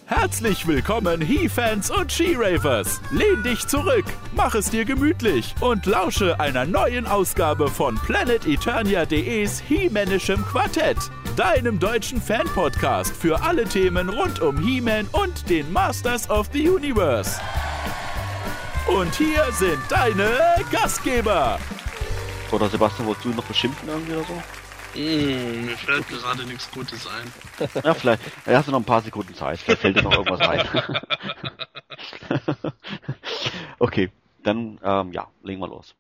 Herzlich willkommen, He-Fans und She-Ravers. Lehn dich zurück, mach es dir gemütlich und lausche einer neuen Ausgabe von PlanetEternia.de's He-Manischem Quartett, deinem deutschen Fan-Podcast für alle Themen rund um He-Man und den Masters of the Universe. Und hier sind deine Gastgeber. Oder Sebastian, wolltest du noch beschimpfen irgendwie oder so? Mir fällt gerade nichts Gutes ein. Ja, vielleicht hast du noch ein paar Sekunden Zeit. Vielleicht fällt dir noch irgendwas ein. Okay, dann legen wir los.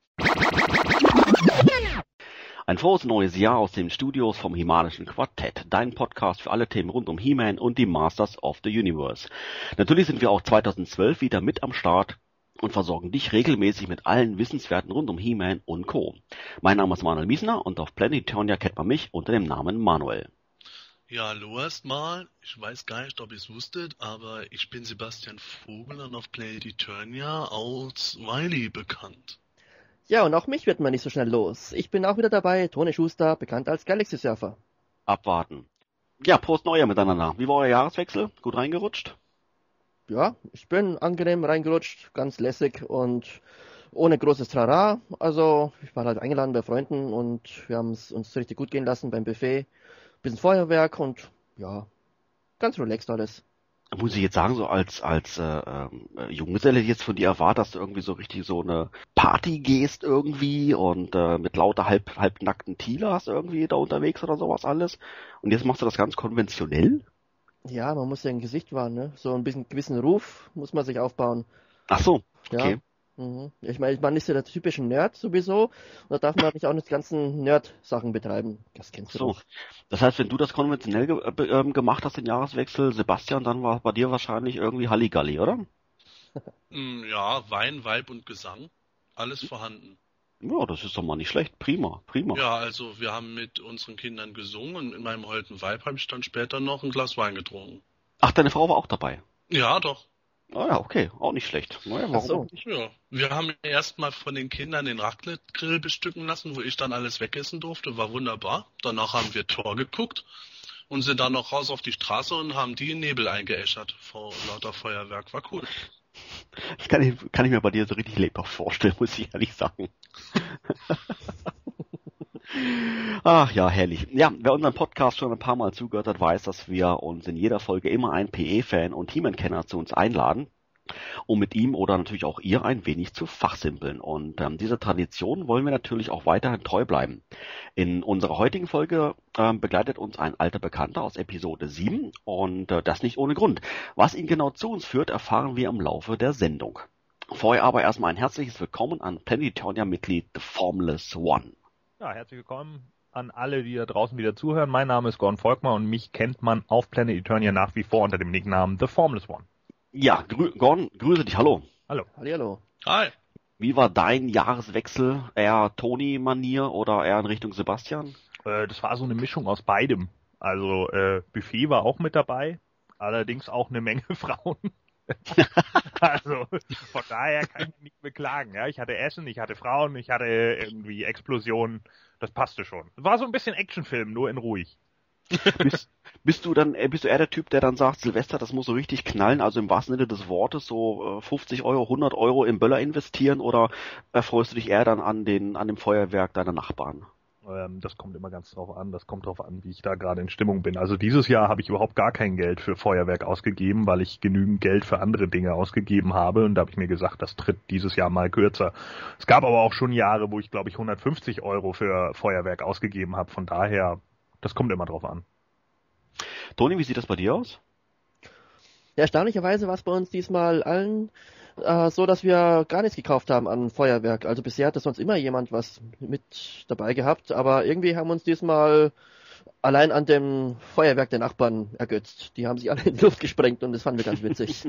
Ein frohes neues Jahr aus den Studios vom He-Manischen Quartett, dein Podcast für alle Themen rund um He-Man und die Masters of the Universe. Natürlich sind wir auch 2012 wieder mit am Start und versorgen dich regelmäßig mit allen Wissenswerten rund um He-Man und Co. Mein Name ist Manuel Miesner und auf Planet Eternia kennt man mich unter dem Namen Manuel. Ja, hallo erstmal. Ich weiß gar nicht, ob ihr es wusstet, aber ich bin Sebastian Vogel und auf Planet Eternia als Wiley bekannt. Ja, und auch mich wird man nicht so schnell los. Ich bin auch wieder dabei, Toni Schuster, bekannt als Galaxy Surfer. Abwarten. Ja, Prost Neujahr miteinander. Wie war euer Jahreswechsel? Gut reingerutscht? Ja, ich bin angenehm reingerutscht, ganz lässig und ohne großes Trara. Also, ich war halt eingeladen bei Freunden und wir haben es uns richtig gut gehen lassen beim Buffet. Bisschen Feuerwerk und ja, ganz relaxed alles. Muss ich jetzt sagen, so als Junggeselle jetzt von dir erwartet, dass du irgendwie so richtig so eine Party gehst irgendwie und mit lauter halbnackten Tealers irgendwie da unterwegs oder sowas alles. Und jetzt machst du das ganz konventionell? Ja, man muss ja ein Gesicht wahren, ne? So ein bisschen gewissen Ruf muss man sich aufbauen. Ach so, okay. Ja. Ich meine, man ist ja der typische Nerd sowieso und da darf man nicht auch nicht die ganzen Nerd-Sachen betreiben. Das kennst du doch. Das heißt, wenn du das konventionell gemacht hast, den Jahreswechsel, Sebastian, dann war bei dir wahrscheinlich irgendwie Halligalli, oder? Ja, Wein, Weib und Gesang. Alles vorhanden. Ja, das ist doch mal nicht schlecht. Prima. Ja, also wir haben mit unseren Kindern gesungen und mit meinem holden Weib habe ich dann später noch ein Glas Wein getrunken. Ach, deine Frau war auch dabei? Ja, doch. Ah ja, okay, auch nicht schlecht. Naja, warum so. nicht? Ja, wir haben erstmal von den Kindern den Raclette-Grill bestücken lassen, wo ich dann alles wegessen durfte. War wunderbar. Danach haben wir Tor geguckt und sind dann noch raus auf die Straße und haben die in Nebel eingeäschert vor lauter Feuerwerk. War cool. Das kann ich mir bei dir so richtig lebhaft vorstellen, muss ich ehrlich sagen. Ach ja, herrlich. Ja, wer unseren Podcast schon ein paar Mal zugehört hat, weiß, dass wir uns in jeder Folge immer einen PE-Fan und He-Man-Kenner zu uns einladen, um mit ihm oder natürlich auch ihr ein wenig zu fachsimpeln. Und dieser Tradition wollen wir natürlich auch weiterhin treu bleiben. In unserer heutigen Folge begleitet uns ein alter Bekannter aus Episode 7 und das nicht ohne Grund. Was ihn genau zu uns führt, erfahren wir im Laufe der Sendung. Vorher aber erstmal ein herzliches Willkommen an Planet Eternia-Mitglied The Formless One. Ja, herzlich willkommen an alle, die da draußen wieder zuhören. Mein Name ist Gordon Volkmar und mich kennt man auf Planet Eternia nach wie vor unter dem Nicknamen The Formless One. Ja, Gordon, grüße dich, hallo. Hallo. Hallihallo. Hi. Wie war dein Jahreswechsel? Eher Toni-Manier oder eher in Richtung Sebastian? Das war so eine Mischung aus beidem. Also Buffet war auch mit dabei, allerdings auch eine Menge Frauen. Also von daher kann ich nicht beklagen. Ja, ich hatte Essen, ich hatte Frauen, ich hatte irgendwie Explosionen. Das passte schon. War so ein bisschen Actionfilm, nur in ruhig. Bist du eher der Typ, der dann sagt, Silvester, das muss so richtig knallen, also im wahrsten Sinne des Wortes, so 50 Euro, 100 Euro im Böller investieren, oder erfreust du dich eher dann an dem Feuerwerk deiner Nachbarn? Das kommt immer ganz drauf an. Das kommt drauf an, wie ich da gerade in Stimmung bin. Also dieses Jahr habe ich überhaupt gar kein Geld für Feuerwerk ausgegeben, weil ich genügend Geld für andere Dinge ausgegeben habe. Und da habe ich mir gesagt, das tritt dieses Jahr mal kürzer. Es gab aber auch schon Jahre, wo ich, glaube ich, 150 Euro für Feuerwerk ausgegeben habe. Von daher, das kommt immer drauf an. Toni, wie sieht das bei dir aus? Ja, erstaunlicherweise war es bei uns diesmal allen so, dass wir gar nichts gekauft haben an Feuerwerk. Also bisher hatte sonst immer jemand was mit dabei gehabt, aber irgendwie haben uns diesmal allein an dem Feuerwerk der Nachbarn ergötzt. Die haben sich alle in die Luft gesprengt und das fanden wir ganz witzig.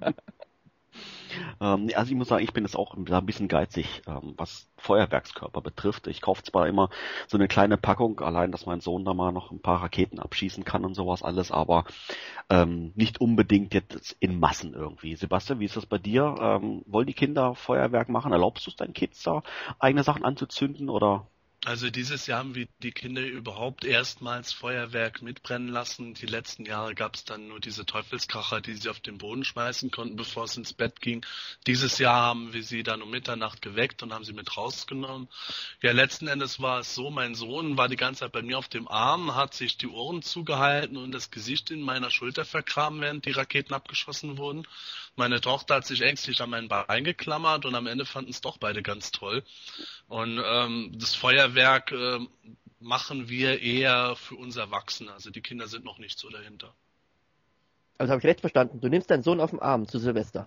Also ich muss sagen, ich bin jetzt auch ein bisschen geizig, was Feuerwerkskörper betrifft. Ich kaufe zwar immer so eine kleine Packung, allein, dass mein Sohn da mal noch ein paar Raketen abschießen kann und sowas alles, aber nicht unbedingt jetzt in Massen irgendwie. Sebastian, wie ist das bei dir? Wollen die Kinder Feuerwerk machen? Erlaubst du es deinen Kids da, eigene Sachen anzuzünden, oder? Also dieses Jahr haben wir die Kinder überhaupt erstmals Feuerwerk mitbrennen lassen. Die letzten Jahre gab es dann nur diese Teufelskracher, die sie auf den Boden schmeißen konnten, bevor es ins Bett ging. Dieses Jahr haben wir sie dann um Mitternacht geweckt und haben sie mit rausgenommen. Ja, letzten Endes war es so, mein Sohn war die ganze Zeit bei mir auf dem Arm, hat sich die Ohren zugehalten und das Gesicht in meiner Schulter vergraben, während die Raketen abgeschossen wurden. Meine Tochter hat sich ängstlich an mein Bein geklammert und am Ende fanden es doch beide ganz toll. Und das Feuerwerk machen wir eher für uns Erwachsene. Also die Kinder sind noch nicht so dahinter. Also habe ich recht verstanden. Du nimmst deinen Sohn auf den Arm zu Silvester.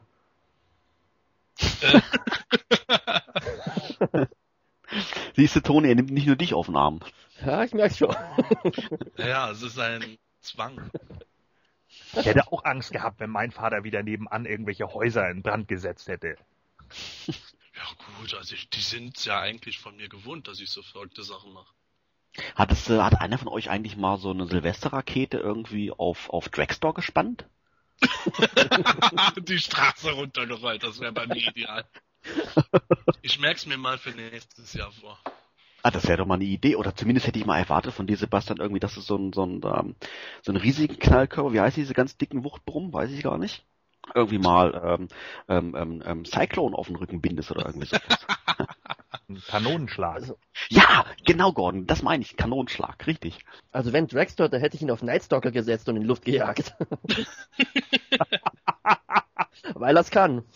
Siehst du, Toni, er nimmt nicht nur dich auf den Arm. Ja, ich merke schon. Ja, es ist ein Zwang. Ich hätte auch Angst gehabt, wenn mein Vater wieder nebenan irgendwelche Häuser in Brand gesetzt hätte. Ja gut, also die sind ja eigentlich von mir gewohnt, dass ich so verrückte Sachen mache. Hat einer von euch eigentlich mal so eine Silvesterrakete irgendwie auf Dragstore gespannt? Die Straße runtergerollt, das wäre bei mir ideal. Ich merk's mir mal für nächstes Jahr vor. Ah, das wäre doch mal eine Idee. Oder zumindest hätte ich mal erwartet von dir, Sebastian, irgendwie, dass es so einen riesigen Knallkörper, wie heißt diese ganz dicken Wuchtbrummen, weiß ich gar nicht. Irgendwie mal Cyclone auf den Rücken bindest oder irgendwie sowas. Ein Kanonenschlag. Also, Ja, genau, Gordon, das meine ich, Kanonenschlag, richtig. also wenn Dragstore, da hätte ich ihn auf Nightstalker gesetzt und in die Luft gejagt. Weil er's kann.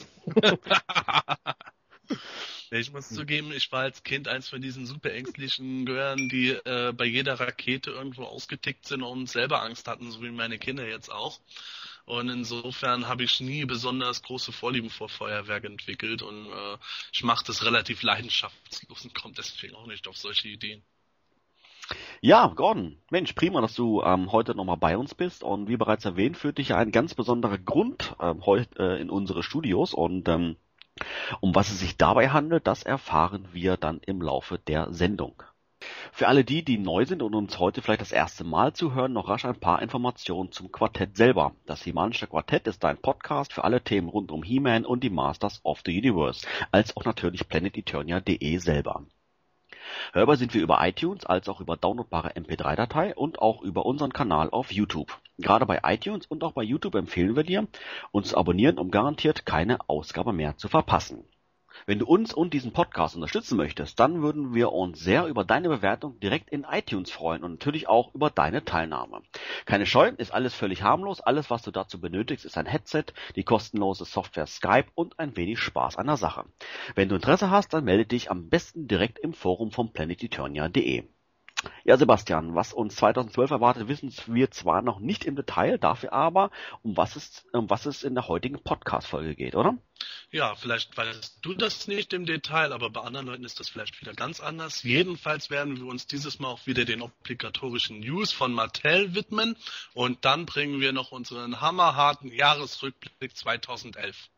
Ich muss zugeben, ich war als Kind eins von diesen super ängstlichen Gören, die bei jeder Rakete irgendwo ausgetickt sind und selber Angst hatten, so wie meine Kinder jetzt auch. Und insofern habe ich nie besonders große Vorlieben vor Feuerwerk entwickelt und ich mache das relativ leidenschaftslos und komme deswegen auch nicht auf solche Ideen. Ja, Gordon, Mensch, prima, dass du heute nochmal bei uns bist und wie bereits erwähnt, führt dich ja ein ganz besonderer Grund heute in unsere Studios und um was es sich dabei handelt, das erfahren wir dann im Laufe der Sendung. Für alle die neu sind und uns heute vielleicht das erste Mal zuhören, noch rasch ein paar Informationen zum Quartett selber. Das He-Manische Quartett ist ein Podcast für alle Themen rund um He-Man und die Masters of the Universe, als auch natürlich PlanetEternia.de selber. Hörbar sind wir über iTunes, als auch über downloadbare MP3-Datei und auch über unseren Kanal auf YouTube. Gerade bei iTunes und auch bei YouTube empfehlen wir dir, uns zu abonnieren, um garantiert keine Ausgabe mehr zu verpassen. Wenn du uns und diesen Podcast unterstützen möchtest, dann würden wir uns sehr über deine Bewertung direkt in iTunes freuen und natürlich auch über deine Teilnahme. Keine Scheu, ist alles völlig harmlos. Alles, was du dazu benötigst, ist ein Headset, die kostenlose Software Skype und ein wenig Spaß an der Sache. Wenn du Interesse hast, dann melde dich am besten direkt im Forum von PlanetEternia.de. Ja, Sebastian, was uns 2012 erwartet, wissen wir zwar noch nicht im Detail, dafür aber, um was es in der heutigen Podcast-Folge geht, oder? Ja, vielleicht weißt du das nicht im Detail, aber bei anderen Leuten ist das vielleicht wieder ganz anders. Jedenfalls werden wir uns dieses Mal auch wieder den obligatorischen News von Mattel widmen und dann bringen wir noch unseren hammerharten Jahresrückblick 2011.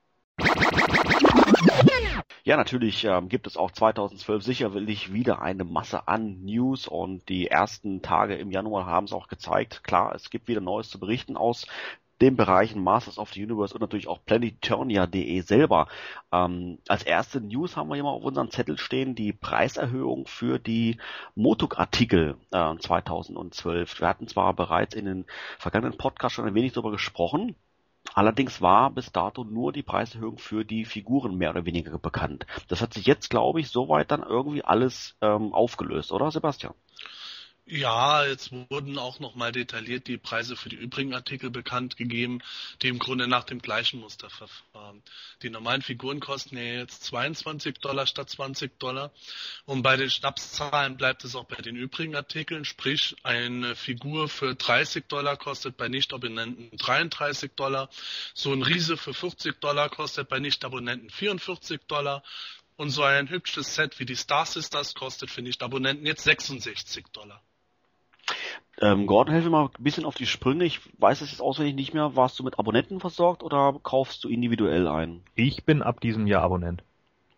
Ja, natürlich gibt es auch 2012 sicherlich wieder eine Masse an News und die ersten Tage im Januar haben es auch gezeigt. Klar, es gibt wieder Neues zu berichten aus den Bereichen Masters of the Universe und natürlich auch PlanetEternia.de selber. Als erste News haben wir hier mal auf unserem Zettel stehen die Preiserhöhung für die Motuk-Artikel 2012. Wir hatten zwar bereits in den vergangenen Podcasts schon ein wenig darüber gesprochen, allerdings war bis dato nur die Preiserhöhung für die Figuren mehr oder weniger bekannt. Das hat sich jetzt, glaube ich, soweit dann irgendwie alles aufgelöst, oder Sebastian? Ja, jetzt wurden auch nochmal detailliert die Preise für die übrigen Artikel bekannt gegeben, die im Grunde nach dem gleichen Muster verfahren. Die normalen Figuren kosten ja jetzt $22 statt $20 und bei den Schnapszahlen bleibt es auch bei den übrigen Artikeln, sprich eine Figur für $30 kostet bei Nicht-Abonnenten $33, so ein Riese für $40 kostet bei Nicht-Abonnenten $44 und so ein hübsches Set wie die Star Sisters kostet für Nicht-Abonnenten jetzt $66. Gordon, helfe mir mal ein bisschen auf die Sprünge. Ich weiß es jetzt auswendig nicht mehr. Warst du mit Abonnenten versorgt oder kaufst du individuell ein? Ich bin ab diesem Jahr Abonnent.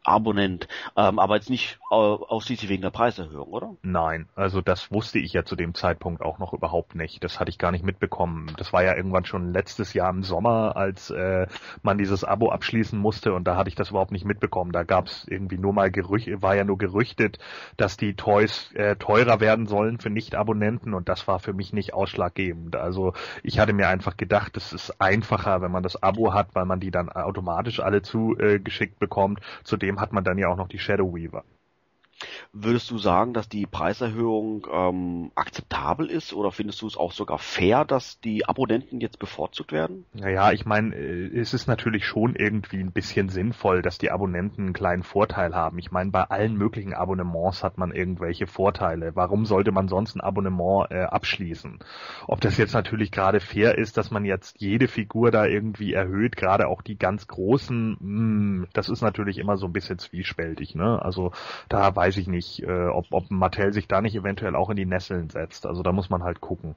Abonnent, aber jetzt nicht ausschließlich wegen der Preiserhöhung, oder? Nein, also das wusste ich ja zu dem Zeitpunkt auch noch überhaupt nicht. Das hatte ich gar nicht mitbekommen. Das war ja irgendwann schon letztes Jahr im Sommer, als man dieses Abo abschließen musste, und da hatte ich das überhaupt nicht mitbekommen. Da gab es irgendwie nur mal war ja nur gerüchtet, dass die Toys teurer werden sollen für Nicht-Abonnenten, und das war für mich nicht ausschlaggebend. Also ich hatte mir einfach gedacht, es ist einfacher, wenn man das Abo hat, weil man die dann automatisch alle zugeschickt bekommt. Zudem hat man dann ja auch noch die Shadow Weaver. Würdest du sagen, dass die Preiserhöhung akzeptabel ist, oder findest du es auch sogar fair, dass die Abonnenten jetzt bevorzugt werden? Naja, ich meine, es ist natürlich schon irgendwie ein bisschen sinnvoll, dass die Abonnenten einen kleinen Vorteil haben. Ich meine, bei allen möglichen Abonnements hat man irgendwelche Vorteile. Warum sollte man sonst ein Abonnement abschließen? Ob das jetzt natürlich gerade fair ist, dass man jetzt jede Figur da irgendwie erhöht, gerade auch die ganz großen, das ist natürlich immer so ein bisschen zwiespältig, ne? Also da weiß ich nicht, ob Mattel sich da nicht eventuell auch in die Nesseln setzt. Also da muss man halt gucken.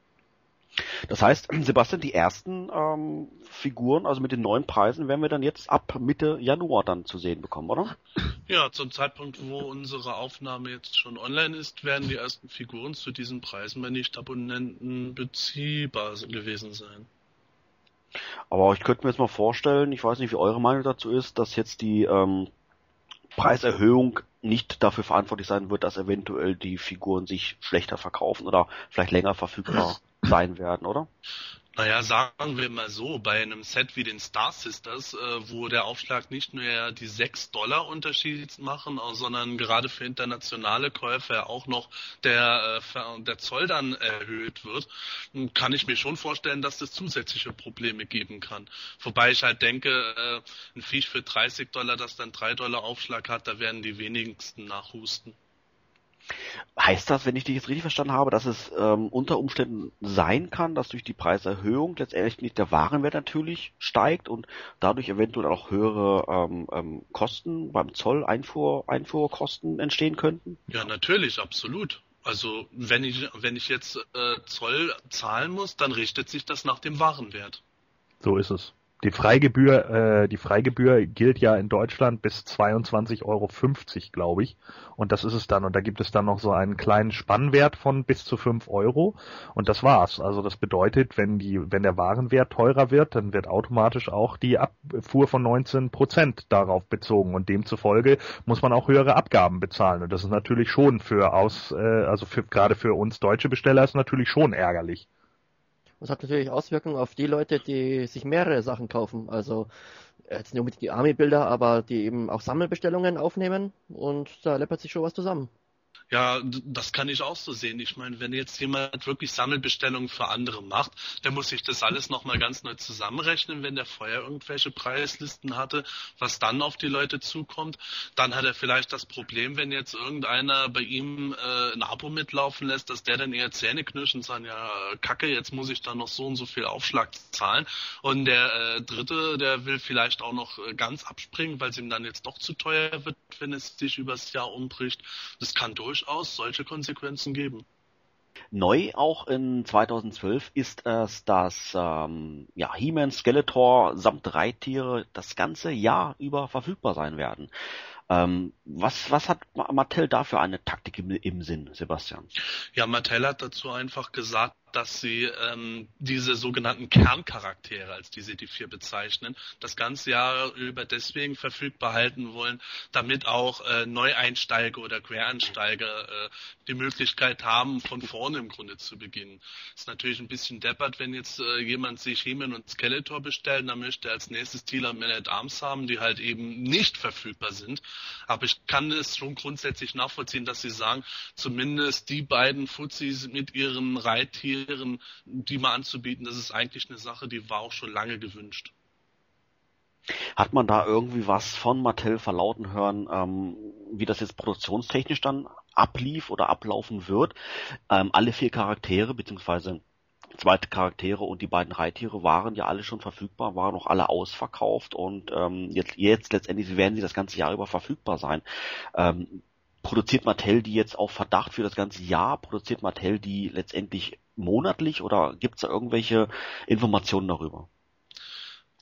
Das heißt, Sebastian, die ersten Figuren, also mit den neuen Preisen, werden wir dann jetzt ab Mitte Januar dann zu sehen bekommen, oder? Ja, zum Zeitpunkt, wo unsere Aufnahme jetzt schon online ist, werden die ersten Figuren zu diesen Preisen bei Nicht-Abonnenten beziehbar gewesen sein. Aber ich könnte mir jetzt mal vorstellen, ich weiß nicht, wie eure Meinung dazu ist, dass jetzt die Preiserhöhung nicht dafür verantwortlich sein wird, dass eventuell die Figuren sich schlechter verkaufen oder vielleicht länger verfügbar sein werden, oder? Naja, sagen wir mal so, bei einem Set wie den Star Sisters, wo der Aufschlag nicht nur die $6 Unterschied machen, sondern gerade für internationale Käufer auch noch der Zoll dann erhöht wird, kann ich mir schon vorstellen, dass das zusätzliche Probleme geben kann. Wobei ich halt denke, ein Viech für $30, das dann $3 Aufschlag hat, da werden die wenigsten nachhusten. Heißt das, wenn ich dich jetzt richtig verstanden habe, dass es unter Umständen sein kann, dass durch die Preiserhöhung letztendlich nicht der Warenwert natürlich steigt und dadurch eventuell auch höhere Kosten beim Zoll, Einfuhrkosten entstehen könnten? Ja, natürlich, absolut. Also wenn ich jetzt Zoll zahlen muss, dann richtet sich das nach dem Warenwert. So ist es. Die Freigebühr gilt ja in Deutschland bis 22,50 €, glaube ich. Und das ist es dann. Und da gibt es dann noch so einen kleinen Spannwert von bis zu 5 €. Und das war's. Also das bedeutet, wenn der Warenwert teurer wird, dann wird automatisch auch die Abfuhr von 19% darauf bezogen. Und demzufolge muss man auch höhere Abgaben bezahlen. Und das ist natürlich schon gerade für uns deutsche Besteller ist natürlich schon ärgerlich. Das hat natürlich Auswirkungen auf die Leute, die sich mehrere Sachen kaufen. Also jetzt nicht unbedingt die Army-Bilder, aber die eben auch Sammelbestellungen aufnehmen, und da läppert sich schon was zusammen. Ja, das kann ich auch so sehen. Ich meine, wenn jetzt jemand wirklich Sammelbestellungen für andere macht, der muss sich das alles nochmal ganz neu zusammenrechnen, wenn der vorher irgendwelche Preislisten hatte, was dann auf die Leute zukommt. Dann hat er vielleicht das Problem, wenn jetzt irgendeiner bei ihm ein Abo mitlaufen lässt, dass der dann eher Zähne knirscht und sagt, ja, Kacke, jetzt muss ich da noch so und so viel Aufschlag zahlen. Und der Dritte, der will vielleicht auch noch ganz abspringen, weil es ihm dann jetzt doch zu teuer wird, wenn es sich übers Jahr umbricht. Das kann durchaus solche Konsequenzen geben. Neu auch in 2012 ist es, dass He-Man, Skeletor samt Reittiere das ganze Jahr über verfügbar sein werden. Was hat Mattel da für eine Taktik im Sinn, Sebastian? Ja, Mattel hat dazu einfach gesagt, dass sie diese sogenannten Kerncharaktere, als die sie die 4 bezeichnen, das ganze Jahr über deswegen verfügbar halten wollen, damit auch Neueinsteiger oder Quereinsteiger die Möglichkeit haben, von vorne im Grunde zu beginnen. Ist natürlich ein bisschen deppert, wenn jetzt jemand sich He-Man und Skeletor bestellt, dann möchte er als nächstes Teela und Man-at-Arms haben, die halt eben nicht verfügbar sind. Aber ich kann es schon grundsätzlich nachvollziehen, dass sie sagen, zumindest die beiden Fuzis mit ihren Reittieren, die mal anzubieten, das ist eigentlich eine Sache, die war auch schon lange gewünscht. Hat man da irgendwie was von Mattel verlauten hören, wie das jetzt produktionstechnisch dann ablief oder ablaufen wird? Alle 4 Charaktere, beziehungsweise 2 Charaktere und die beiden Reittiere waren ja alle schon verfügbar, waren auch alle ausverkauft, und jetzt letztendlich werden sie das ganze Jahr über verfügbar sein. Produziert Mattel die jetzt auf Verdacht für das ganze Jahr? Produziert Mattel die letztendlich monatlich, oder gibt es da irgendwelche Informationen darüber?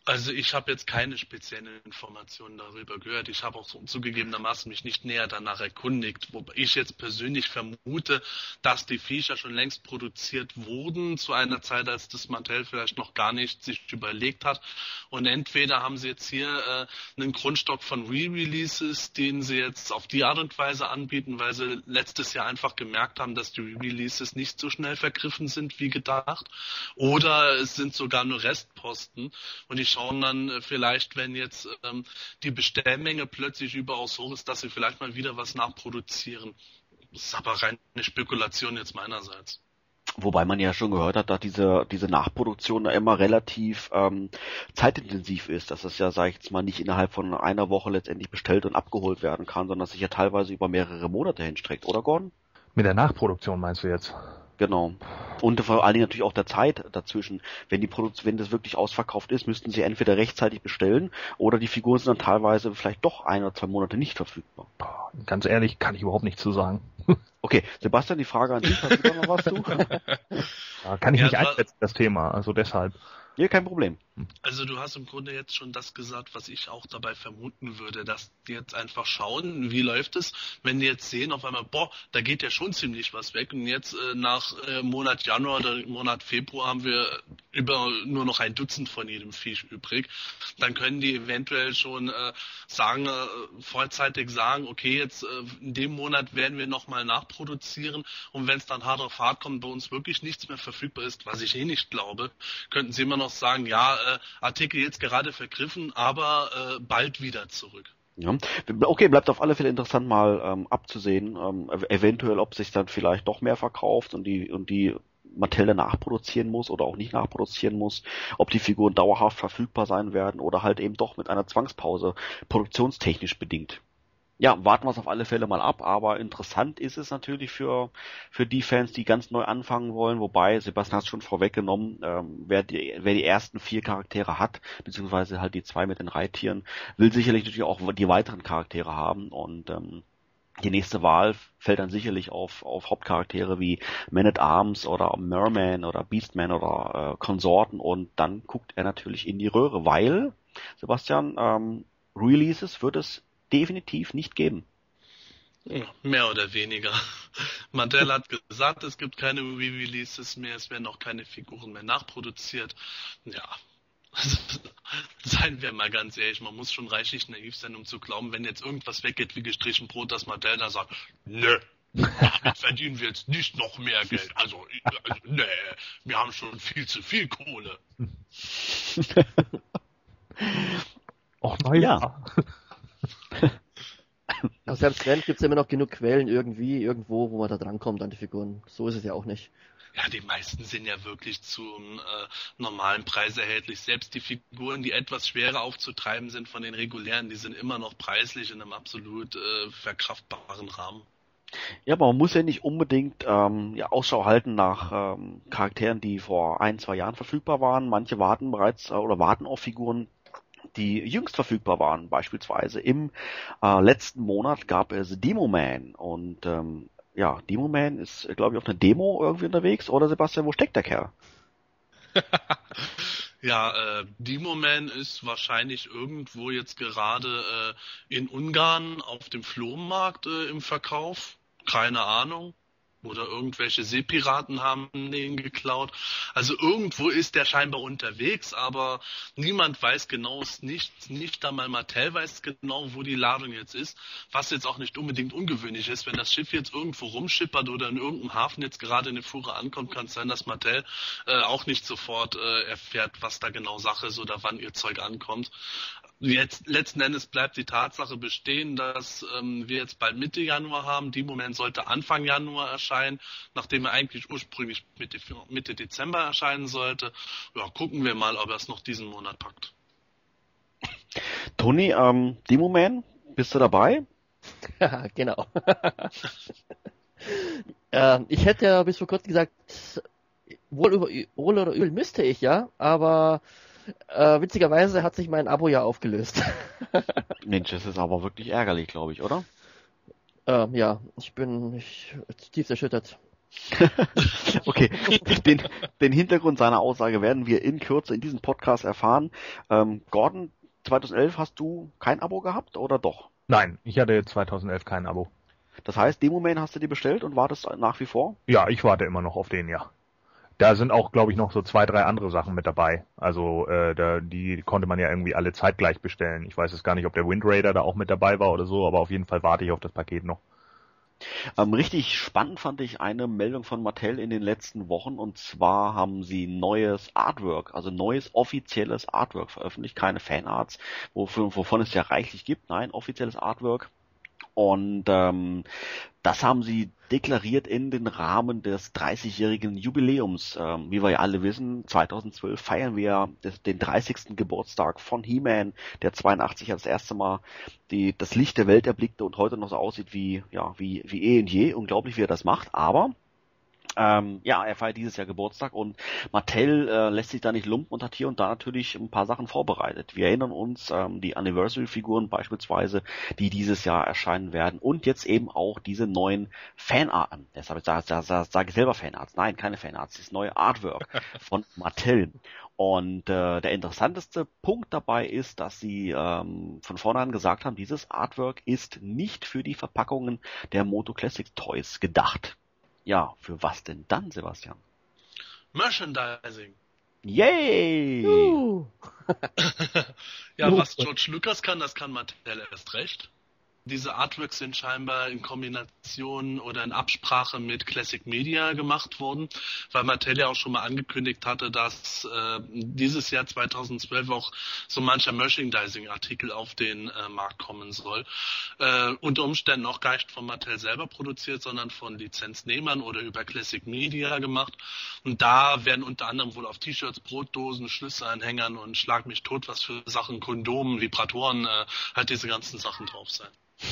Also ich habe jetzt keine speziellen Informationen darüber gehört. Ich habe auch zugegebenermaßen mich nicht näher danach erkundigt, wobei ich jetzt persönlich vermute, dass die Viecher schon längst produziert wurden, zu einer Zeit, als das Mattel vielleicht noch gar nicht sich überlegt hat. Und entweder haben sie jetzt hier einen Grundstock von Re-Releases, den sie jetzt auf die Art und Weise anbieten, weil sie letztes Jahr einfach gemerkt haben, dass die Re-Releases nicht so schnell vergriffen sind wie gedacht. Oder es sind sogar nur Restposten und die schauen dann vielleicht, wenn jetzt die Bestellmenge plötzlich überaus hoch ist, dass sie vielleicht mal wieder was nachproduzieren. Das ist aber reine Spekulation jetzt meinerseits. Wobei man ja schon gehört hat, dass diese Nachproduktion da immer relativ zeitintensiv ist, dass das ja, sag ich jetzt mal, nicht innerhalb von einer Woche letztendlich bestellt und abgeholt werden kann, sondern dass sich ja teilweise über mehrere Monate hinstreckt, oder Gordon? Mit der Nachproduktion meinst du jetzt? Genau. Und vor allen Dingen natürlich auch der Zeit dazwischen. Wenn das wirklich ausverkauft ist, müssten sie entweder rechtzeitig bestellen oder die Figuren sind dann teilweise vielleicht doch 1 oder 2 Monate nicht verfügbar. Ganz ehrlich, kann ich überhaupt nichts zu sagen. Okay, Sebastian, die Frage an dich, hast du da noch was zu? Ja, kann ich nicht einschätzen, das Thema, also deshalb. Ja, kein Problem. Also du hast im Grunde jetzt schon das gesagt, was ich auch dabei vermuten würde, dass die jetzt einfach schauen, wie läuft es, wenn die jetzt sehen auf einmal, da geht ja schon ziemlich was weg und jetzt nach Monat Januar oder Monat Februar haben wir nur noch 1 Dutzend von jedem Viech übrig, dann können die eventuell schon vorzeitig sagen, okay, jetzt in dem Monat werden wir nochmal nachproduzieren und wenn es dann hart auf hart kommt, bei uns wirklich nichts mehr verfügbar ist, was ich nicht glaube, könnten sie immer noch sagen, ja, Artikel jetzt gerade vergriffen, aber bald wieder zurück. Ja. Okay, bleibt auf alle Fälle interessant mal abzusehen, eventuell, ob sich dann vielleicht doch mehr verkauft und die Mattel nachproduzieren muss oder auch nicht nachproduzieren muss, ob die Figuren dauerhaft verfügbar sein werden oder halt eben doch mit einer Zwangspause produktionstechnisch bedingt. Ja, warten wir es auf alle Fälle mal ab, aber interessant ist es natürlich für die Fans, die ganz neu anfangen wollen, wobei, Sebastian hat es schon vorweggenommen, wer die ersten 4 Charaktere hat, beziehungsweise halt die 2 mit den Reittieren, will sicherlich natürlich auch die weiteren Charaktere haben und die nächste Wahl fällt dann sicherlich auf Hauptcharaktere wie Man-at-Arms oder Merman oder Beastman oder Konsorten und dann guckt er natürlich in die Röhre, weil, Sebastian, Releases wird es definitiv nicht geben. Ja, mehr oder weniger. Mattel hat gesagt, es gibt keine Re-Releases mehr, es werden auch keine Figuren mehr nachproduziert. Ja, seien wir mal ganz ehrlich, man muss schon reichlich naiv sein, um zu glauben, wenn jetzt irgendwas weggeht wie gestrichen Brot, dass Mattel da sagt, nö, damit verdienen wir jetzt nicht noch mehr Geld. Also nee, wir haben schon viel zu viel Kohle. Och naja. Aber selbst wenn, gibt es immer noch genug Quellen irgendwo, wo man da drankommt an die Figuren. So ist es ja auch nicht. Ja, die meisten sind ja wirklich zum normalen Preis erhältlich. Selbst die Figuren, die etwas schwerer aufzutreiben sind von den regulären, die sind immer noch preislich in einem absolut verkraftbaren Rahmen. Ja, aber man muss ja nicht unbedingt Ausschau halten nach Charakteren, die vor 1, 2 Jahren verfügbar waren. Manche warten bereits oder warten auf Figuren, die jüngst verfügbar waren. Beispielsweise im letzten Monat gab es Demoman und Demoman ist, glaube ich, auf einer Demo irgendwie unterwegs. Oder Sebastian, wo steckt der Kerl? Ja, Demoman ist wahrscheinlich irgendwo jetzt gerade in Ungarn auf dem Flohmarkt im Verkauf. Keine Ahnung. Oder irgendwelche Seepiraten haben den geklaut. Also irgendwo ist der scheinbar unterwegs, aber niemand weiß genau, nicht einmal Mattel weiß genau, wo die Ladung jetzt ist. Was jetzt auch nicht unbedingt ungewöhnlich ist. Wenn das Schiff jetzt irgendwo rumschippert oder in irgendeinem Hafen jetzt gerade eine Fuhre ankommt, kann es sein, dass Mattel auch nicht sofort erfährt, was da genau Sache ist oder wann ihr Zeug ankommt. Jetzt letzten Endes bleibt die Tatsache bestehen, dass wir jetzt bald Mitte Januar haben. Demoman sollte Anfang Januar erscheinen, nachdem er eigentlich ursprünglich Mitte Dezember erscheinen sollte. Ja, gucken wir mal, ob er es noch diesen Monat packt. Toni, Demoman, bist du dabei? Ja, genau. Ich hätte ja bis vor kurzem gesagt, wohl oder übel müsste ich ja, aber witzigerweise hat sich mein Abo ja aufgelöst. Mensch, das ist aber wirklich ärgerlich, glaube ich, oder? Ja, ich bin tief erschüttert. Okay, den Hintergrund seiner Aussage werden wir in Kürze in diesem Podcast erfahren. Gordon, 2011 hast du kein Abo gehabt oder doch? Nein, ich hatte 2011 kein Abo. Das heißt, Demoman hast du dir bestellt und wartest nach wie vor? Ja, ich warte immer noch auf den, ja. Da sind auch, glaube ich, noch so 2, 3 andere Sachen mit dabei. Also die konnte man ja irgendwie alle zeitgleich bestellen. Ich weiß jetzt gar nicht, ob der Wind Raider da auch mit dabei war oder so, aber auf jeden Fall warte ich auf das Paket noch. Richtig spannend fand ich eine Meldung von Mattel in den letzten Wochen, und zwar haben sie neues Artwork, also neues offizielles Artwork veröffentlicht, keine Fanarts, wovon es ja reichlich gibt, nein, offizielles Artwork. Und das haben sie deklariert in den Rahmen des 30-jährigen Jubiläums. Wie wir ja alle wissen, 2012 feiern wir den 30. Geburtstag von He-Man, der 82 das erste Mal das Licht der Welt erblickte und heute noch so aussieht wie eh und je. Unglaublich, wie er das macht, aber er feiert dieses Jahr Geburtstag und Mattel lässt sich da nicht lumpen und hat hier und da natürlich ein paar Sachen vorbereitet. Wir erinnern uns, die Anniversary-Figuren beispielsweise, die dieses Jahr erscheinen werden, und jetzt eben auch diese neuen Fanarts. Deshalb sage ich selber Fanarts. Nein, keine Fanarts, das neue Artwork von Mattel. Und der interessanteste Punkt dabei ist, dass sie von vornherein gesagt haben, dieses Artwork ist nicht für die Verpackungen der Moto Classic Toys gedacht. Ja, für was denn dann, Sebastian? Merchandising. Yay! Ja, was George Lucas kann, das kann Mattel erst recht. Diese Artworks sind scheinbar in Kombination oder in Absprache mit Classic Media gemacht worden, weil Mattel ja auch schon mal angekündigt hatte, dass dieses Jahr 2012 auch so mancher Merchandising-Artikel auf den Markt kommen soll. Unter Umständen auch gar nicht von Mattel selber produziert, sondern von Lizenznehmern oder über Classic Media gemacht. Und da werden unter anderem wohl auf T-Shirts, Brotdosen, Schlüsselanhängern und Schlag mich tot, was für Sachen, Kondomen, Vibratoren, halt diese ganzen Sachen drauf sein.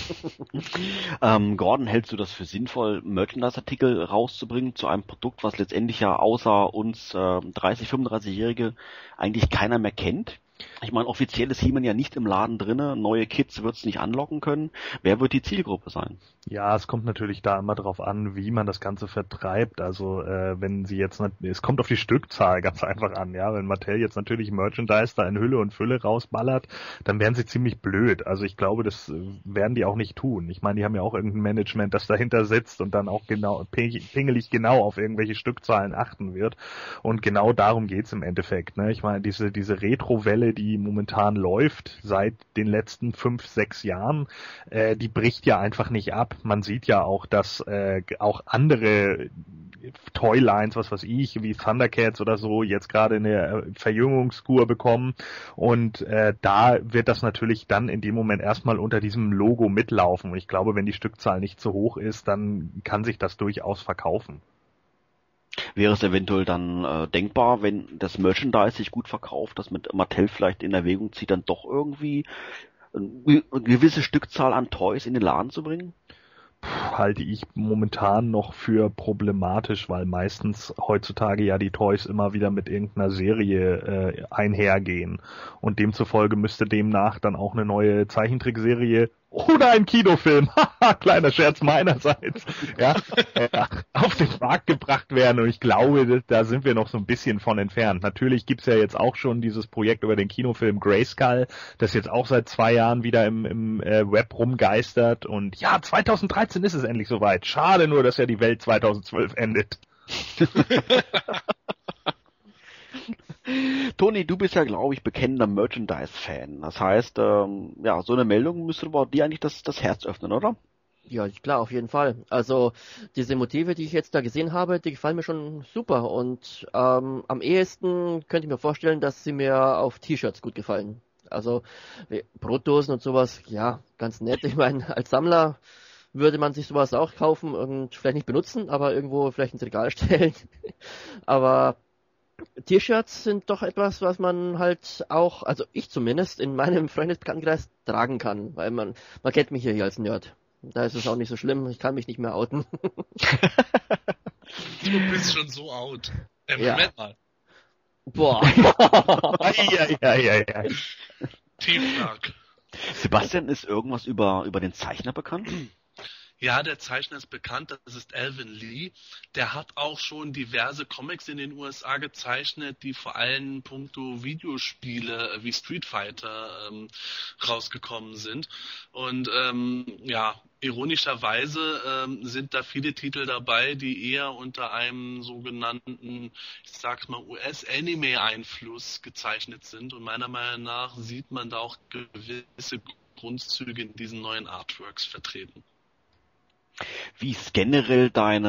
Gordon, hältst du das für sinnvoll, Merchandise-Artikel rauszubringen zu einem Produkt, was letztendlich ja außer uns 30-, 35-Jährige eigentlich keiner mehr kennt? Ich meine, offiziell ist He-Man ja nicht im Laden drinne, neue Kids wird's nicht anlocken können. Wer wird die Zielgruppe sein? Ja, es kommt natürlich da immer drauf an, wie man das Ganze vertreibt. Also wenn sie jetzt, es kommt auf die Stückzahl ganz einfach an, ja. Wenn Mattel jetzt natürlich Merchandise da in Hülle und Fülle rausballert, dann wären sie ziemlich blöd. Also ich glaube, das werden die auch nicht tun. Ich meine, die haben ja auch irgendein Management, das dahinter sitzt und dann auch genau pingelig genau auf irgendwelche Stückzahlen achten wird. Und genau darum geht's im Endeffekt. Ne? Ich meine, diese Retro-Welle, die momentan läuft seit den letzten 5, 6 Jahren, die bricht ja einfach nicht ab. Man sieht ja auch, dass auch andere Toylines, was weiß ich, wie Thundercats oder so, jetzt gerade eine Verjüngungskur bekommen, und da wird das natürlich dann in dem Moment erstmal unter diesem Logo mitlaufen. Und ich glaube, wenn die Stückzahl nicht zu hoch ist, dann kann sich das durchaus verkaufen. Wäre es eventuell dann denkbar, wenn das Merchandise sich gut verkauft, dass mit Mattel vielleicht in Erwägung zieht, dann doch irgendwie eine gewisse Stückzahl an Toys in den Laden zu bringen? Halte ich momentan noch für problematisch, weil meistens heutzutage ja die Toys immer wieder mit irgendeiner Serie einhergehen, und demzufolge müsste demnach dann auch eine neue Zeichentrickserie oder ein Kinofilm, kleiner Scherz meinerseits, auf den Markt gebracht werden, und ich glaube, da sind wir noch so ein bisschen von entfernt. Natürlich gibt's ja jetzt auch schon dieses Projekt über den Kinofilm Grayskull, das jetzt auch seit 2 Jahren wieder im Web rumgeistert, und ja, 2013 ist es endlich soweit. Schade nur, dass ja die Welt 2012 endet. Toni, du bist ja, glaube ich, bekennender Merchandise-Fan. Das heißt, so eine Meldung müsste bei dir eigentlich das Herz öffnen, oder? Ja, klar, auf jeden Fall. Also diese Motive, die ich jetzt da gesehen habe, die gefallen mir schon super. Und am ehesten könnte ich mir vorstellen, dass sie mir auf T-Shirts gut gefallen. Also Brotdosen und sowas, ja, ganz nett. Ich meine, als Sammler würde man sich sowas auch kaufen und vielleicht nicht benutzen, aber irgendwo vielleicht ins Regal stellen. Aber T-Shirts sind doch etwas, was man halt auch, also ich zumindest, in meinem Freundesbekanntenkreis tragen kann, weil man kennt mich hier als Nerd. Da ist es auch nicht so schlimm, ich kann mich nicht mehr outen. Du bist schon so out. Moment mal. Boah. Tiefschlag. Sebastian, ist irgendwas über den Zeichner bekannt? Ja, der Zeichner ist bekannt, das ist Alvin Lee. Der hat auch schon diverse Comics in den USA gezeichnet, die vor allem puncto Videospiele wie Street Fighter rausgekommen sind. Und ironischerweise sind da viele Titel dabei, die eher unter einem sogenannten, ich sag's mal, US-Anime-Einfluss gezeichnet sind. Und meiner Meinung nach sieht man da auch gewisse Grundzüge in diesen neuen Artworks vertreten. Wie ist generell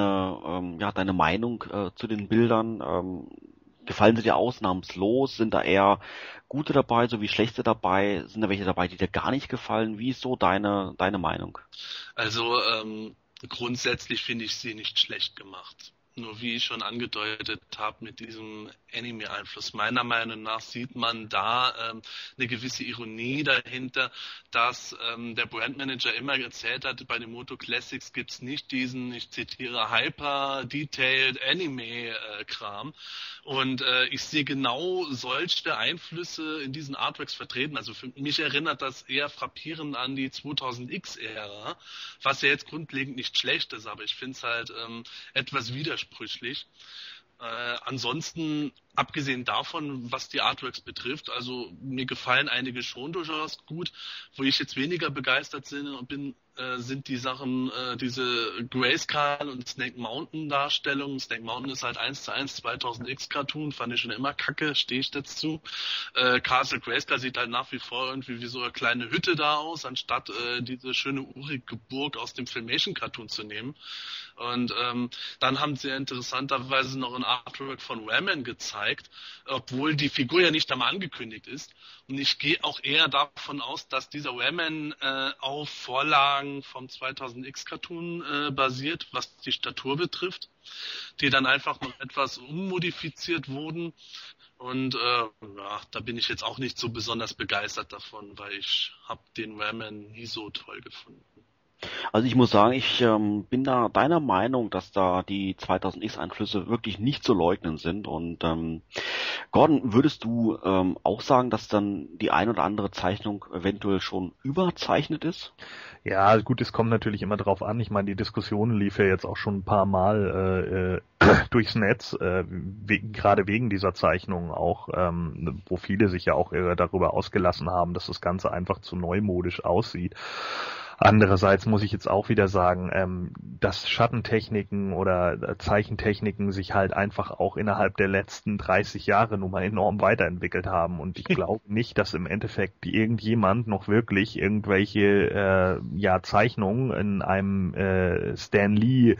deine Meinung zu den Bildern? Gefallen sie dir ausnahmslos? Sind da eher gute dabei, sowie schlechte dabei? Sind da welche dabei, die dir gar nicht gefallen? Wie ist so deine Meinung? Also grundsätzlich finde ich sie nicht schlecht gemacht. Nur wie ich schon angedeutet habe, mit diesem Anime-Einfluss. Meiner Meinung nach sieht man da eine gewisse Ironie dahinter, dass der Brandmanager immer erzählt hat, bei den Moto Classics gibt's nicht diesen, ich zitiere, hyper-detailed Anime-Kram. Und ich sehe genau solche Einflüsse in diesen Artworks vertreten. Also für mich erinnert das eher frappierend an die 2000X-Ära, was ja jetzt grundlegend nicht schlecht ist, aber ich finde es halt etwas widersprüchlich. Ansonsten, abgesehen davon, was die Artworks betrifft, also mir gefallen einige schon durchaus gut. Wo ich jetzt weniger begeistert bin, sind die Sachen, diese Grayscale und Snake Mountain Darstellungen. Snake Mountain ist halt 1:1 2000X Cartoon, fand ich schon immer kacke, stehe ich dazu. Castle Grayscale sieht halt nach wie vor irgendwie wie so eine kleine Hütte da aus, anstatt diese schöne urige Burg aus dem Filmation Cartoon zu nehmen. Und dann haben sie interessanterweise noch ein Artwork von Ramen gezeigt, obwohl die Figur ja nicht einmal angekündigt ist. Und ich gehe auch eher davon aus, dass dieser Ramen auf Vorlagen vom 2000X Cartoon basiert, was die Statur betrifft, die dann einfach noch etwas ummodifiziert wurden. Und da bin ich jetzt auch nicht so besonders begeistert davon, weil ich habe den Ramen nie so toll gefunden. Also ich muss sagen, ich bin da deiner Meinung, dass da die 2000X-Einflüsse wirklich nicht zu leugnen sind. Und Gordon, würdest du auch sagen, dass dann die ein oder andere Zeichnung eventuell schon überzeichnet ist? Ja, gut, es kommt natürlich immer drauf an. Ich meine, die Diskussion lief ja jetzt auch schon ein paar Mal durchs Netz, gerade wegen dieser Zeichnung auch, wo viele sich ja auch darüber ausgelassen haben, dass das Ganze einfach zu neumodisch aussieht. Andererseits muss ich jetzt auch wieder sagen, dass Schattentechniken oder Zeichentechniken sich halt einfach auch innerhalb der letzten 30 Jahre nun mal enorm weiterentwickelt haben. Und ich glaube nicht, dass im Endeffekt irgendjemand noch wirklich irgendwelche Zeichnungen in einem Stan Lee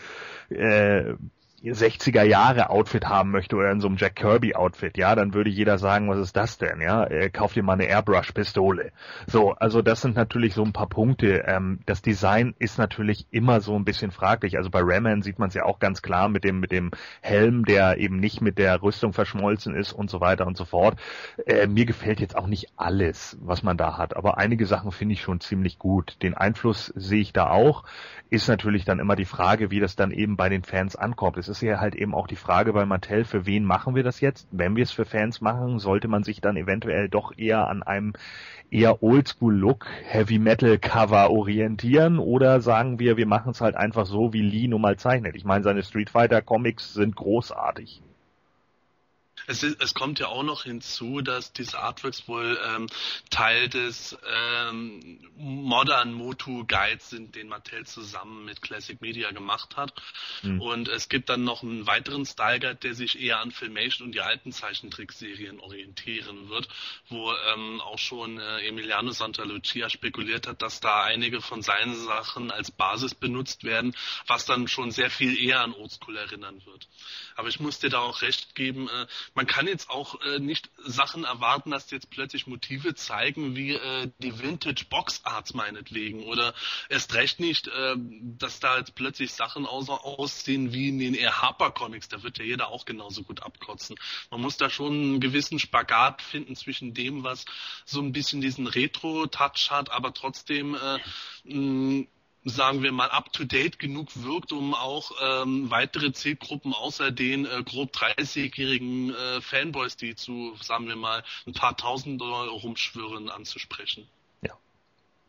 60er Jahre Outfit haben möchte oder in so einem Jack Kirby Outfit, ja, dann würde jeder sagen, was ist das denn, ja, kauf dir mal eine Airbrush Pistole. So, also das sind natürlich so ein paar Punkte. Das Design ist natürlich immer so ein bisschen fraglich. Also bei Ramen sieht man es ja auch ganz klar mit dem Helm, der eben nicht mit der Rüstung verschmolzen ist und so weiter und so fort. Mir gefällt jetzt auch nicht alles, was man da hat, aber einige Sachen finde ich schon ziemlich gut. Den Einfluss sehe ich da auch. Ist natürlich dann immer die Frage, wie das dann eben bei den Fans ankommt. Es ist ja halt eben auch die Frage bei Mattel, für wen machen wir das jetzt? Wenn wir es für Fans machen, sollte man sich dann eventuell doch eher an einem eher Oldschool-Look, Heavy-Metal-Cover orientieren oder sagen wir machen es halt einfach so, wie Lee nun mal zeichnet. Ich meine, seine Street Fighter-Comics sind großartig. Es kommt ja auch noch hinzu, dass diese Artworks wohl Teil des Modern Motu Guides sind, den Mattel zusammen mit Classic Media gemacht hat. Und es gibt dann noch einen weiteren Style Guide, der sich eher an Filmation und die alten Zeichentrickserien orientieren wird, wo auch schon Emiliano Santalucia spekuliert hat, dass da einige von seinen Sachen als Basis benutzt werden, was dann schon sehr viel eher an Oldschool erinnern wird. Aber ich muss dir da auch recht geben, man kann jetzt auch nicht Sachen erwarten, dass die jetzt plötzlich Motive zeigen, wie die Vintage Box Arts meinetwegen. Oder erst recht nicht, dass da jetzt plötzlich Sachen aussehen wie in den eher Harper Comics. Da wird ja jeder auch genauso gut abkotzen. Man muss da schon einen gewissen Spagat finden zwischen dem, was so ein bisschen diesen Retro-Touch hat, aber trotzdem sagen wir mal, up-to-date genug wirkt, um auch weitere Zielgruppen außer den grob 30-jährigen Fanboys, die zu, sagen wir mal, ein paar Tausend Euro rumschwirren, anzusprechen. Ja.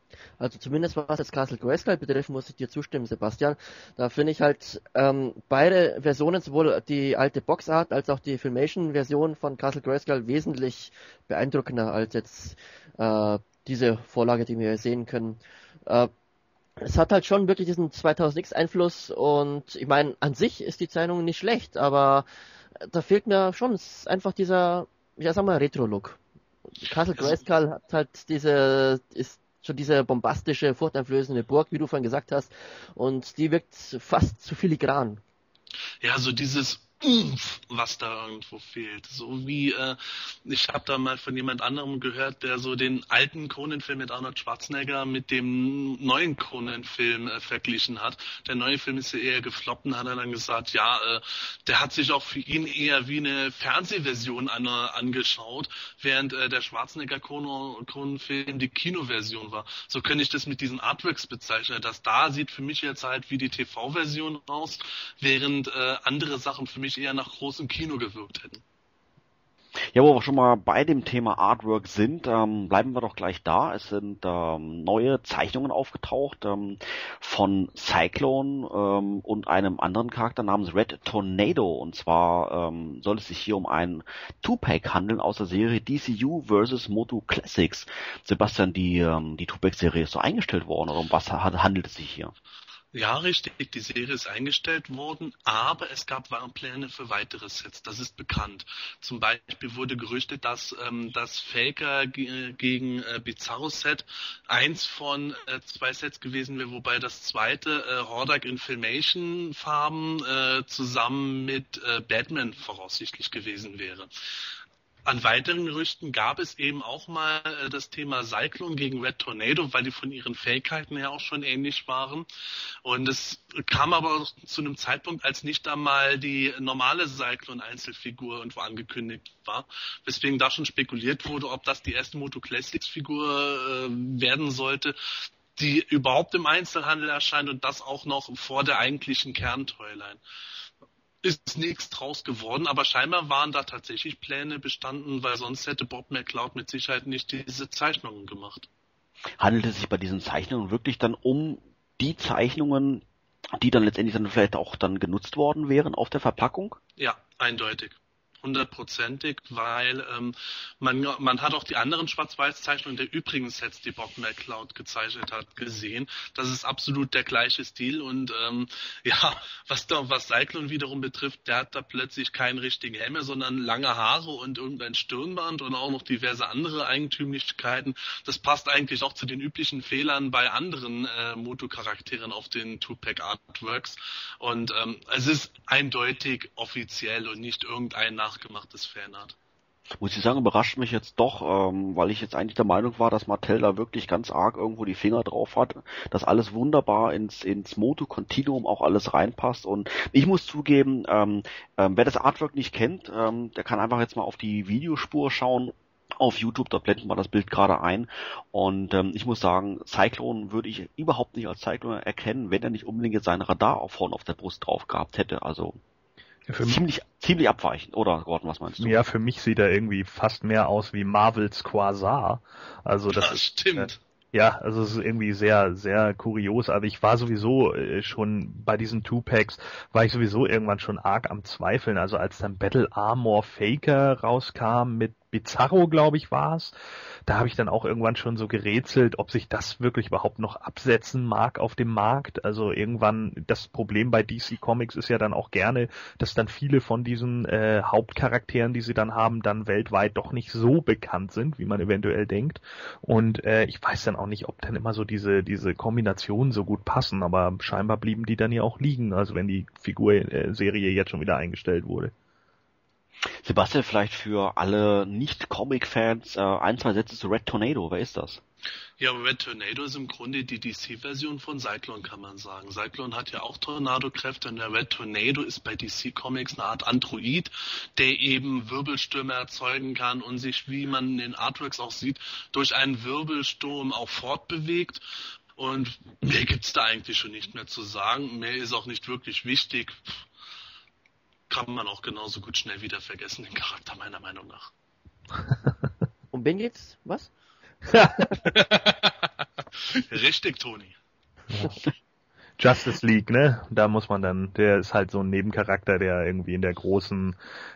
Also zumindest was jetzt Castle Grayskull betrifft, muss ich dir zustimmen, Sebastian. Da finde ich halt beide Versionen, sowohl die alte Boxart als auch die Filmation-Version von Castle Grayskull wesentlich beeindruckender als jetzt diese Vorlage, die wir hier sehen können. Es hat halt schon wirklich diesen 2000X-Einfluss und ich meine, an sich ist die Zeichnung nicht schlecht, aber da fehlt mir schon einfach dieser, ja sag mal, Retro-Look. Castle Grayskull hat halt ist schon diese bombastische, furchteinflößende Burg, wie du vorhin gesagt hast, und die wirkt fast zu filigran. Ja, so dieses was da irgendwo fehlt. So wie, ich habe da mal von jemand anderem gehört, der so den alten Conan-Film mit Arnold Schwarzenegger mit dem neuen Conan-Film verglichen hat. Der neue Film ist ja eher gefloppt, und hat er dann gesagt, ja, der hat sich auch für ihn eher wie eine Fernsehversion angeschaut, während der Schwarzenegger Conan-Film die Kinoversion war. So könnte ich das mit diesen Artworks bezeichnen. Das da sieht für mich jetzt halt wie die TV-Version aus, während andere Sachen für mich eher nach großem Kino gewirkt hätten. Ja, wo wir schon mal bei dem Thema Artwork sind, bleiben wir doch gleich da. Es sind neue Zeichnungen aufgetaucht von Cyclone und einem anderen Charakter namens Red Tornado. Und zwar soll es sich hier um einen Two-Pack handeln aus der Serie DCU vs. Moto Classics. Sebastian, die Two-Pack-Serie ist so eingestellt worden, oder um was handelt es sich hier? Ja, richtig, die Serie ist eingestellt worden, aber es gab Pläne für weitere Sets, das ist bekannt. Zum Beispiel wurde gerüchtet, dass das Faker gegen Bizarro-Set eins von 2 Sets gewesen wäre, wobei das zweite Hordak in Filmation-Farben zusammen mit Batman voraussichtlich gewesen wäre. An weiteren Gerüchten gab es eben auch mal das Thema Cyclone gegen Red Tornado, weil die von ihren Fähigkeiten her auch schon ähnlich waren. Und es kam aber zu einem Zeitpunkt, als nicht einmal die normale Cyclone-Einzelfigur irgendwo angekündigt war, weswegen da schon spekuliert wurde, ob das die erste Moto Classics-Figur werden sollte, die überhaupt im Einzelhandel erscheint, und das auch noch vor der eigentlichen Kerntoyline. Ist nichts draus geworden, aber scheinbar waren da tatsächlich Pläne bestanden, weil sonst hätte Bob McCloud mit Sicherheit nicht diese Zeichnungen gemacht. Handelt es sich bei diesen Zeichnungen wirklich dann um die Zeichnungen, die dann letztendlich dann vielleicht auch dann genutzt worden wären auf der Verpackung? Ja, eindeutig. 100%ig, weil man hat auch die anderen Schwarz-Weiß-Zeichnungen der übrigen Sets, die Bob McCloud gezeichnet hat, gesehen. Das ist absolut der gleiche Stil, und was Cyclone wiederum betrifft, der hat da plötzlich keinen richtigen Helm mehr, sondern lange Haare und irgendein Stirnband und auch noch diverse andere Eigentümlichkeiten. Das passt eigentlich auch zu den üblichen Fehlern bei anderen Moto-Charakteren auf den Two-Pack-Artworks, und es ist eindeutig offiziell und nicht irgendein nachgemachtes Fanart. Muss ich sagen, überrascht mich jetzt doch, weil ich jetzt eigentlich der Meinung war, dass Mattel da wirklich ganz arg irgendwo die Finger drauf hat, dass alles wunderbar ins Moto-Continuum auch alles reinpasst. Und ich muss zugeben, wer das Artwork nicht kennt, der kann einfach jetzt mal auf die Videospur schauen. Auf YouTube, da blenden wir das Bild gerade ein, und ich muss sagen, Cyclone würde ich überhaupt nicht als Cyclone erkennen, wenn er nicht unbedingt jetzt sein Radar auch vorne auf der Brust drauf gehabt hätte. Also ja, ziemlich abweichend, oder Gordon, was meinst du? Ja, für mich sieht er irgendwie fast mehr aus wie Marvels Quasar. Also das stimmt. Ja, also es ist irgendwie sehr, sehr kurios, aber ich war sowieso schon bei diesen Two-Packs, war ich sowieso irgendwann schon arg am Zweifeln. Also als dann Battle Armor Faker rauskam mit Bizarro, glaube ich, war's, da habe ich dann auch irgendwann schon so gerätselt, ob sich das wirklich überhaupt noch absetzen mag auf dem Markt. Also irgendwann, das Problem bei DC Comics ist ja dann auch gerne, dass dann viele von diesen Hauptcharakteren, die sie dann haben, dann weltweit doch nicht so bekannt sind, wie man eventuell denkt. Und ich weiß dann auch nicht, ob dann immer so diese Kombinationen so gut passen, aber scheinbar blieben die dann ja auch liegen, also wenn die Figur-Serie jetzt schon wieder eingestellt wurde. Sebastian, vielleicht für alle Nicht-Comic-Fans 1-2 Sätze zu Red Tornado. Wer ist das? Ja, Red Tornado ist im Grunde die DC-Version von Cyclone, kann man sagen. Cyclone hat ja auch Tornado-Kräfte, und der Red Tornado ist bei DC Comics eine Art Android, der eben Wirbelstürme erzeugen kann und sich, wie man in den Artworks auch sieht, durch einen Wirbelsturm auch fortbewegt. Und mehr gibt's da eigentlich schon nicht mehr zu sagen. Mehr ist auch nicht wirklich wichtig. Kann man auch genauso gut schnell wieder vergessen, den Charakter meiner Meinung nach. Um wen geht's? Was? Richtig, Toni. Justice League, ne? Da muss man dann, der ist halt so ein Nebencharakter, der irgendwie in der großen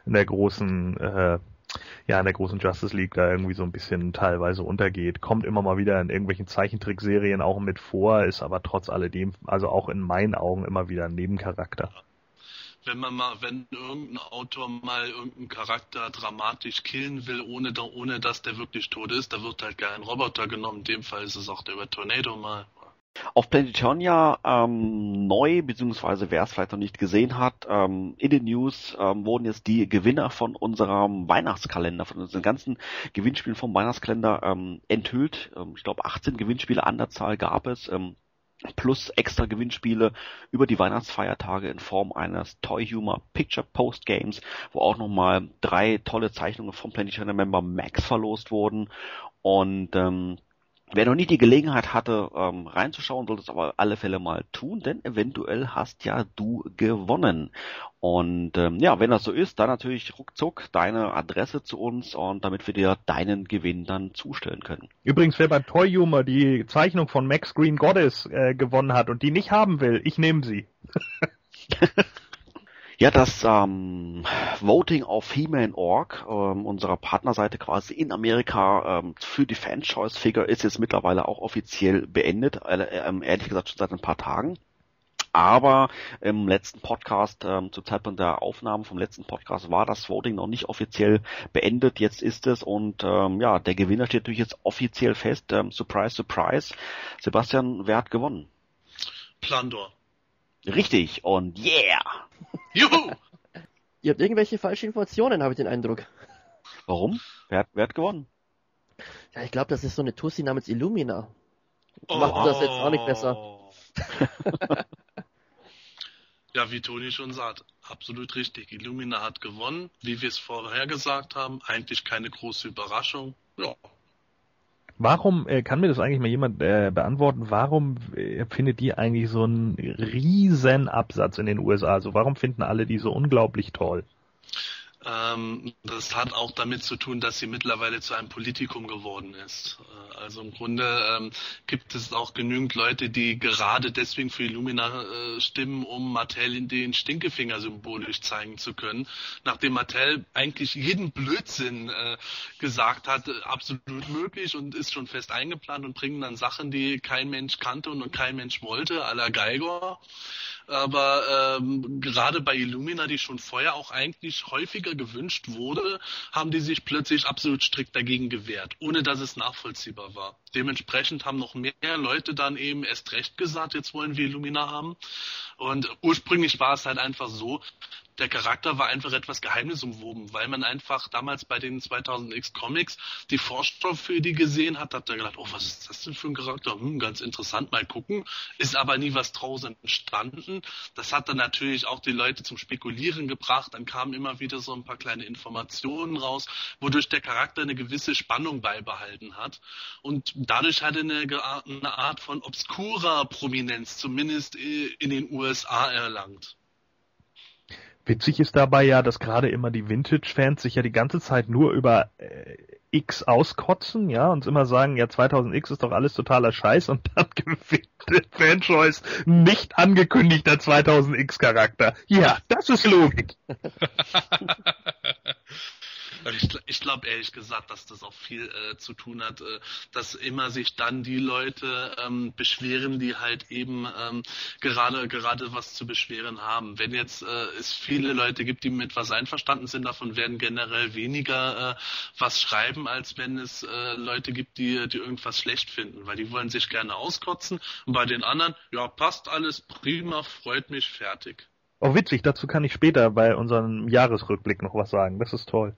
Justice League da irgendwie so ein bisschen teilweise untergeht, kommt immer mal wieder in irgendwelchen Zeichentrickserien auch mit vor, ist aber trotz alledem, also auch in meinen Augen immer wieder ein Nebencharakter. Wenn irgendein Autor mal irgendeinen Charakter dramatisch killen will, ohne dass der wirklich tot ist, da wird halt kein Roboter genommen. In dem Fall ist es auch der über Tornado mal. Auf Planet Eternia neu, beziehungsweise wer es vielleicht noch nicht gesehen hat, in den News wurden jetzt die Gewinner von unserem Weihnachtskalender, von unseren ganzen Gewinnspielen vom Weihnachtskalender enthüllt. Ich glaube 18 Gewinnspiele an der Zahl gab es, plus extra Gewinnspiele über die Weihnachtsfeiertage in Form eines Toy Humor Picture Post Games, wo auch nochmal 3 tolle Zeichnungen vom Planet Eternia Member Max verlost wurden. Und wer noch nie die Gelegenheit hatte, reinzuschauen, sollte es aber auf alle Fälle mal tun, denn eventuell hast ja du gewonnen. Und wenn das so ist, dann natürlich ruckzuck deine Adresse zu uns, und damit wir dir deinen Gewinn dann zustellen können. Übrigens, wer beim Toy Humor die Zeichnung von Max Green Goddess gewonnen hat und die nicht haben will, ich nehme sie. Ja, das Voting auf He-Man.org, unserer Partnerseite quasi in Amerika für die Fan-Choice-Figure, ist jetzt mittlerweile auch offiziell beendet, ehrlich gesagt schon seit ein paar Tagen. Aber im letzten Podcast, zum Zeitpunkt der Aufnahme vom letzten Podcast, war das Voting noch nicht offiziell beendet. Jetzt ist es, und der Gewinner steht natürlich jetzt offiziell fest. Surprise, surprise. Sebastian, wer hat gewonnen? Plandor. Richtig, und yeah! Juhu! Ihr habt irgendwelche falsche Informationen, habe ich den Eindruck. Warum? Wer hat gewonnen? Ja, ich glaube, das ist so eine Tussi namens Illumina. Macht das jetzt auch nicht besser. Ja, wie Toni schon sagt, absolut richtig. Illumina hat gewonnen, wie wir es vorher gesagt haben. Eigentlich keine große Überraschung. Ja. Warum, kann mir das eigentlich mal jemand beantworten, warum findet die eigentlich so einen riesen Absatz in den USA? Also warum finden alle die so unglaublich toll? Das hat auch damit zu tun, dass sie mittlerweile zu einem Politikum geworden ist. Also im Grunde gibt es auch genügend Leute, die gerade deswegen für Illumina stimmen, um Mattel den Stinkefinger symbolisch zeigen zu können. Nachdem Mattel eigentlich jeden Blödsinn gesagt hat, absolut möglich und ist schon fest eingeplant, und bringen dann Sachen, die kein Mensch kannte und kein Mensch wollte, à la Geiger. Aber gerade bei Illumina, die schon vorher auch eigentlich häufiger gewünscht wurde, haben die sich plötzlich absolut strikt dagegen gewehrt, ohne dass es nachvollziehbar war. Dementsprechend haben noch mehr Leute dann eben erst recht gesagt, jetzt wollen wir Illumina haben. Und ursprünglich war es halt einfach so, der Charakter war einfach etwas geheimnisumwoben, weil man einfach damals bei den 2000X Comics die Vorschau für die gesehen hat er gedacht, oh, was ist das denn für ein Charakter? Ganz interessant, mal gucken. Ist aber nie was draus entstanden. Das hat dann natürlich auch die Leute zum Spekulieren gebracht. Dann kamen immer wieder so ein paar kleine Informationen raus, wodurch der Charakter eine gewisse Spannung beibehalten hat. Und dadurch hat er eine Art von obskurer Prominenz, zumindest in den USA, erlangt. Witzig ist dabei ja, dass gerade immer die Vintage-Fans sich ja die ganze Zeit nur über X auskotzen, ja, und immer sagen, ja, 2000X ist doch alles totaler Scheiß, und dann gewinnt der Fanchoice nicht angekündigter 2000X-Charakter. Ja, das ist Logik. Ich glaube ehrlich gesagt, dass das auch viel zu tun hat, dass immer sich dann die Leute beschweren, die halt eben gerade was zu beschweren haben. Wenn jetzt es viele Leute gibt, die mit was einverstanden sind, davon werden generell weniger was schreiben, als wenn es Leute gibt, die irgendwas schlecht finden, weil die wollen sich gerne auskotzen, und bei den anderen, ja, passt alles, prima, freut mich, fertig. Oh, witzig, dazu kann ich später bei unserem Jahresrückblick noch was sagen, das ist toll.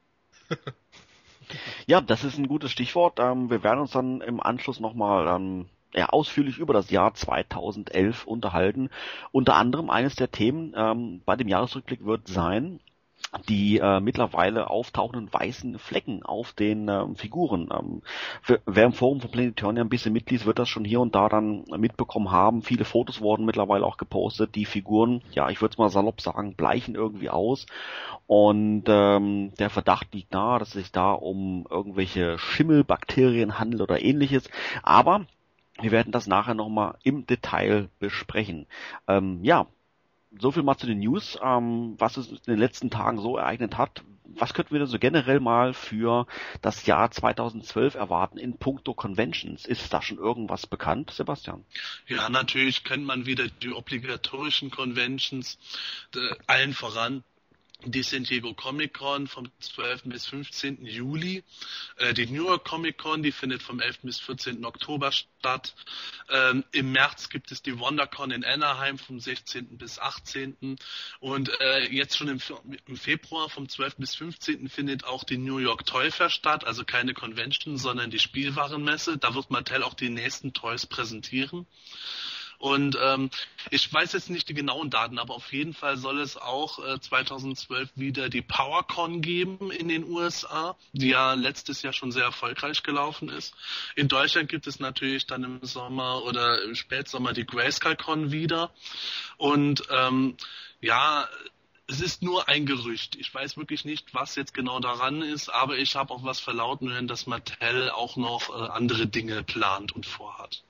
Ja, das ist ein gutes Stichwort. Wir werden uns dann im Anschluss nochmal ausführlich über das Jahr 2011 unterhalten. Unter anderem eines der Themen bei dem Jahresrückblick wird sein, die mittlerweile auftauchenden weißen Flecken auf den Figuren. Wer im Forum von Planet Eternia ein bisschen mitliest, wird das schon hier und da dann mitbekommen haben. Viele Fotos wurden mittlerweile auch gepostet. Die Figuren, ja, ich würde es mal salopp sagen, bleichen irgendwie aus. Und der Verdacht liegt nahe, dass es sich da um irgendwelche Schimmelbakterien handelt oder ähnliches. Aber Wir werden das nachher nochmal im Detail besprechen. Ja, so viel mal zu den News, was es in den letzten Tagen so ereignet hat. Was könnten wir denn so generell mal für das Jahr 2012 erwarten in puncto Conventions? Ist da schon irgendwas bekannt, Sebastian? Ja, natürlich kennt man wieder die obligatorischen Conventions, allen voran die San Diego Comic Con vom 12. bis 15. Juli. Die New York Comic Con, die findet vom 11. bis 14. Oktober statt. Im März gibt es die WonderCon in Anaheim vom 16. bis 18. Und jetzt schon im Februar vom 12. bis 15. findet auch die New York Toy Fair statt. Also keine Convention, sondern die Spielwarenmesse. Da wird Mattel auch die nächsten Toys präsentieren. Und ich weiß jetzt nicht die genauen Daten, aber auf jeden Fall soll es auch 2012 wieder die PowerCon geben in den USA, die ja letztes Jahr schon sehr erfolgreich gelaufen ist. In Deutschland gibt es natürlich dann im Sommer oder im Spätsommer die GrayscaleCon wieder. Und ja, es ist nur ein Gerücht. Ich weiß wirklich nicht, was jetzt genau daran ist, aber ich habe auch was verlauten hören, dass Mattel auch noch andere Dinge plant und vorhat.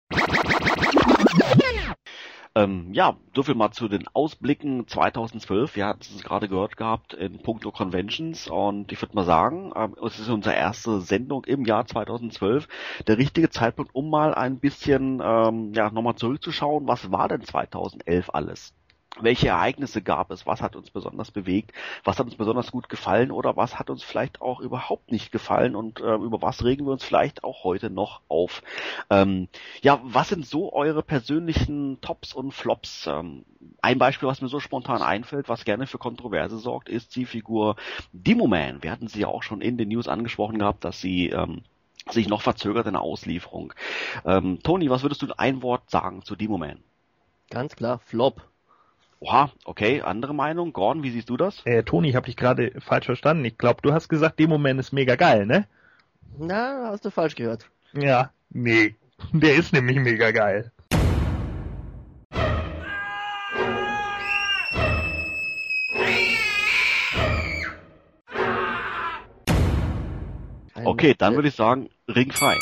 Ja, so viel mal zu den Ausblicken 2012. Wir hatten es gerade gehört gehabt in puncto Conventions und ich würde mal sagen, es ist unsere erste Sendung im Jahr 2012. Der richtige Zeitpunkt, um mal ein bisschen nochmal zurückzuschauen, was war denn 2011 alles? Welche Ereignisse gab es? Was hat uns besonders bewegt? Was hat uns besonders gut gefallen? Oder was hat uns vielleicht auch überhaupt nicht gefallen? Und über was regen wir uns vielleicht auch heute noch auf? Ja, was sind so eure persönlichen Tops und Flops? Ein Beispiel, was mir so spontan einfällt, was gerne für Kontroverse sorgt, ist die Figur Demoman. Wir hatten sie ja auch schon in den News angesprochen gehabt, dass sie sich noch verzögert in der Auslieferung. Toni, was würdest du in ein Wort sagen zu Demoman? Ganz klar, Flop. Oha, okay, andere Meinung. Gordon, wie siehst du das? Toni, ich habe dich gerade falsch verstanden. Ich glaube, du hast gesagt, Demoman ist mega geil, ne? Na, hast du falsch gehört. Ja, nee. Der ist nämlich mega geil. Okay, dann würde ich sagen, ringfrei.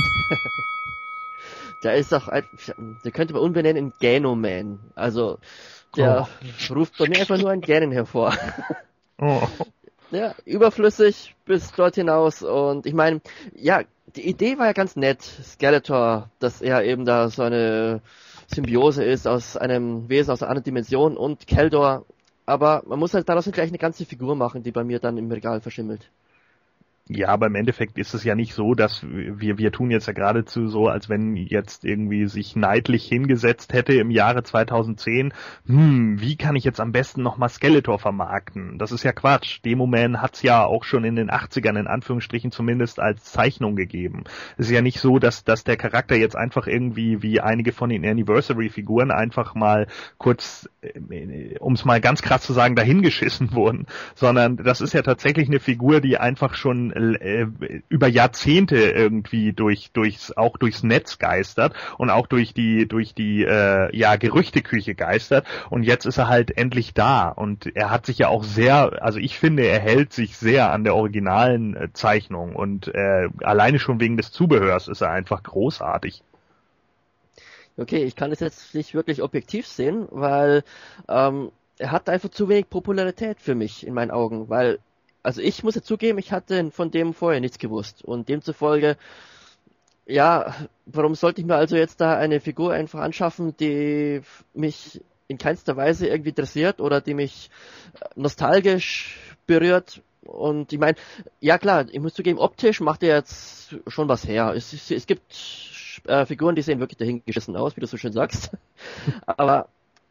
Der ist doch, der könnte man umbenennen in Ganoman. Also, der ruft bei mir einfach nur ein Gähnen hervor. Oh. Ja, überflüssig bis dort hinaus. Und ich meine, ja, die Idee war ja ganz nett. Skeletor, dass er eben da so eine Symbiose ist aus einem Wesen aus einer anderen Dimension und Keldor. Aber man muss halt daraus gleich eine ganze Figur machen, die bei mir dann im Regal verschimmelt. Ja, aber im Endeffekt ist es ja nicht so, dass wir tun jetzt ja geradezu so, als wenn jetzt irgendwie sich neidlich hingesetzt hätte im Jahre 2010, wie kann ich jetzt am besten nochmal Skeletor vermarkten? Das ist ja Quatsch. Demoman hat's ja auch schon in den 80ern in Anführungsstrichen zumindest als Zeichnung gegeben. Es ist ja nicht so, dass der Charakter jetzt einfach irgendwie wie einige von den Anniversary-Figuren einfach mal kurz, um es mal ganz krass zu sagen, dahingeschissen wurden, sondern das ist ja tatsächlich eine Figur, die einfach schon über Jahrzehnte irgendwie auch durchs Netz geistert und auch durch die Gerüchteküche geistert und jetzt ist er halt endlich da und er hat sich ja auch also ich finde, er hält sich sehr an der originalen Zeichnung und alleine schon wegen des Zubehörs ist er einfach großartig. Okay, ich kann es jetzt nicht wirklich objektiv sehen, weil er hat einfach zu wenig Popularität für mich in meinen Augen, weil also ich muss ja zugeben, ich hatte von dem vorher nichts gewusst und demzufolge, ja, warum sollte ich mir also jetzt da eine Figur einfach anschaffen, die mich in keinster Weise irgendwie interessiert oder die mich nostalgisch berührt? Und ich meine, ja klar, ich muss zugeben, optisch macht er jetzt schon was her. Es gibt Figuren, die sehen wirklich dahingeschissen aus, wie du so schön sagst. Aber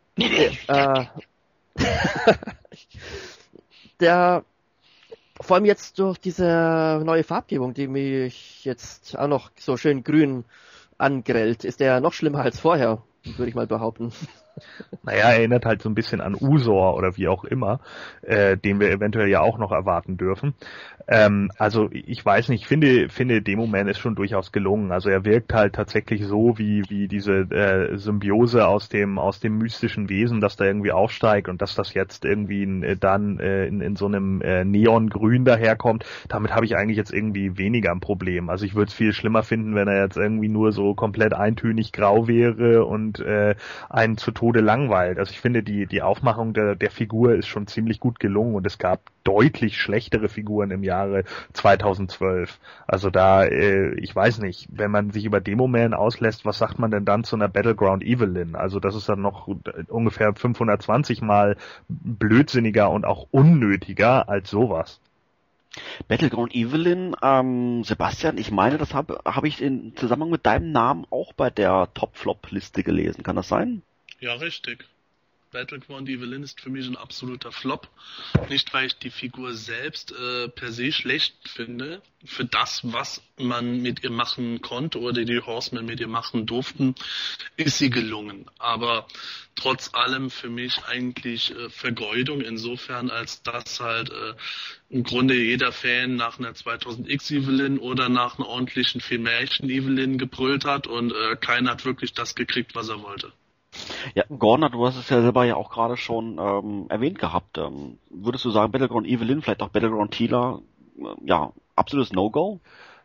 vor allem jetzt durch diese neue Farbgebung, die mich jetzt auch noch so schön grün angrellt, ist der noch schlimmer als vorher, würde ich mal behaupten. Naja, erinnert halt so ein bisschen an Usor oder wie auch immer, den wir eventuell ja auch noch erwarten dürfen. Also ich weiß nicht, ich finde Demoman ist schon durchaus gelungen. Also er wirkt halt tatsächlich so wie diese Symbiose aus dem mystischen Wesen, das da irgendwie aufsteigt und dass das jetzt irgendwie in so einem Neongrün daherkommt. Damit habe ich eigentlich jetzt irgendwie weniger ein Problem. Also ich würde es viel schlimmer finden, wenn er jetzt irgendwie nur so komplett eintönig grau wäre und einen zu Tode langweilt. Also ich finde die Aufmachung der Figur ist schon ziemlich gut gelungen und es gab deutlich schlechtere Figuren im Jahre 2012. Also da, ich weiß nicht, wenn man sich über Demoman auslässt, was sagt man denn dann zu einer Battleground Evelyn? Also das ist dann noch ungefähr 520 Mal blödsinniger und auch unnötiger als sowas. Battleground Evelyn, Sebastian, ich meine, das habe ich in Zusammenhang mit deinem Namen auch bei der Top-Flop-Liste gelesen. Kann das sein? Ja, richtig. Battleground Evelyn ist für mich ein absoluter Flop. Nicht, weil ich die Figur selbst per se schlecht finde. Für das, was man mit ihr machen konnte oder die Horsemen mit ihr machen durften, ist sie gelungen. Aber trotz allem für mich eigentlich Vergeudung insofern, als dass halt im Grunde jeder Fan nach einer 2000X Evelyn oder nach einer ordentlichen Filmation Evelyn gebrüllt hat und keiner hat wirklich das gekriegt, was er wollte. Ja, Gordon, du hast es ja selber ja auch gerade schon erwähnt gehabt. Würdest du sagen, Battleground Evelyn, vielleicht auch Battleground Teela, ja, absolutes No-Go?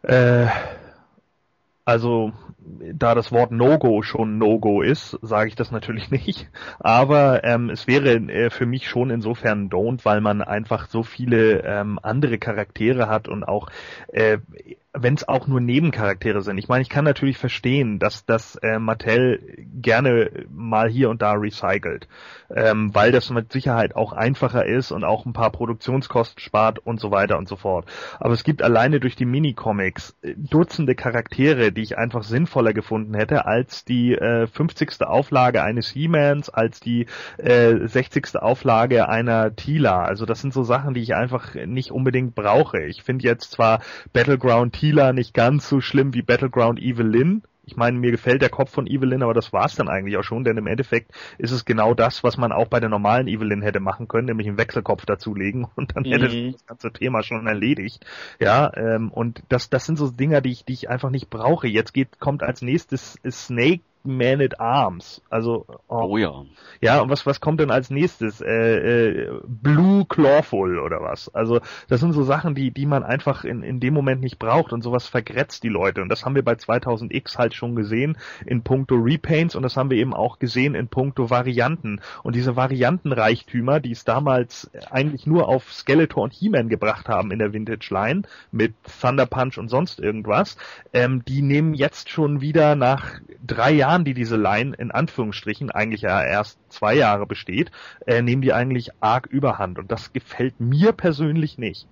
Also, da das Wort No-Go schon No-Go ist, sage ich das natürlich nicht. Aber es wäre für mich schon insofern ein Don't, weil man einfach so viele andere Charaktere hat und auch wenn es auch nur Nebencharaktere sind. Ich meine, ich kann natürlich verstehen, dass das Mattel gerne mal hier und da recycelt, weil das mit Sicherheit auch einfacher ist und auch ein paar Produktionskosten spart und so weiter und so fort. Aber es gibt alleine durch die Minicomics Dutzende Charaktere, die ich einfach sinnvoller gefunden hätte als die 50. Auflage eines He-Mans, als die 60. Auflage einer Teela. Also das sind so Sachen, die ich einfach nicht unbedingt brauche. Ich finde jetzt zwar Battleground Teela nicht ganz so schlimm wie Battleground Evelyn. Ich meine, mir gefällt der Kopf von Evelyn, aber das war's dann eigentlich auch schon, denn im Endeffekt ist es genau das, was man auch bei der normalen Evelyn hätte machen können, nämlich einen Wechselkopf dazulegen und dann hätte das ganze Thema schon erledigt. Ja, und das sind so Dinger, die ich einfach nicht brauche. Jetzt kommt als nächstes Snake Man at Arms. Also oh ja. Ja, und was kommt denn als nächstes? Blue Clawful oder was? Also das sind so Sachen, die man einfach in dem Moment nicht braucht und sowas vergrätzt die Leute. Und das haben wir bei 2000X halt schon gesehen in puncto Repaints und das haben wir eben auch gesehen in puncto Varianten. Und diese Variantenreichtümer, die es damals eigentlich nur auf Skeletor und He-Man gebracht haben in der Vintage-Line mit Thunder Punch und sonst irgendwas, die nehmen jetzt schon wieder nach 3 Jahren, die diese Line in Anführungsstrichen eigentlich ja erst 2 Jahre besteht, nehmen die eigentlich arg überhand und das gefällt mir persönlich nicht.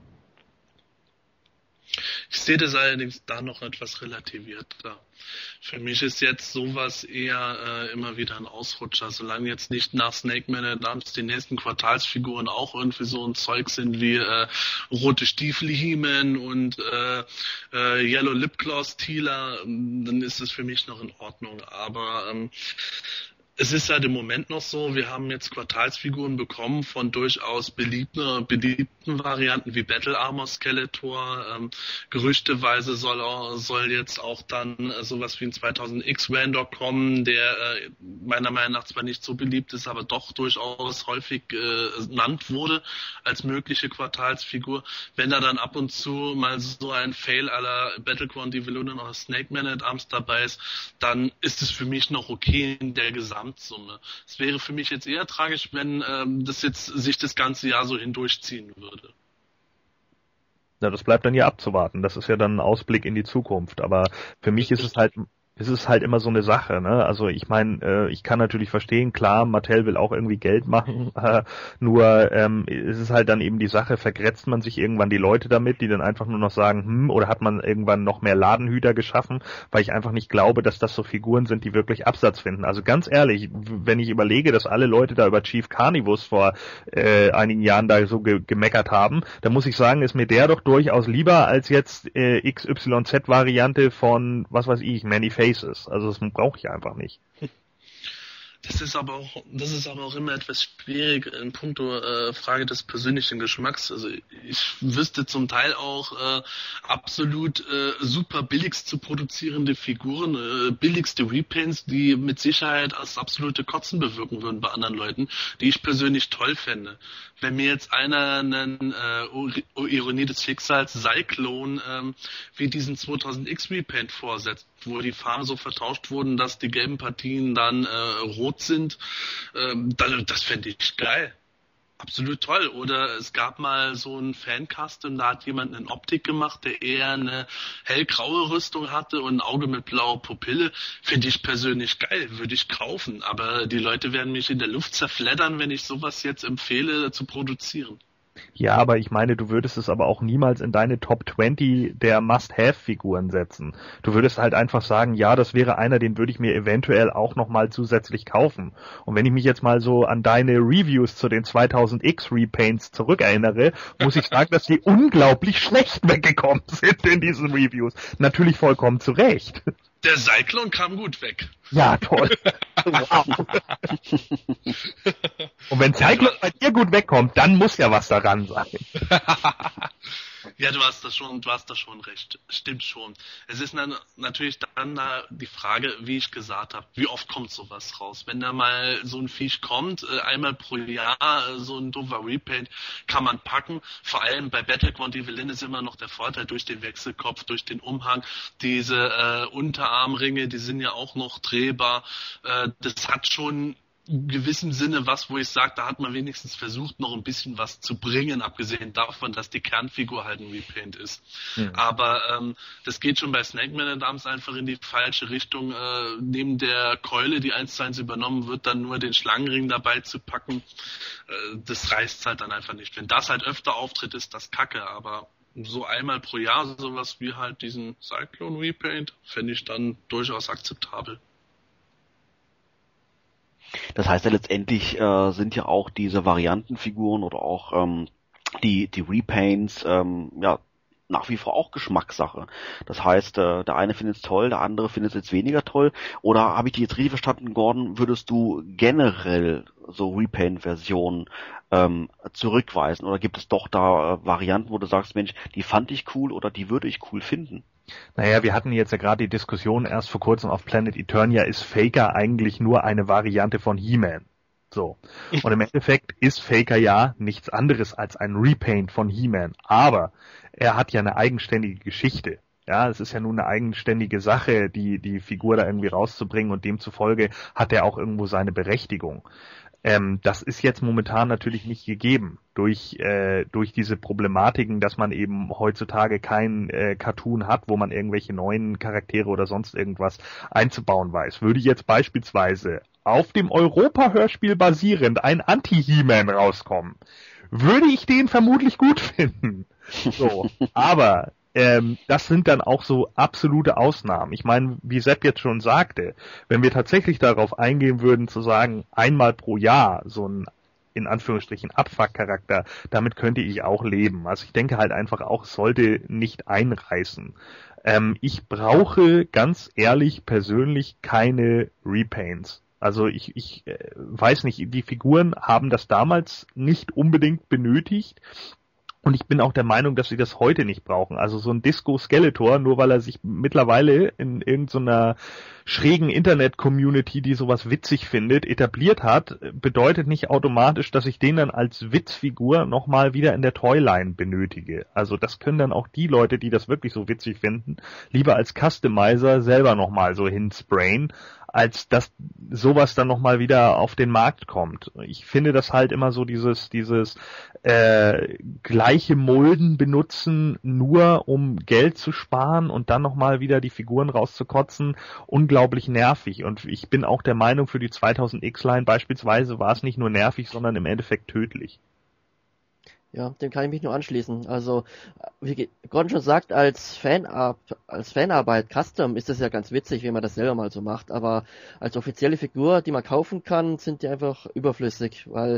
Ich sehe das allerdings da noch etwas relativierter. Für mich ist jetzt sowas eher immer wieder ein Ausrutscher, solange jetzt nicht nach Snake Man at Arms die nächsten Quartalsfiguren auch irgendwie so ein Zeug sind wie rote Stiefel He-Man und Yellow Lip Claws Teela, dann ist es für mich noch in Ordnung. Aber es ist halt im Moment noch so, wir haben jetzt Quartalsfiguren bekommen von durchaus beliebten Varianten wie Battle Armor Skeletor. Gerüchteweise soll jetzt auch dann sowas wie ein 2000X Randor kommen, der meiner Meinung nach zwar nicht so beliebt ist, aber doch durchaus häufig genannt wurde als mögliche Quartalsfigur. Wenn da dann ab und zu mal so ein Fail à la Battleground Evelyn oder Snake Man at Arms dabei ist, dann ist es für mich noch okay in der Gesamtsumme. Es wäre für mich jetzt eher tragisch, wenn das jetzt sich das ganze Jahr so hindurchziehen würde. Ja, das bleibt dann ja abzuwarten. Das ist ja dann ein Ausblick in die Zukunft. Aber für mich ist es halt immer so eine Sache, ne? Also ich meine, ich kann natürlich verstehen, klar, Mattel will auch irgendwie Geld machen, nur es ist halt dann eben die Sache, vergrätzt man sich irgendwann die Leute damit, die dann einfach nur noch sagen, oder hat man irgendwann noch mehr Ladenhüter geschaffen, weil ich einfach nicht glaube, dass das so Figuren sind, die wirklich Absatz finden. Also ganz ehrlich, wenn ich überlege, dass alle Leute da über Chief Carnivus vor einigen Jahren da so gemeckert haben, dann muss ich sagen, ist mir der doch durchaus lieber als jetzt XYZ-Variante von, was weiß ich, Many Faces. Also das brauche ich einfach nicht. Das ist aber auch immer etwas schwierig in puncto Frage des persönlichen Geschmacks. Also ich wüsste zum Teil auch absolut super billigst zu produzierende Figuren, billigste Repaints, die mit Sicherheit als absolute Kotzen bewirken würden bei anderen Leuten, die ich persönlich toll fände. Wenn mir jetzt einer einen Ironie des Schicksals Cyclone wie diesen 2000X Repaint vorsetzt, wo die Farben so vertauscht wurden, dass die gelben Partien dann rot sind, das fände ich geil. Absolut toll. Oder es gab mal so ein Fan-Custom, da hat jemand eine Optik gemacht, der eher eine hellgraue Rüstung hatte und ein Auge mit blauer Pupille. Finde ich persönlich geil, würde ich kaufen. Aber die Leute werden mich in der Luft zerfleddern, wenn ich sowas jetzt empfehle zu produzieren. Ja, aber ich meine, du würdest es aber auch niemals in deine Top 20 der Must-Have-Figuren setzen. Du würdest halt einfach sagen, ja, das wäre einer, den würde ich mir eventuell auch nochmal zusätzlich kaufen. Und wenn ich mich jetzt mal so an deine Reviews zu den 2000X Repaints zurückerinnere, muss ich sagen, dass die unglaublich schlecht weggekommen sind in diesen Reviews. Natürlich vollkommen zu Recht. Der Cyclone kam gut weg. Ja, toll. Wow. Und wenn Cyclone bei dir gut wegkommt, dann muss ja was daran sein. Ja, du hast das schon recht. Stimmt schon. Es ist natürlich dann die Frage, wie ich gesagt habe, wie oft kommt sowas raus? Wenn da mal so ein Viech kommt, einmal pro Jahr, so ein doofer Repaint, kann man packen. Vor allem bei Battleground Evelyn ist immer noch der Vorteil durch den Wechselkopf, durch den Umhang. Diese Unterarmringe, die sind ja auch noch drehbar. Das hat schon in gewissem Sinne was, wo ich sage, da hat man wenigstens versucht, noch ein bisschen was zu bringen, abgesehen davon, dass die Kernfigur halt ein Repaint ist. Ja. Aber das geht schon bei Snake Man at Arms einfach in die falsche Richtung. Neben der Keule, die 1:1 übernommen wird, dann nur den Schlangenring dabei zu packen, das reißt halt dann einfach nicht. Wenn das halt öfter auftritt, ist das Kacke, aber so einmal pro Jahr sowas wie halt diesen Cyclone Repaint fände ich dann durchaus akzeptabel. Das heißt ja letztendlich sind ja auch diese Variantenfiguren oder auch die Repaints ja nach wie vor auch Geschmackssache. Das heißt, der eine findet es toll, der andere findet es jetzt weniger toll. Oder habe ich dich jetzt richtig verstanden, Gordon, würdest du generell so Repaint-Versionen zurückweisen? Oder gibt es doch da Varianten, wo du sagst, Mensch, die fand ich cool oder die würde ich cool finden? Naja, wir hatten jetzt ja gerade die Diskussion erst vor kurzem auf Planet Eternia, ist Faker eigentlich nur eine Variante von He-Man? So. Und im Endeffekt ist Faker ja nichts anderes als ein Repaint von He-Man. Aber er hat ja eine eigenständige Geschichte. Ja, es ist ja nun eine eigenständige Sache, die Figur da irgendwie rauszubringen und demzufolge hat er auch irgendwo seine Berechtigung. Das ist jetzt momentan natürlich nicht gegeben durch diese Problematiken, dass man eben heutzutage kein Cartoon hat, wo man irgendwelche neuen Charaktere oder sonst irgendwas einzubauen weiß. Würde jetzt beispielsweise auf dem Europa-Hörspiel basierend ein Anti-He-Man rauskommen, würde ich den vermutlich gut finden. So, aber das sind dann auch so absolute Ausnahmen. Ich meine, wie Sepp jetzt schon sagte, wenn wir tatsächlich darauf eingehen würden, zu sagen, einmal pro Jahr so ein, in Anführungsstrichen, Abfuck-Charakter, damit könnte ich auch leben. Also ich denke halt einfach auch, es sollte nicht einreißen. Ich brauche ganz ehrlich persönlich keine Repaints. Also ich weiß nicht, die Figuren haben das damals nicht unbedingt benötigt. Und ich bin auch der Meinung, dass sie das heute nicht brauchen. Also so ein Disco Skeletor, nur weil er sich mittlerweile in irgendeiner schrägen Internet-Community, die sowas witzig findet, etabliert hat, bedeutet nicht automatisch, dass ich den dann als Witzfigur nochmal wieder in der Toyline benötige. Also das können dann auch die Leute, die das wirklich so witzig finden, lieber als Customizer selber nochmal so hinsprayen, als dass sowas dann nochmal wieder auf den Markt kommt. Ich finde das halt immer so dieses gleiche Molden benutzen, nur um Geld zu sparen und dann nochmal wieder die Figuren rauszukotzen, unglaublich nervig. Und ich bin auch der Meinung, für die 2000X-Line beispielsweise war es nicht nur nervig, sondern im Endeffekt tödlich. Ja, dem kann ich mich nur anschließen. Also, wie Gordon schon sagt, als Fanarbeit, Custom, ist das ja ganz witzig, wenn man das selber mal so macht, aber als offizielle Figur, die man kaufen kann, sind die einfach überflüssig, weil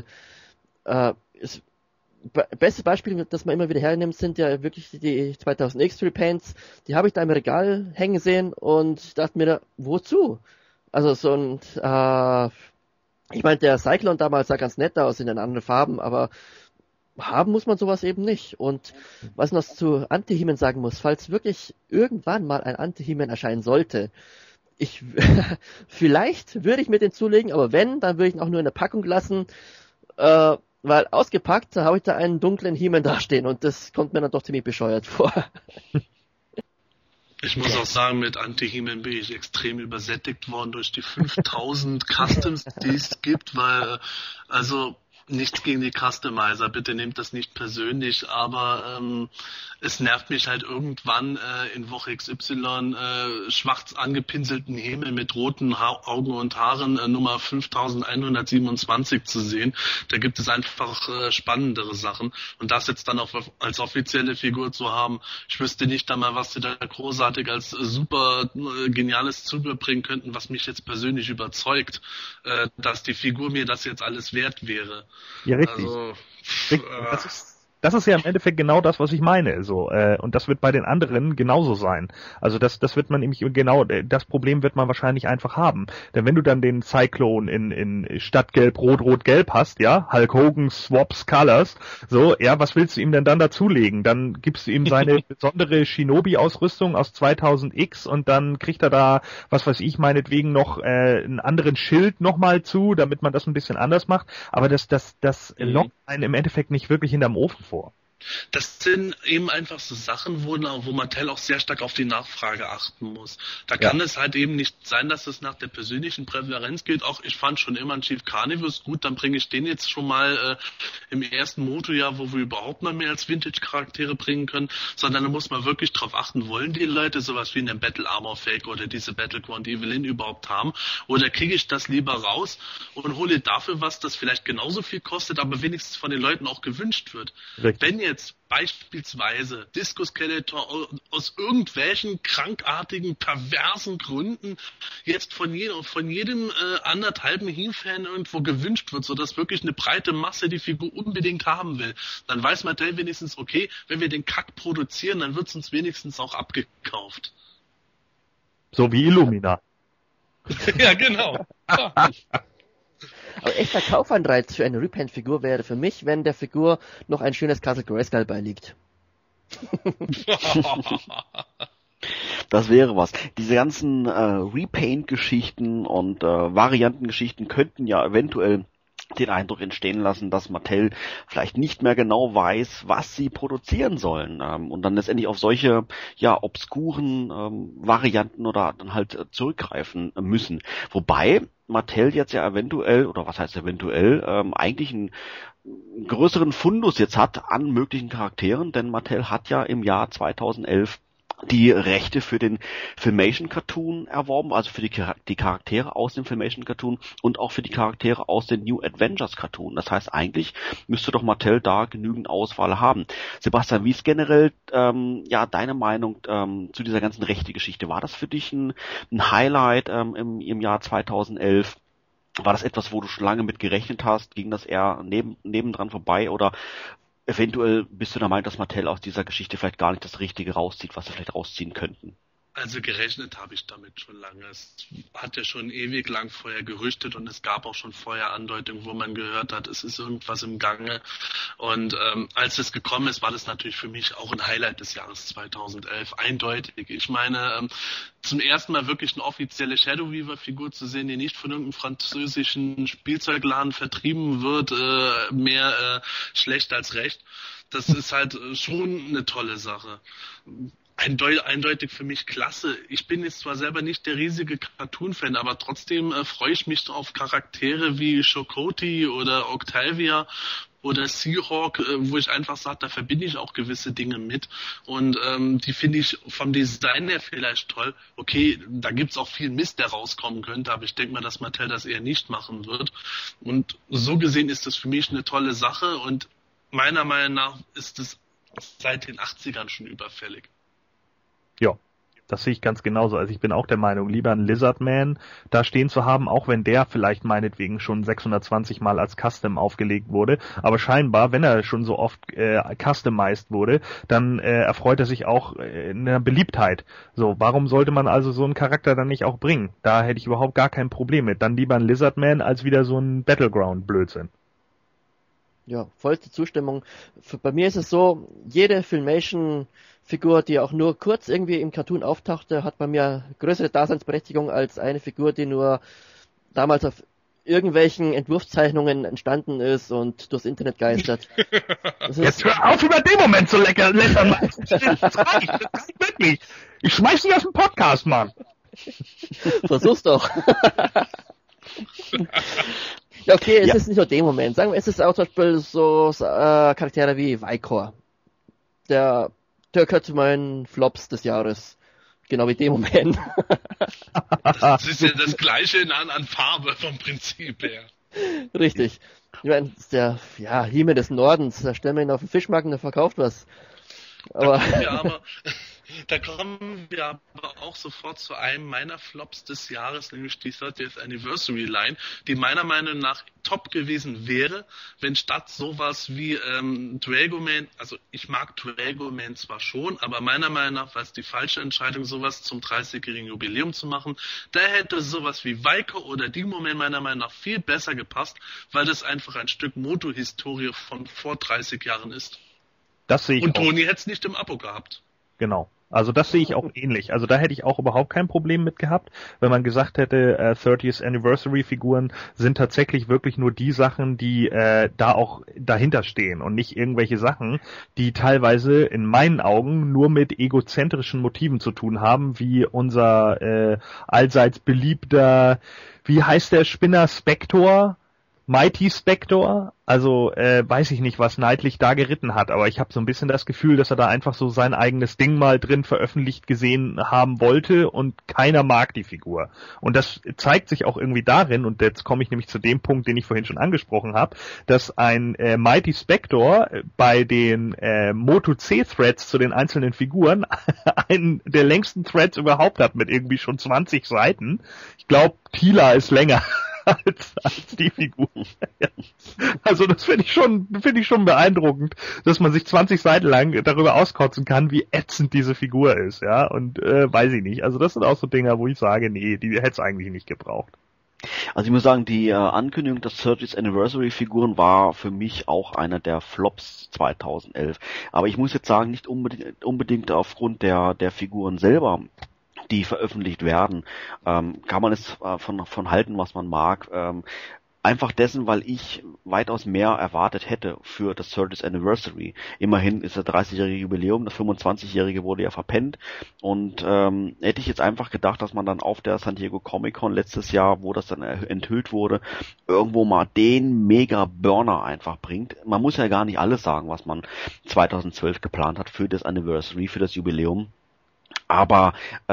bestes Beispiel, das man immer wieder hernimmt, sind ja wirklich die 2000X Repaints, die habe ich da im Regal hängen sehen und dachte mir, wozu? Also so ein Ich meine, der Cyclone damals sah ganz nett aus in den anderen Farben, aber haben muss man sowas eben nicht. Und was ich noch zu Anti-He-Man sagen muss, falls wirklich irgendwann mal ein Anti-He-Man erscheinen sollte, vielleicht würde ich mir den zulegen, aber wenn, dann würde ich ihn auch nur in der Packung lassen, weil ausgepackt habe ich da einen dunklen He-Man dastehen und das kommt mir dann doch ziemlich bescheuert vor. Ich muss auch sagen, mit Anti-He-Man bin ich extrem übersättigt worden durch die 5000 Customs, die es gibt, weil, also, nichts gegen die Customizer, bitte nehmt das nicht persönlich, aber es nervt mich halt irgendwann in Woche XY schwarz angepinselten Himmel mit roten Augen und Haaren Nummer 5127 zu sehen. Da gibt es einfach spannendere Sachen und das jetzt dann auch als offizielle Figur zu haben, ich wüsste nicht einmal, was sie da großartig als super geniales Zubehör bringen könnten, was mich jetzt persönlich überzeugt, dass die Figur mir das jetzt alles wert wäre. Ja, richtig. Also, das ist ja im Endeffekt genau das, was ich meine. So, und das wird bei den anderen genauso sein. Also das wird man nämlich genau, das Problem wird man wahrscheinlich einfach haben. Denn wenn du dann den Cyclone in Stadtgelb, Rot, Rot, Gelb hast, ja, Hulk Hogan Swaps Colors, so, ja, was willst du ihm denn dann dazulegen? Dann gibst du ihm seine besondere Shinobi-Ausrüstung aus 2000X und dann kriegt er da, was weiß ich, meinetwegen noch einen anderen Schild nochmal zu, damit man das ein bisschen anders macht. Aber das lockt einen im Endeffekt nicht wirklich hinterm Ofen vor. Das sind eben einfach so Sachen, wo Mattel auch sehr stark auf die Nachfrage achten muss. Da kann es halt eben nicht sein, dass es nach der persönlichen Präferenz geht. Auch ich fand schon immer einen Chief Carnivus gut, dann bringe ich den jetzt schon mal im ersten Moto-Jahr, wo wir überhaupt mal mehr als Vintage-Charaktere bringen können, sondern da muss man wirklich drauf achten, wollen die Leute sowas wie einen Battle Armor Fake oder diese Battleground Evelyn überhaupt haben, oder kriege ich das lieber raus und hole dafür was, das vielleicht genauso viel kostet, aber wenigstens von den Leuten auch gewünscht wird. Richtig. Wenn jetzt beispielsweise Disco Skeletor aus irgendwelchen krankartigen, perversen Gründen jetzt von jedem anderthalben He-Fan irgendwo gewünscht wird, sodass wirklich eine breite Masse die Figur unbedingt haben will, dann weiß Mattel wenigstens, okay, wenn wir den Kack produzieren, dann wird es uns wenigstens auch abgekauft. So wie Illumina. Ja, genau. Ja. Aber echter Kaufanreiz für eine Repaint-Figur wäre für mich, wenn der Figur noch ein schönes Castle Grayskull beiliegt. Das wäre was. Diese ganzen Repaint-Geschichten und Variantengeschichten könnten ja eventuell den Eindruck entstehen lassen, dass Mattel vielleicht nicht mehr genau weiß, was sie produzieren sollen, und dann letztendlich auf solche obskuren Varianten oder dann halt zurückgreifen müssen. Wobei Mattel jetzt ja eventuell, oder was heißt eventuell, eigentlich einen größeren Fundus jetzt hat an möglichen Charakteren, denn Mattel hat ja im Jahr 2011 die Rechte für den Filmation Cartoon erworben, also für die Charaktere aus dem Filmation Cartoon und auch für die Charaktere aus den New Adventures Cartoon. Das heißt, eigentlich müsste doch Mattel da genügend Auswahl haben. Sebastian, wie ist generell deine Meinung zu dieser ganzen Rechte-Geschichte? War das für dich ein Highlight im Jahr 2011? War das etwas, wo du schon lange mit gerechnet hast? Ging das eher nebendran vorbei oder eventuell bist du der Meinung, dass Mattel aus dieser Geschichte vielleicht gar nicht das Richtige rauszieht, was sie vielleicht rausziehen könnten? Also gerechnet habe ich damit schon lange. Es hat ja schon ewig lang vorher gerüchtet und es gab auch schon vorher Andeutungen, wo man gehört hat, es ist irgendwas im Gange. Und als es gekommen ist, war das natürlich für mich auch ein Highlight des Jahres 2011. Eindeutig. Ich meine, zum ersten Mal wirklich eine offizielle Shadow Weaver-Figur zu sehen, die nicht von irgendeinem französischen Spielzeugladen vertrieben wird, mehr schlecht als recht. Das ist halt schon eine tolle Sache. Eindeutig für mich klasse. Ich bin jetzt zwar selber nicht der riesige Cartoon-Fan, aber trotzdem freue ich mich auf Charaktere wie Chakotay oder Octavia oder Seahawk, wo ich einfach sage, da verbinde ich auch gewisse Dinge mit. Und die finde ich vom Design her vielleicht toll. Okay, da gibt's auch viel Mist, der rauskommen könnte, aber ich denke mal, dass Mattel das eher nicht machen wird. Und so gesehen ist das für mich eine tolle Sache und meiner Meinung nach ist es seit den 80ern schon überfällig. Ja, Das sehe ich ganz genauso. Also ich bin auch der Meinung, lieber einen Lizardman da stehen zu haben, auch wenn der vielleicht meinetwegen schon 620 Mal als Custom aufgelegt wurde. Aber scheinbar, wenn er schon so oft customized wurde, dann erfreut er sich auch in der Beliebtheit. So, warum sollte man also so einen Charakter dann nicht auch bringen? Da hätte ich überhaupt gar kein Problem mit. Dann lieber ein Lizardman als wieder so ein Battleground-Blödsinn. Ja, vollste Zustimmung. Bei mir ist es so, jede Filmation-Figur, die auch nur kurz irgendwie im Cartoon auftauchte, hat bei mir größere Daseinsberechtigung als eine Figur, die nur damals auf irgendwelchen Entwurfszeichnungen entstanden ist und durchs Internet geistert. Jetzt hör auf, über den Moment zu lästern. Das reicht wirklich. Ich schmeiß dich aus dem Podcast, Mann. Versuch's doch. Ja, okay, es ist nicht nur der Moment. Sagen wir, es ist auch zum Beispiel so Charaktere wie Vicor. Der gehört zu meinen Flops des Jahres. Genau wie dem Moment. Das ist ja das Gleiche an Farbe vom Prinzip her. Richtig. Ich meine, der He-Man des Nordens, da stellen wir ihn auf den Fischmarkt und der verkauft was. Aber da kommen wir aber auch sofort zu einem meiner Flops des Jahres, nämlich die 30th Anniversary Line, die meiner Meinung nach top gewesen wäre, wenn statt sowas wie Dragoman, also ich mag Dragoman zwar schon, aber meiner Meinung nach war es die falsche Entscheidung, sowas zum 30-jährigen Jubiläum zu machen. Da hätte sowas wie Vicor oder Demoman meiner Meinung nach viel besser gepasst, weil das einfach ein Stück Moto-Historie von vor 30 Jahren ist. Das sehe ich Und auch. Toni hätte es nicht im Abo gehabt. Genau. Also das sehe ich auch ähnlich. Also da hätte ich auch überhaupt kein Problem mit gehabt, wenn man gesagt hätte, 30th Anniversary Figuren sind tatsächlich wirklich nur die Sachen, die da auch dahinter stehen und nicht irgendwelche Sachen, die teilweise in meinen Augen nur mit egozentrischen Motiven zu tun haben, wie unser allseits beliebter, wie heißt der Spinner, Spector? Mighty Spector, also weiß ich nicht, was Neidlich da geritten hat, aber ich habe so ein bisschen das Gefühl, dass er da einfach so sein eigenes Ding mal drin veröffentlicht gesehen haben wollte und keiner mag die Figur. Und das zeigt sich auch irgendwie darin, und jetzt komme ich nämlich zu dem Punkt, den ich vorhin schon angesprochen habe, dass ein Mighty Spector bei den Moto C-Threads zu den einzelnen Figuren einen der längsten Threads überhaupt hat, mit irgendwie schon 20 Seiten. Ich glaube, Tila ist länger als die Figur. Also das finde ich schon beeindruckend, dass man sich 20 Seiten lang darüber auskotzen kann, wie ätzend diese Figur ist, ja, und weiß ich nicht. Also das sind auch so Dinger, wo ich sage, nee, die hätte es eigentlich nicht gebraucht. Also ich muss sagen, die Ankündigung des 30th Anniversary Figuren war für mich auch einer der Flops 2011. Aber ich muss jetzt sagen, nicht unbedingt aufgrund der Figuren selber, die veröffentlicht werden, kann man es von halten, was man mag. Einfach dessen, weil ich weitaus mehr erwartet hätte für das 30th Anniversary. Immerhin ist das 30-jährige Jubiläum, das 25-jährige wurde ja verpennt. Und hätte ich jetzt einfach gedacht, dass man dann auf der San Diego Comic-Con letztes Jahr, wo das dann enthüllt wurde, irgendwo mal den Mega-Burner einfach bringt. Man muss ja gar nicht alles sagen, was man 2012 geplant hat für das Anniversary, für das Jubiläum. Aber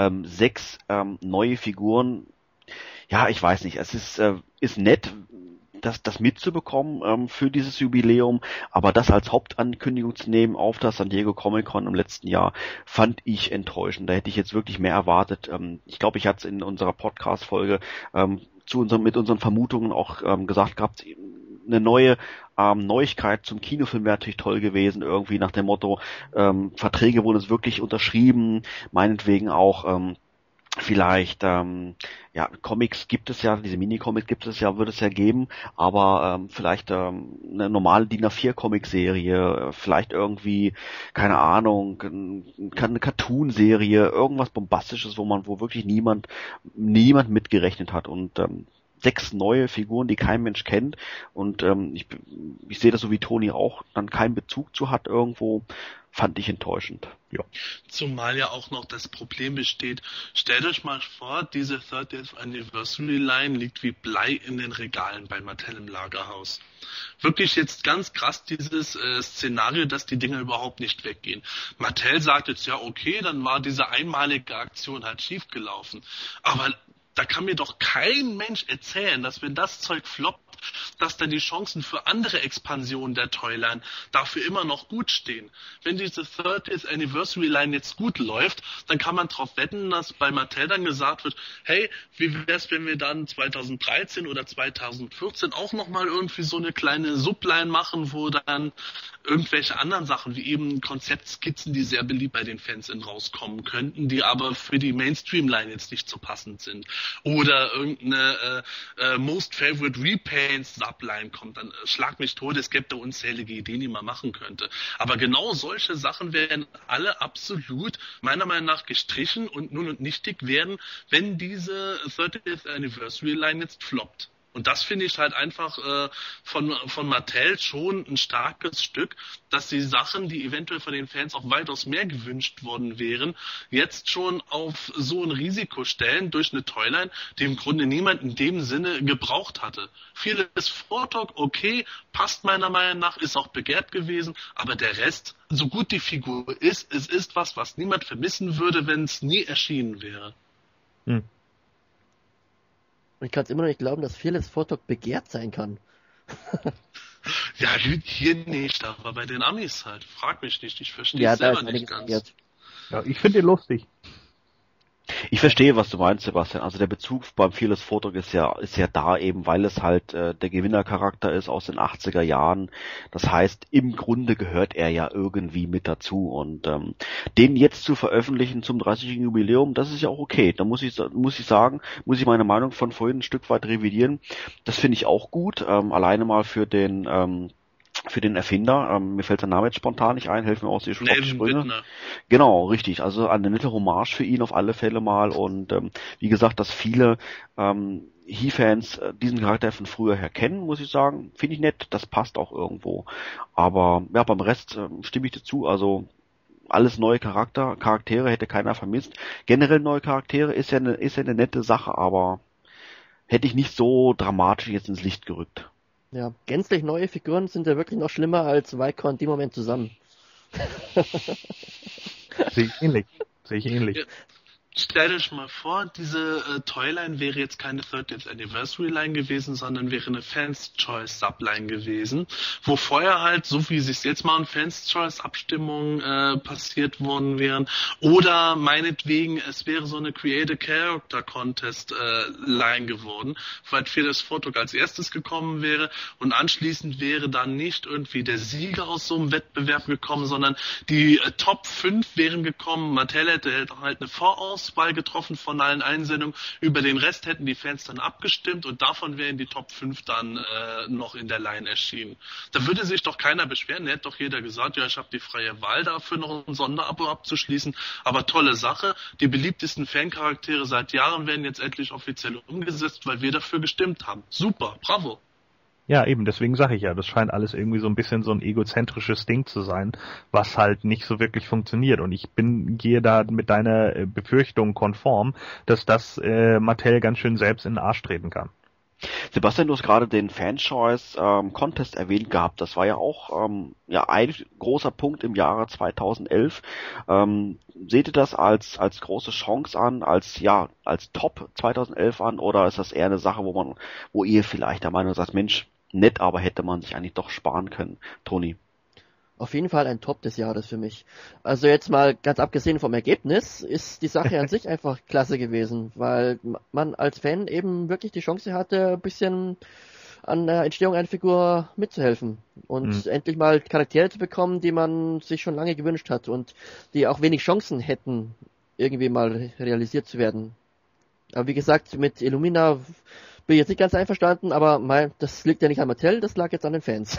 6 neue Figuren, ja, ich weiß nicht, es ist nett, das mitzubekommen für dieses Jubiläum, aber das als Hauptankündigung zu nehmen auf das San Diego Comic Con im letzten Jahr, fand ich enttäuschend. Da hätte ich jetzt wirklich mehr erwartet. Ich glaube, ich hatte es in unserer Podcast-Folge mit unseren Vermutungen auch gesagt gehabt, eine neue Neuigkeit zum Kinofilm wäre natürlich toll gewesen, irgendwie nach dem Motto, Verträge wurden es wirklich unterschrieben, meinetwegen auch vielleicht, Comics gibt es ja, diese Mini-Comics gibt es ja, wird es ja geben, aber vielleicht eine normale DIN A4-Comic-Serie, vielleicht irgendwie, keine Ahnung, eine Cartoon-Serie, irgendwas Bombastisches, wo wirklich niemand mitgerechnet hat und 6 neue Figuren, die kein Mensch kennt und ich sehe das so wie Toni auch, dann keinen Bezug zu hat irgendwo, fand ich enttäuschend. Ja. Zumal ja auch noch das Problem besteht, stellt euch mal vor, diese 30th Anniversary Line liegt wie Blei in den Regalen bei Mattel im Lagerhaus. Wirklich jetzt ganz krass dieses Szenario, dass die Dinger überhaupt nicht weggehen. Mattel sagt jetzt, ja okay, dann war diese einmalige Aktion halt schiefgelaufen. Aber da kann mir doch kein Mensch erzählen, dass wenn das Zeug floppt, dass dann die Chancen für andere Expansionen der Toyline dafür immer noch gut stehen. Wenn diese 30th Anniversary Line jetzt gut läuft, dann kann man darauf wetten, dass bei Mattel dann gesagt wird, hey, wie wär's, wenn wir dann 2013 oder 2014 auch nochmal irgendwie so eine kleine Subline machen, wo dann irgendwelche anderen Sachen, wie eben Konzeptskizzen, die sehr beliebt bei den Fans rauskommen könnten, die aber für die Mainstream-Line jetzt nicht so passend sind. Oder irgendeine Most Favorite Repaints Subline kommt, dann schlag mich tot, es gäbe da unzählige Ideen, die man machen könnte. Aber genau solche Sachen werden alle absolut, meiner Meinung nach, gestrichen und nun und nichtig werden, wenn diese 30th Anniversary Line jetzt floppt. Und das finde ich halt einfach von Mattel schon ein starkes Stück, dass die Sachen, die eventuell von den Fans auch weitaus mehr gewünscht worden wären, jetzt schon auf so ein Risiko stellen durch eine Toyline, die im Grunde niemand in dem Sinne gebraucht hatte. Vieles Vortalk, okay, passt meiner Meinung nach, ist auch begehrt gewesen, aber der Rest, so gut die Figur ist, es ist was niemand vermissen würde, wenn es nie erschienen wäre. Und ich kann es immer noch nicht glauben, dass Fearless Vortalk begehrt sein kann. Ja, hier nicht, aber bei den Amis halt. Frag mich nicht, ich verstehe es selber nicht ganz. Begehrt. Ja, ich finde ihn lustig. Ich verstehe, was du meinst, Sebastian. Also der Bezug beim Fearless Vortalk ist ja da eben, weil es halt der Gewinnercharakter ist aus den 80er Jahren. Das heißt, im Grunde gehört er ja irgendwie mit dazu. Und den jetzt zu veröffentlichen zum 30. Jubiläum, das ist ja auch okay. Da muss ich meine Meinung von vorhin ein Stück weit revidieren. Das finde ich auch gut. Alleine mal für den Erfinder, mir fällt sein Name jetzt spontan nicht ein, helfen mir aus die Sprünge. Genau, richtig, also eine nette Hommage für ihn auf alle Fälle mal und wie gesagt, dass viele He-Fans diesen Charakter von früher her kennen, muss ich sagen, finde ich nett, das passt auch irgendwo, aber ja, beim Rest stimme ich dazu, also alles neue Charaktere hätte keiner vermisst, generell neue Charaktere ist ja eine nette Sache, aber hätte ich nicht so dramatisch jetzt ins Licht gerückt. Ja, gänzlich neue Figuren sind ja wirklich noch schlimmer als Viacom in dem Moment zusammen. Sehe ich ähnlich. Ja. Stell dir mal vor, diese Toyline wäre jetzt keine 30th Anniversary Line gewesen, sondern wäre eine Fans Choice Subline gewesen, wo vorher halt, so wie sich jetzt mal in Fans Choice Abstimmungen passiert worden wären, oder meinetwegen, es wäre so eine Create a Character Contest Line geworden, weil Fearless Vortalk als erstes gekommen wäre und anschließend wäre dann nicht irgendwie der Sieger aus so einem Wettbewerb gekommen, sondern die Top 5 wären gekommen, Mattel hätte halt eine Vorauswahl getroffen von allen Einsendungen. Über den Rest hätten die Fans dann abgestimmt und davon wären die Top 5 dann noch in der Line erschienen. Da würde sich doch keiner beschweren. Da hätte doch jeder gesagt, ja, ich habe die freie Wahl dafür, noch ein Sonderabo abzuschließen. Aber tolle Sache. Die beliebtesten Fancharaktere seit Jahren werden jetzt endlich offiziell umgesetzt, weil wir dafür gestimmt haben. Super, bravo. Ja, eben, deswegen sage ich ja, das scheint alles irgendwie so ein bisschen so ein egozentrisches Ding zu sein, was halt nicht so wirklich funktioniert. Und ich gehe da mit deiner Befürchtung konform, dass das Mattel ganz schön selbst in den Arsch treten kann. Sebastian, du hast gerade den Fan-Choice Contest erwähnt gehabt. Das war ja auch ein großer Punkt im Jahre 2011. Seht ihr das als große Chance an, als Top 2011 an, oder ist das eher eine Sache, wo ihr vielleicht der Meinung seid, Mensch, nett, aber hätte man sich eigentlich doch sparen können? Toni? Auf jeden Fall ein Top des Jahres für mich. Also jetzt mal ganz abgesehen vom Ergebnis, ist die Sache an sich einfach klasse gewesen, weil man als Fan eben wirklich die Chance hatte, ein bisschen an der Entstehung einer Figur mitzuhelfen und endlich mal Charaktere zu bekommen, die man sich schon lange gewünscht hat und die auch wenig Chancen hätten, irgendwie mal realisiert zu werden. Aber wie gesagt, mit Illumina bin ich jetzt nicht ganz einverstanden, aber das liegt ja nicht an Mattel, das lag jetzt an den Fans.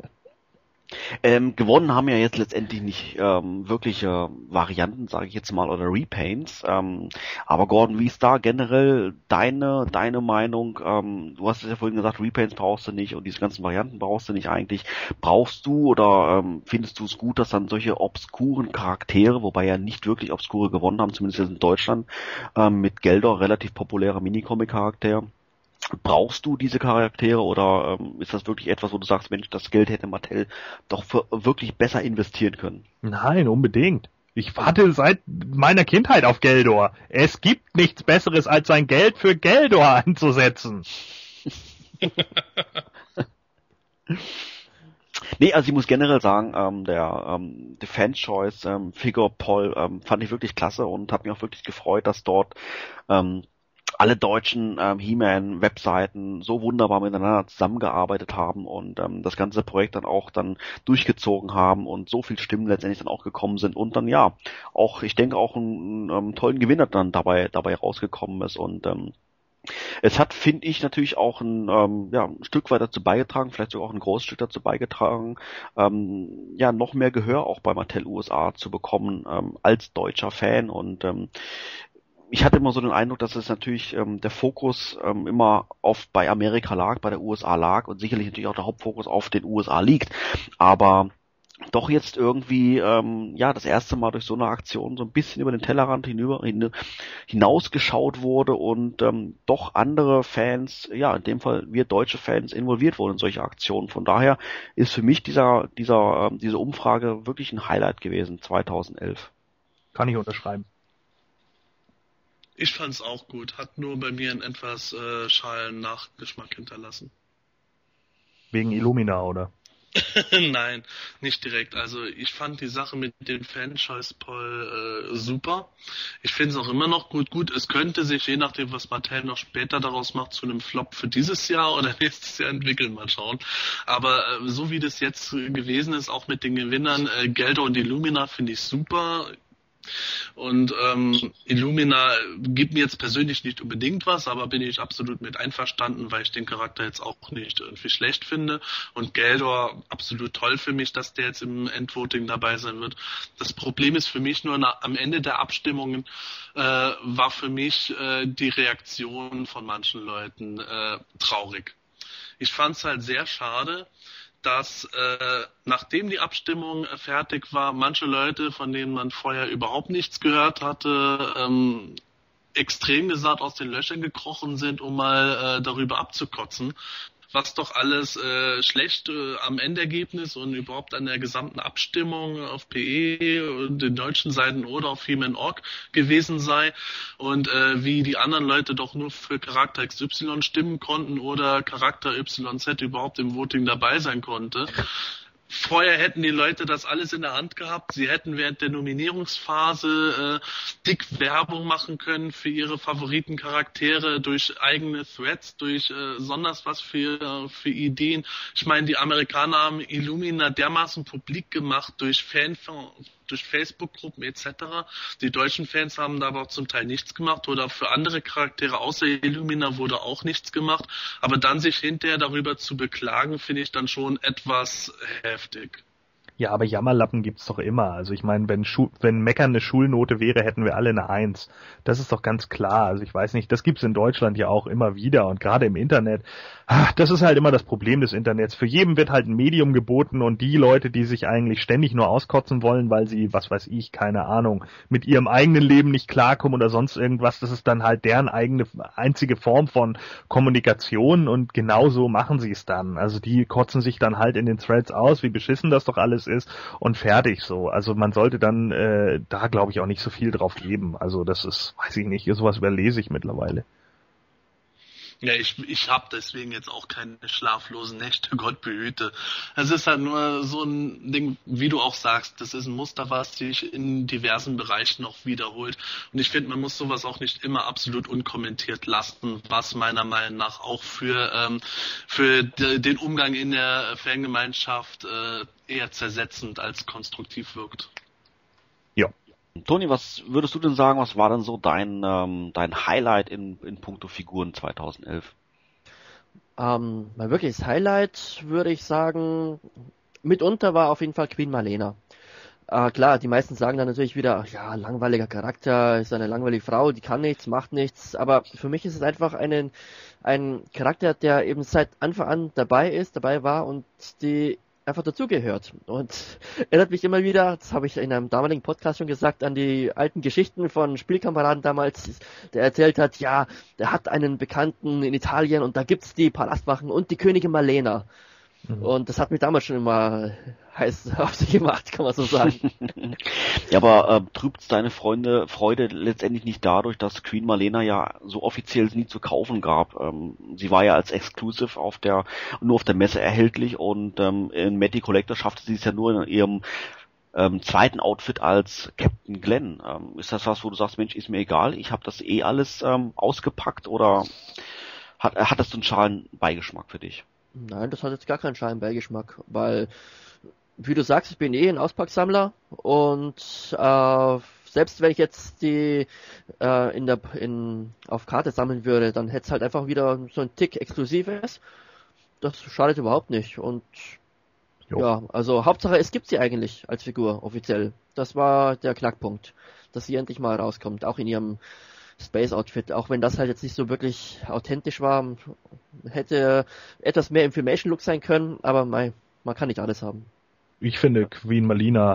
Gewonnen haben ja jetzt letztendlich nicht wirkliche Varianten, sage ich jetzt mal, oder Repaints. Aber Gordon, wie ist da generell deine Meinung? Du hast es ja vorhin gesagt, Repaints brauchst du nicht und diese ganzen Varianten brauchst du nicht eigentlich. Brauchst du oder findest du es gut, dass dann solche obskuren Charaktere, wobei ja nicht wirklich obskure gewonnen haben, zumindest jetzt in Deutschland, mit Geldor, relativ populärer Minicomic-Charakter, brauchst du diese Charaktere oder ist das wirklich etwas, wo du sagst, Mensch, das Geld hätte Mattel doch wirklich besser investieren können? Nein, unbedingt. Ich warte seit meiner Kindheit auf Geldor. Es gibt nichts Besseres, als sein Geld für Geldor einzusetzen. Nee, also ich muss generell sagen, der Defense Choice Figure Poll fand ich wirklich klasse und hat mich auch wirklich gefreut, dass dort alle deutschen He-Man-Webseiten so wunderbar miteinander zusammengearbeitet haben und das ganze Projekt dann auch durchgezogen haben und so viel Stimmen letztendlich dann auch gekommen sind und dann ja, auch, ich denke auch einen tollen Gewinner dann dabei rausgekommen ist und es hat, finde ich, natürlich auch ein Stück weit dazu beigetragen, vielleicht sogar auch ein großes Stück dazu beigetragen, noch mehr Gehör auch bei Mattel USA zu bekommen als deutscher Fan und ich hatte immer so den Eindruck, dass es natürlich der Fokus immer bei Amerika lag, bei der USA lag und sicherlich natürlich auch der Hauptfokus auf den USA liegt, aber doch jetzt irgendwie das erste Mal durch so eine Aktion so ein bisschen über den Tellerrand hinausgeschaut wurde und doch andere Fans, in dem Fall wir deutsche Fans, involviert wurden in solche Aktionen. Von daher ist für mich diese Umfrage wirklich ein Highlight gewesen 2011. Kann ich unterschreiben. Ich fand's auch gut, hat nur bei mir einen etwas schalen Nachgeschmack hinterlassen. Wegen Illumina, oder? Nein, nicht direkt. Also ich fand die Sache mit dem Fan-Choice-Poll super. Ich finde es auch immer noch gut. Es könnte sich, je nachdem, was Mattel noch später daraus macht, zu einem Flop für dieses Jahr oder nächstes Jahr entwickeln, mal schauen. Aber so wie das jetzt gewesen ist, auch mit den Gewinnern, Gelder und Illumina, finde ich super. Und Illumina gibt mir jetzt persönlich nicht unbedingt was, aber bin ich absolut mit einverstanden, weil ich den Charakter jetzt auch nicht irgendwie schlecht finde. Und Geldor absolut toll für mich, dass der jetzt im Endvoting dabei sein wird. Das Problem ist für mich nur, am Ende der Abstimmungen war für mich die Reaktion von manchen Leuten traurig. Ich fand es halt sehr schade, dass nachdem die Abstimmung fertig war, manche Leute, von denen man vorher überhaupt nichts gehört hatte, extrem gesagt aus den Löchern gekrochen sind, um mal darüber abzukotzen, was doch alles schlecht am Endergebnis und überhaupt an der gesamten Abstimmung auf PE und den deutschen Seiten oder auf He-Man.org gewesen sei und wie die anderen Leute doch nur für Charakter XY stimmen konnten oder Charakter YZ überhaupt im Voting dabei sein konnte. Vorher hätten die Leute das alles in der Hand gehabt. Sie hätten während der Nominierungsphase dick Werbung machen können für ihre Favoritencharaktere durch eigene Threads, durch besonders was für Ideen. Ich meine, die Amerikaner haben Illumina dermaßen publik gemacht durch Facebook-Gruppen etc. Die deutschen Fans haben da aber auch zum Teil nichts gemacht oder für andere Charaktere außer Illumina wurde auch nichts gemacht. Aber dann sich hinterher darüber zu beklagen, finde ich dann schon etwas heftig. Ja, aber Jammerlappen gibt's doch immer. Also ich meine, wenn Meckern eine Schulnote wäre, hätten wir alle eine 1. Das ist doch ganz klar. Also ich weiß nicht, das gibt's in Deutschland ja auch immer wieder und gerade im Internet. Das ist halt immer das Problem des Internets. Für jeden wird halt ein Medium geboten und die Leute, die sich eigentlich ständig nur auskotzen wollen, weil sie, was weiß ich, keine Ahnung, mit ihrem eigenen Leben nicht klarkommen oder sonst irgendwas, das ist dann halt deren einzige Form von Kommunikation und genauso machen sie es dann. Also die kotzen sich dann halt in den Threads aus, wie beschissen das doch alles ist und fertig so. Also man sollte dann da glaube ich auch nicht so viel drauf geben. Also das ist, weiß ich nicht, sowas überlese ich mittlerweile. Ja, ich habe deswegen jetzt auch keine schlaflosen Nächte, Gott behüte. Es ist halt nur so ein Ding, wie du auch sagst, das ist ein Muster, was sich in diversen Bereichen noch wiederholt. Und ich finde, man muss sowas auch nicht immer absolut unkommentiert lassen, was meiner Meinung nach auch für den Umgang in der Fangemeinschaft eher zersetzend als konstruktiv wirkt. Ja. Toni, was würdest du denn sagen, was war denn so dein Highlight in puncto Figuren 2011? Mein wirkliches Highlight, würde ich sagen, mitunter war auf jeden Fall Queen Marlena. Klar, die meisten sagen dann natürlich wieder, ja, langweiliger Charakter, ist eine langweilige Frau, die kann nichts, macht nichts, aber für mich ist es einfach ein Charakter, der eben seit Anfang an dabei war und die einfach dazugehört. Und erinnert mich immer wieder, das habe ich in einem damaligen Podcast schon gesagt, an die alten Geschichten von Spielkameraden damals, der erzählt hat, ja, der hat einen Bekannten in Italien und da gibt's die Palastwachen und die Königin Marlena. Und das hat mich damals schon immer heiß auf sich gemacht, kann man so sagen. Ja, aber trübt's deine Freude letztendlich nicht dadurch, dass Queen Malena ja so offiziell nie zu kaufen gab? Sie war ja als Exclusive nur auf der Messe erhältlich und in Matty Collector schaffte sie es ja nur in ihrem zweiten Outfit als Captain Glenn. Ist das was, wo du sagst, Mensch, ist mir egal, ich habe das alles ausgepackt, oder hat das so einen schalen Beigeschmack für dich? Nein, das hat jetzt gar keinen schalen Beigeschmack, weil, wie du sagst, ich bin ein Auspacksammler und selbst wenn ich jetzt die auf Karte sammeln würde, dann hätte es halt einfach wieder so ein Tick Exklusives. Das schadet überhaupt nicht. Und ja, also Hauptsache es gibt sie eigentlich als Figur offiziell. Das war der Knackpunkt, dass sie endlich mal rauskommt, auch in ihrem Space Outfit, auch wenn das halt jetzt nicht so wirklich authentisch war, hätte etwas mehr Information Look sein können, aber man kann nicht alles haben. Ich finde, Queen Malena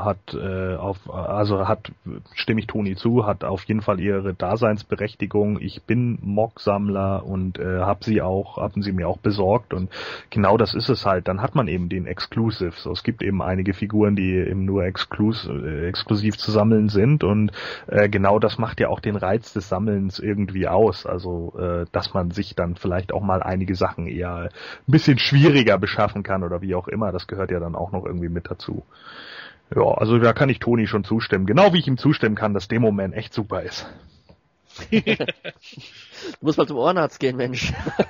stimme ich Toni zu, hat auf jeden Fall ihre Daseinsberechtigung. Ich bin Mock-Sammler und haben sie mir auch besorgt, und genau das ist es halt. Dann hat man eben den Exclusive. So, es gibt eben einige Figuren, die eben nur exklusiv zu sammeln sind, und genau das macht ja auch den Reiz des Sammelns irgendwie aus. Also, dass man sich dann vielleicht auch mal einige Sachen eher ein bisschen schwieriger beschaffen kann oder wie auch immer. Das gehört ja dann auch noch irgendwie mit dazu. Ja, also da kann ich Toni schon zustimmen. Genau wie ich ihm zustimmen kann, dass Demoman echt super ist. Du musst mal zum Ohrenarzt gehen, Mensch.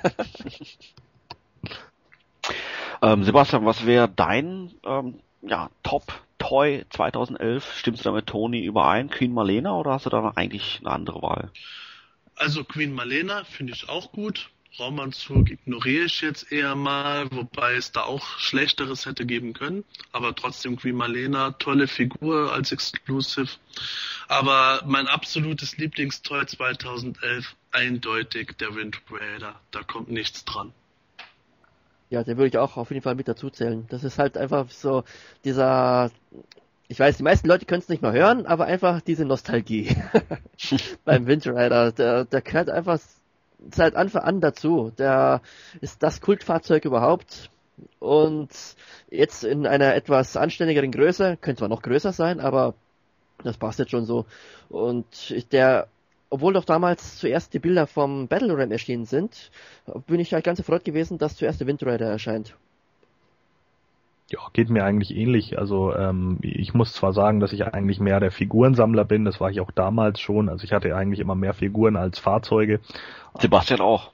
Sebastian, was wäre dein Top-Toy 2011? Stimmst du da mit Toni überein? Queen Malena, oder hast du da eigentlich eine andere Wahl? Also Queen Malena finde ich auch gut. Raumanzug ignoriere ich jetzt eher mal, wobei es da auch Schlechteres hätte geben können. Aber trotzdem Queen Malena, tolle Figur als Exclusive. Aber mein absolutes Lieblingstoy 2011, eindeutig der Wind Raider. Da kommt nichts dran. Ja, den würde ich auch auf jeden Fall mit dazu zählen. Das ist halt einfach so dieser... Ich weiß, die meisten Leute können es nicht mehr hören, aber einfach diese Nostalgie beim Wind Raider. Der gehört einfach seit Anfang an dazu. Der ist das Kultfahrzeug überhaupt, und jetzt in einer etwas anständigeren Größe, könnte zwar noch größer sein, aber das passt jetzt schon so. Und obwohl doch damals zuerst die Bilder vom Battle Ram erschienen sind, bin ich halt ganz erfreut gewesen, dass zuerst der Wind Raider erscheint. Ja, geht mir eigentlich ähnlich. Also ich muss zwar sagen, dass ich eigentlich mehr der Figurensammler bin, das war ich auch damals schon. Also ich hatte eigentlich immer mehr Figuren als Fahrzeuge. Sebastian auch.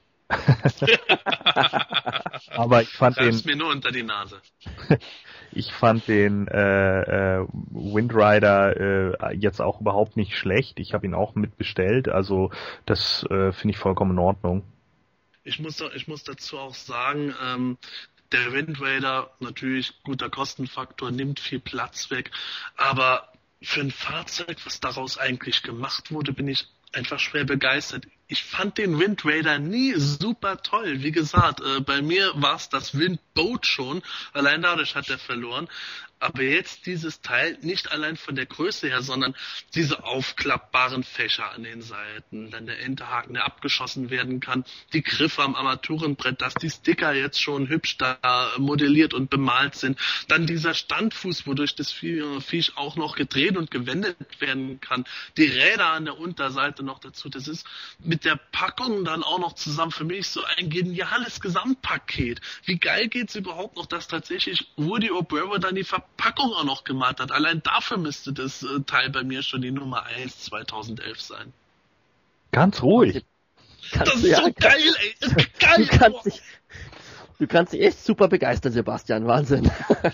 Aber ich fand mir nur unter die Nase. Ich fand den Wind Rider jetzt auch überhaupt nicht schlecht. Ich habe ihn auch mitbestellt. Also das finde ich vollkommen in Ordnung. Ich muss dazu auch sagen, der Wind Raider, natürlich guter Kostenfaktor, nimmt viel Platz weg, aber für ein Fahrzeug, was daraus eigentlich gemacht wurde, bin ich einfach schwer begeistert. Ich fand den Wind Raider nie super toll. Wie gesagt, bei mir war es das Windboat schon, allein dadurch hat er verloren. Aber jetzt dieses Teil, nicht allein von der Größe her, sondern diese aufklappbaren Fächer an den Seiten, dann der Enterhaken, der abgeschossen werden kann, die Griffe am Armaturenbrett, dass die Sticker jetzt schon hübsch da modelliert und bemalt sind, dann dieser Standfuß, wodurch das Viech auch noch gedreht und gewendet werden kann, die Räder an der Unterseite noch dazu, das ist mit der Packung dann auch noch zusammen für mich so ein geniales Gesamtpaket. Wie geil geht's überhaupt noch, dass tatsächlich Woody O'Brien dann die Verpackung auch noch gemalt hat. Allein dafür müsste das Teil bei mir schon die Nummer 1 2011 sein. Ganz ruhig. Das ist so geil, ey. Geil. Du kannst dich echt super begeistern, Sebastian. Wahnsinn.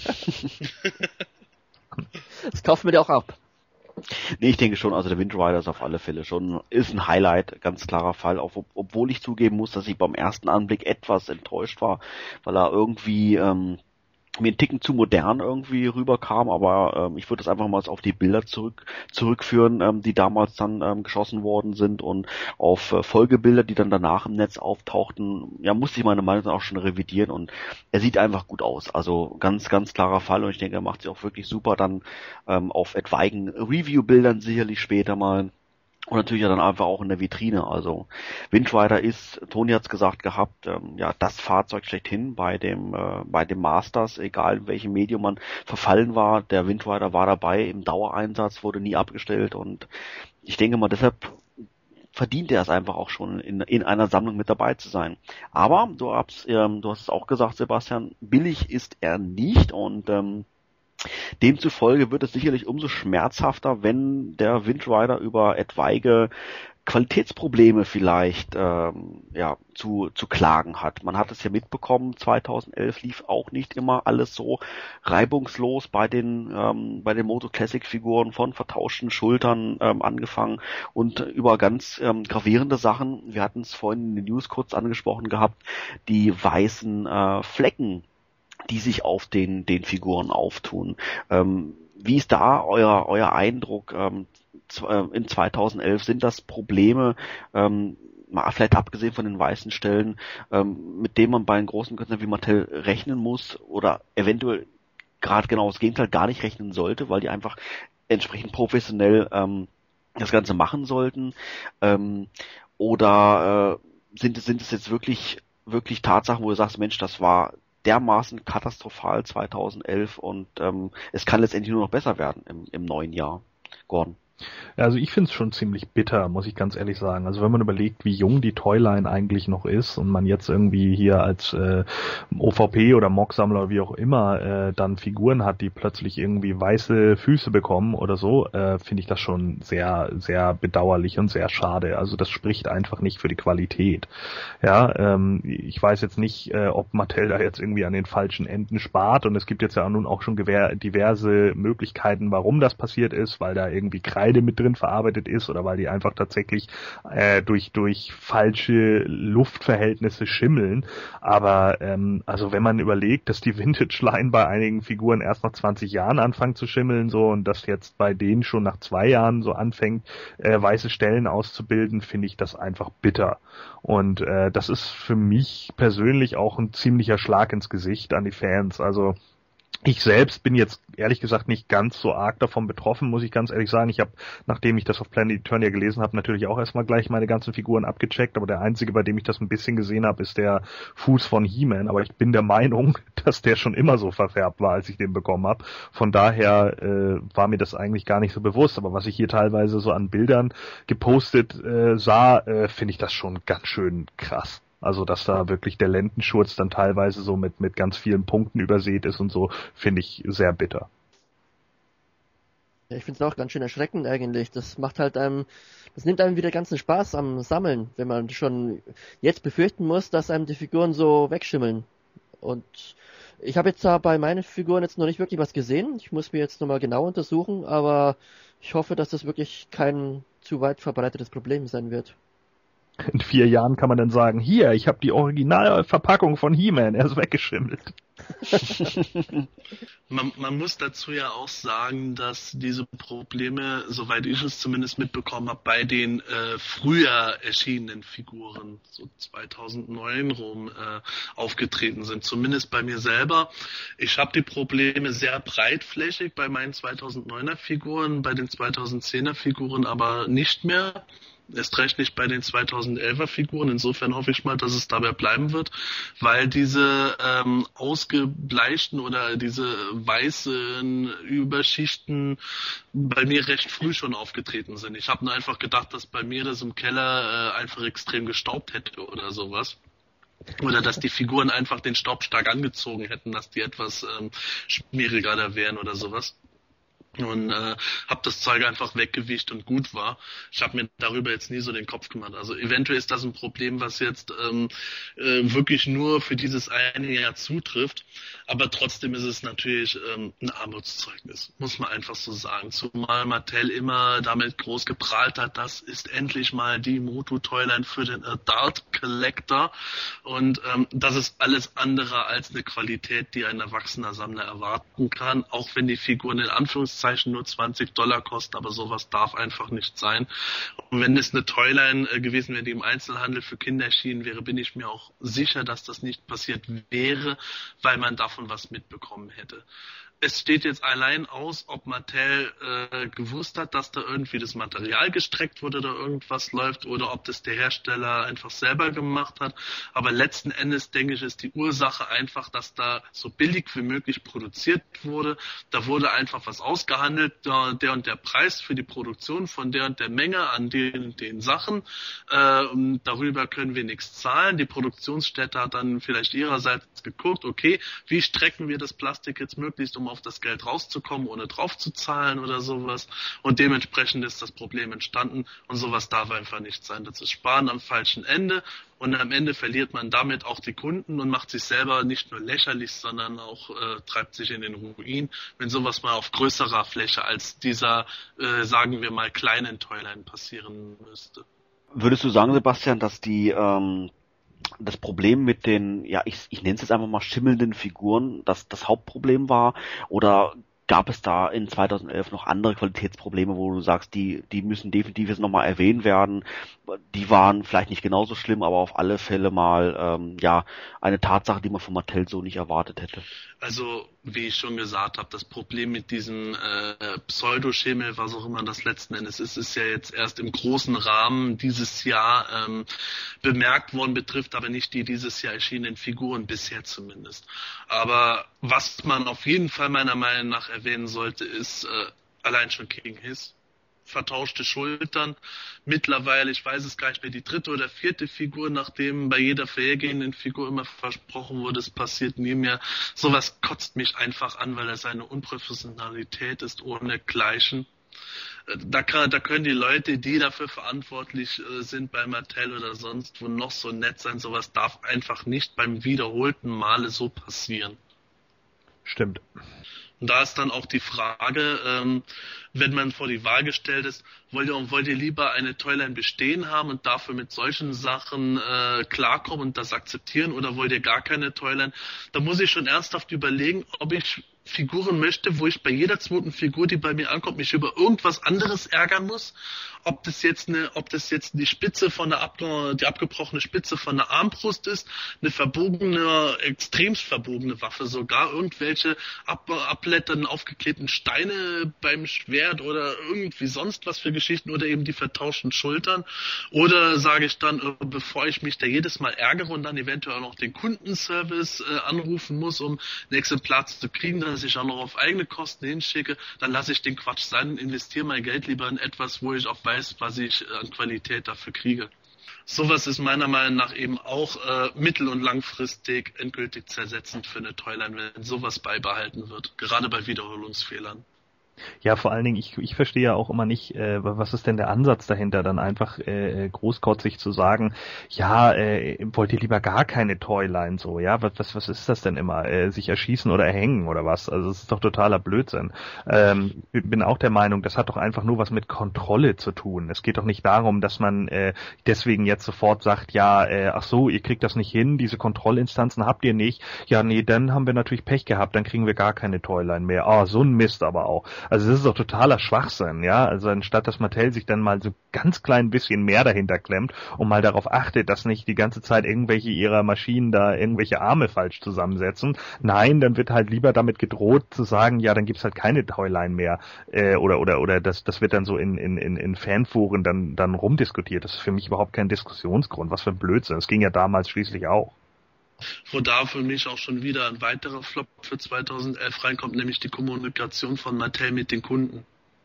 Das kaufen wir dir auch ab. Nee, ich denke schon, also der Wind Rider ist auf alle Fälle schon, ist ein Highlight, ganz klarer Fall, auch obwohl ich zugeben muss, dass ich beim ersten Anblick etwas enttäuscht war, weil er irgendwie mir einen Ticken zu modern irgendwie rüberkam, aber ich würde das einfach mal auf die Bilder zurückführen, die damals dann geschossen worden sind, und auf Folgebilder, die dann danach im Netz auftauchten, ja, musste ich meine Meinung auch schon revidieren, und er sieht einfach gut aus, also ganz, ganz klarer Fall, und ich denke, er macht sich auch wirklich super dann auf etwaigen Review-Bildern sicherlich später mal. Und natürlich ja dann einfach auch in der Vitrine. Also Windrider ist, Toni hat's gesagt gehabt, das Fahrzeug schlechthin bei dem Masters, egal in welchem Medium man verfallen war. Der Windrider war dabei im Dauereinsatz, wurde nie abgestellt und ich denke mal, deshalb verdient er es einfach auch schon in einer Sammlung mit dabei zu sein. Aber du hast es auch gesagt, Sebastian, billig ist er nicht und demzufolge wird es sicherlich umso schmerzhafter, wenn der Windrider über etwaige Qualitätsprobleme vielleicht zu klagen hat. Man hat es ja mitbekommen, 2011 lief auch nicht immer alles so reibungslos bei den Moto Classic Figuren, von vertauschten Schultern angefangen und über ganz gravierende Sachen. Wir hatten es vorhin in den News kurz angesprochen gehabt, die weißen Flecken, die sich auf den Figuren auftun. Wie ist da euer Eindruck? In 2011 sind das Probleme, mal vielleicht abgesehen von den weißen Stellen, mit denen man bei einem großen Konzern wie Mattel rechnen muss oder eventuell gerade genau das Gegenteil gar nicht rechnen sollte, weil die einfach entsprechend professionell das Ganze machen sollten? Oder sind es jetzt wirklich Tatsachen, wo du sagst, Mensch, das war dermaßen katastrophal 2011 und es kann letztendlich nur noch besser werden im neuen Jahr? Gordon? Ja, also ich finde es schon ziemlich bitter, muss ich ganz ehrlich sagen. Also wenn man überlegt, wie jung die Toyline eigentlich noch ist und man jetzt irgendwie hier als OVP oder Mock-Sammler oder wie auch immer dann Figuren hat, die plötzlich irgendwie weiße Füße bekommen oder so, finde ich das schon sehr, sehr bedauerlich und sehr schade. Also das spricht einfach nicht für die Qualität. Ja, ich weiß jetzt nicht, ob Mattel da jetzt irgendwie an den falschen Enden spart und es gibt jetzt ja nun auch schon diverse Möglichkeiten, warum das passiert ist, weil da irgendwie Kreide mit drin verarbeitet ist oder weil die einfach tatsächlich durch falsche Luftverhältnisse schimmeln. Aber also wenn man überlegt, dass die Vintage-Line bei einigen Figuren erst nach 20 Jahren anfängt zu schimmeln so und das jetzt bei denen schon nach 2 Jahren so anfängt, weiße Stellen auszubilden, finde ich das einfach bitter. Und das ist für mich persönlich auch ein ziemlicher Schlag ins Gesicht an die Fans. Also ich selbst bin jetzt ehrlich gesagt nicht ganz so arg davon betroffen, muss ich ganz ehrlich sagen. Ich habe, nachdem ich das auf Planet Eternia gelesen habe, natürlich auch erstmal gleich meine ganzen Figuren abgecheckt, aber der einzige, bei dem ich das ein bisschen gesehen habe, ist der Fuß von He-Man, aber ich bin der Meinung, dass der schon immer so verfärbt war, als ich den bekommen habe. Von daher war mir das eigentlich gar nicht so bewusst, aber was ich hier teilweise so an Bildern gepostet sah, finde ich das schon ganz schön krass. Also, dass da wirklich der Lendenschurz dann teilweise so mit ganz vielen Punkten übersät ist und so, finde ich sehr bitter. Ja, ich finde es auch ganz schön erschreckend eigentlich. Das nimmt einem wieder ganzen Spaß am Sammeln, wenn man schon jetzt befürchten muss, dass einem die Figuren so wegschimmeln. Und ich habe jetzt da bei meinen Figuren jetzt noch nicht wirklich was gesehen. Ich muss mir jetzt nochmal genau untersuchen, aber ich hoffe, dass das wirklich kein zu weit verbreitetes Problem sein wird. In 4 Jahren kann man dann sagen, hier, ich habe die Originalverpackung von He-Man, er ist weggeschimmelt. Man muss dazu ja auch sagen, dass diese Probleme, soweit ich es zumindest mitbekommen habe, bei den früher erschienenen Figuren, so 2009 rum, aufgetreten sind. Zumindest bei mir selber. Ich habe die Probleme sehr breitflächig bei meinen 2009er Figuren, bei den 2010er Figuren aber nicht mehr. Erst recht nicht bei den 2011er Figuren. Insofern hoffe ich mal, dass es dabei bleiben wird, weil diese ausgebleichten oder diese weißen Überschichten bei mir recht früh schon aufgetreten sind. Ich habe nur einfach gedacht, dass bei mir das im Keller einfach extrem gestaubt hätte oder sowas. Oder dass die Figuren einfach den Staub stark angezogen hätten, dass die etwas schmieriger da wären oder sowas. Und habe das Zeug einfach weggewischt und gut war. Ich habe mir darüber jetzt nie so den Kopf gemacht. Also eventuell ist das ein Problem, was jetzt wirklich nur für dieses eine Jahr zutrifft. Aber trotzdem ist es natürlich ein Armutszeugnis, muss man einfach so sagen. Zumal Mattel immer damit groß geprahlt hat, das ist endlich mal die Moto-Toyline für den Adult Collector. Und das ist alles andere als eine Qualität, die ein erwachsener Sammler erwarten kann. Auch wenn die Figuren in Anführungszeichen nur $20 kosten, aber sowas darf einfach nicht sein. Und wenn es eine Toyline gewesen wäre, die im Einzelhandel für Kinder erschienen wäre, bin ich mir auch sicher, dass das nicht passiert wäre, weil man davon was mitbekommen hätte. Es steht jetzt allein aus, ob Mattel gewusst hat, dass da irgendwie das Material gestreckt wurde oder irgendwas läuft oder ob das der Hersteller einfach selber gemacht hat. Aber letzten Endes, denke ich, ist die Ursache einfach, dass da so billig wie möglich produziert wurde. Da wurde einfach was ausgehandelt, der und der Preis für die Produktion von der und der Menge an den Sachen. Darüber können wir nichts zahlen. Die Produktionsstätte hat dann vielleicht ihrerseits geguckt, okay, wie strecken wir das Plastik jetzt möglichst, um auf das Geld rauszukommen, ohne drauf zu zahlen oder sowas. Und dementsprechend ist das Problem entstanden und sowas darf einfach nicht sein. Das ist Sparen am falschen Ende und am Ende verliert man damit auch die Kunden und macht sich selber nicht nur lächerlich, sondern auch treibt sich in den Ruin, wenn sowas mal auf größerer Fläche als dieser, sagen wir mal, kleinen Toyline passieren müsste. Würdest du sagen, Sebastian, dass das Problem mit den, ja, ich nenne es jetzt einfach mal schimmelnden Figuren, das Hauptproblem war? Oder gab es da in 2011 noch andere Qualitätsprobleme, wo du sagst, die müssen definitiv jetzt nochmal erwähnt werden? Die waren vielleicht nicht genauso schlimm, aber auf alle Fälle mal, eine Tatsache, die man von Mattel so nicht erwartet hätte. Also, wie ich schon gesagt habe, das Problem mit diesem Pseudoschimmel, was auch immer das letzten Endes ist ja jetzt erst im großen Rahmen dieses Jahr bemerkt worden, betrifft aber nicht die dieses Jahr erschienenen Figuren, bisher zumindest. Aber was man auf jeden Fall meiner Meinung nach erwähnen sollte, ist allein schon King Hiss. Vertauschte Schultern. Mittlerweile, ich weiß es gar nicht mehr, die 3. oder 4. Figur, nachdem bei jeder vorhergehenden Figur immer versprochen wurde, es passiert nie mehr. Sowas kotzt mich einfach an, weil das eine Unprofessionalität ist, ohnegleichen. Da können die Leute, die dafür verantwortlich sind bei Mattel oder sonst wo, noch so nett sein. Sowas darf einfach nicht beim wiederholten Male so passieren. Stimmt. Und da ist dann auch die Frage, wenn man vor die Wahl gestellt ist, wollt ihr lieber eine Toyline bestehen haben und dafür mit solchen Sachen klarkommen und das akzeptieren, oder wollt ihr gar keine Toyline? Da muss ich schon ernsthaft überlegen, ob ich Figuren möchte, wo ich bei jeder zweiten Figur, die bei mir ankommt, mich über irgendwas anderes ärgern muss. Ob das jetzt die Spitze von die abgebrochene Spitze von der Armbrust ist, eine extremst verbogene Waffe, sogar irgendwelche abblätternden, aufgeklebten Steine beim Schwert oder irgendwie sonst was für Geschichten oder eben die vertauschten Schultern. Oder sage ich dann, bevor ich mich da jedes Mal ärgere und dann eventuell auch noch den Kundenservice anrufen muss, um ein Exemplar zu kriegen, dass ich auch noch auf eigene Kosten hinschicke, dann lasse ich den Quatsch sein und investiere mein Geld lieber in etwas, wo ich auch weiß, was ich an Qualität dafür kriege. Sowas ist meiner Meinung nach eben auch mittel- und langfristig endgültig zersetzend für eine Toyline, wenn sowas beibehalten wird, gerade bei Wiederholungsfehlern. Ja, vor allen Dingen, ich verstehe ja auch immer nicht, was ist denn der Ansatz dahinter, dann einfach großkotzig zu sagen, ja, wollt ihr lieber gar keine Toyline, so, ja, was ist das denn immer, sich erschießen oder erhängen oder was? Also es ist doch totaler Blödsinn. Ich bin auch der Meinung, das hat doch einfach nur was mit Kontrolle zu tun. Es geht doch nicht darum, dass man deswegen jetzt sofort sagt, ja, ach so, ihr kriegt das nicht hin, diese Kontrollinstanzen habt ihr nicht, ja, nee, dann haben wir natürlich Pech gehabt, dann kriegen wir gar keine Toyline mehr. Ah, so ein Mist aber auch. Also das ist doch totaler Schwachsinn, ja. Also anstatt dass Mattel sich dann mal so ganz klein bisschen mehr dahinter klemmt und mal darauf achtet, dass nicht die ganze Zeit irgendwelche ihrer Maschinen da irgendwelche Arme falsch zusammensetzen. Nein, dann wird halt lieber damit gedroht zu sagen, ja, dann gibt's halt keine Toyline mehr. Oder das wird dann so in Fanforen dann rumdiskutiert. Das ist für mich überhaupt kein Diskussionsgrund. Was für ein Blödsinn. Das ging ja damals schließlich auch. Wo da für mich auch schon wieder ein weiterer Flop für 2011 reinkommt, nämlich die Kommunikation von Mattel mit den Kunden.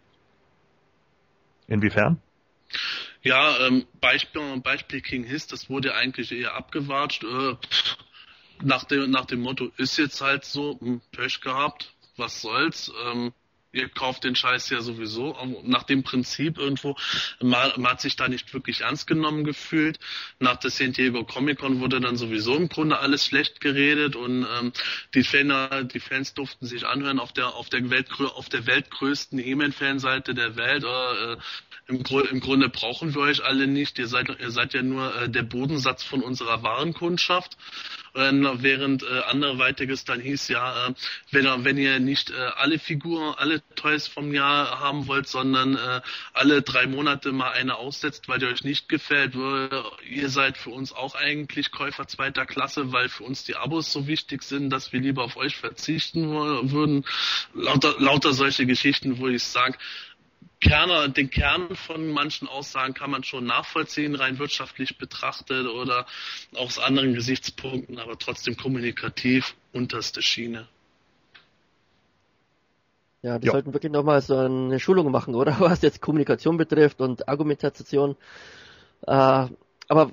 Inwiefern? Ja, Beispiel King Hiss, das wurde eigentlich eher abgewatscht. Nach dem Motto, ist jetzt halt so, Pech gehabt, was soll's, ihr kauft den Scheiß ja sowieso, nach dem Prinzip irgendwo, man hat sich da nicht wirklich ernst genommen gefühlt. Nach der San Diego Comic-Con wurde dann sowieso im Grunde alles schlecht geredet und die Fans durften sich anhören auf der weltgrößten He-Man-Fanseite der Welt, Im Grunde brauchen wir euch alle nicht. Ihr seid ja nur der Bodensatz von unserer Warenkundschaft. Während anderweitiges dann hieß, ja, wenn ihr nicht alle Figuren, alle Toys vom Jahr haben wollt, sondern alle 3 Monate mal eine aussetzt, weil die euch nicht gefällt, ihr seid für uns auch eigentlich Käufer zweiter Klasse, weil für uns die Abos so wichtig sind, dass wir lieber auf euch verzichten würden. Lauter solche Geschichten, wo ich sage, den Kern von manchen Aussagen kann man schon nachvollziehen, rein wirtschaftlich betrachtet oder aus anderen Gesichtspunkten, aber trotzdem kommunikativ unterste Schiene. Ja, wir sollten wirklich nochmal so eine Schulung machen, oder? Was jetzt Kommunikation betrifft und Argumentation. Aber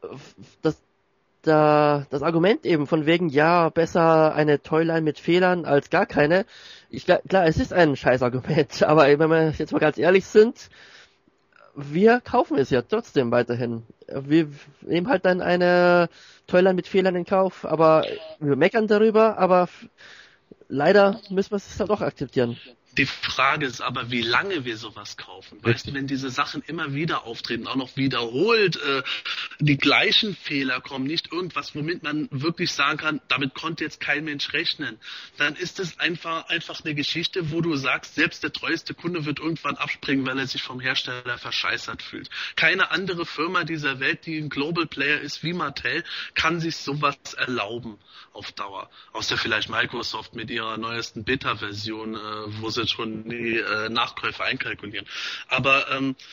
das Argument eben von wegen, ja, besser eine Toyline mit Fehlern als gar keine. Klar, es ist ein Scheißargument, aber wenn wir jetzt mal ganz ehrlich sind, wir kaufen es ja trotzdem weiterhin. Wir nehmen halt dann eine Toyline mit Fehlern in Kauf, aber wir meckern darüber, aber leider müssen wir es dann doch akzeptieren. Die Frage ist aber, wie lange wir sowas kaufen. Weißt du, wenn diese Sachen immer wieder auftreten, auch noch wiederholt, die gleichen Fehler kommen, nicht irgendwas, womit man wirklich sagen kann, damit konnte jetzt kein Mensch rechnen, dann ist es einfach eine Geschichte, wo du sagst, selbst der treueste Kunde wird irgendwann abspringen, weil er sich vom Hersteller verscheißert fühlt. Keine andere Firma dieser Welt, die ein Global Player ist wie Mattel, kann sich sowas erlauben auf Dauer. Außer vielleicht Microsoft mit ihrer neuesten Beta-Version, wo sie schon die Nachkäufe einkalkulieren. Aber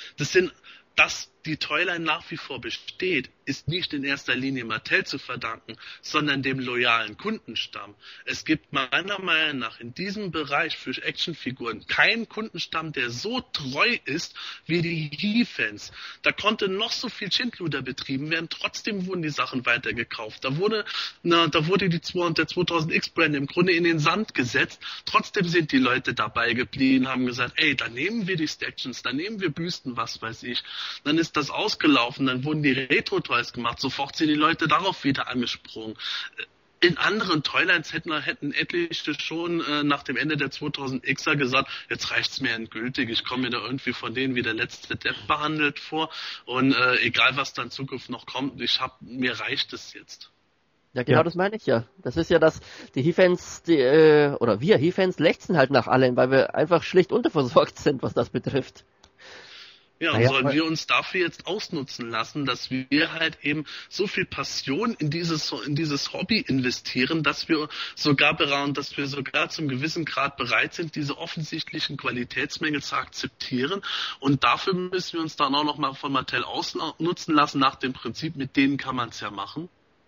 dass die Toyline nach wie vor besteht, ist nicht in erster Linie Mattel zu verdanken, sondern dem loyalen Kundenstamm. Es gibt meiner Meinung nach in diesem Bereich für Actionfiguren keinen Kundenstamm, der so treu ist wie die He-Fans. Da konnte noch so viel Schindluder betrieben werden, trotzdem wurden die Sachen weitergekauft. Da wurde der 2000X-Brand im Grunde in den Sand gesetzt. Trotzdem sind die Leute dabei geblieben, haben gesagt, ey, da nehmen wir die Stactions, da nehmen wir Büsten, was weiß ich. Dann ist das ausgelaufen, dann wurden die Retro-Toys gemacht, sofort sind die Leute darauf wieder angesprungen. In anderen Toylines hätten etliche schon nach dem Ende der 2000Xer gesagt, jetzt reicht's mir endgültig, ich komme mir da irgendwie von denen wie der letzte Depp behandelt vor und egal was dann in Zukunft noch kommt, mir reicht es jetzt. Ja, genau, das meine ich ja. Das ist ja die He-Fans, wir He-Fans lechzen halt nach allem, weil wir einfach schlicht unterversorgt sind, was das betrifft. Ja, und sollen wir uns dafür jetzt ausnutzen lassen, dass wir halt eben so viel Passion in dieses Hobby investieren, dass wir sogar zum gewissen Grad bereit sind, diese offensichtlichen Qualitätsmängel zu akzeptieren. Und dafür müssen wir uns dann auch nochmal von Mattel ausnutzen lassen, nach dem Prinzip, mit denen kann man es ja machen.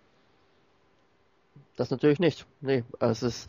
Das natürlich nicht. Nee, es ist,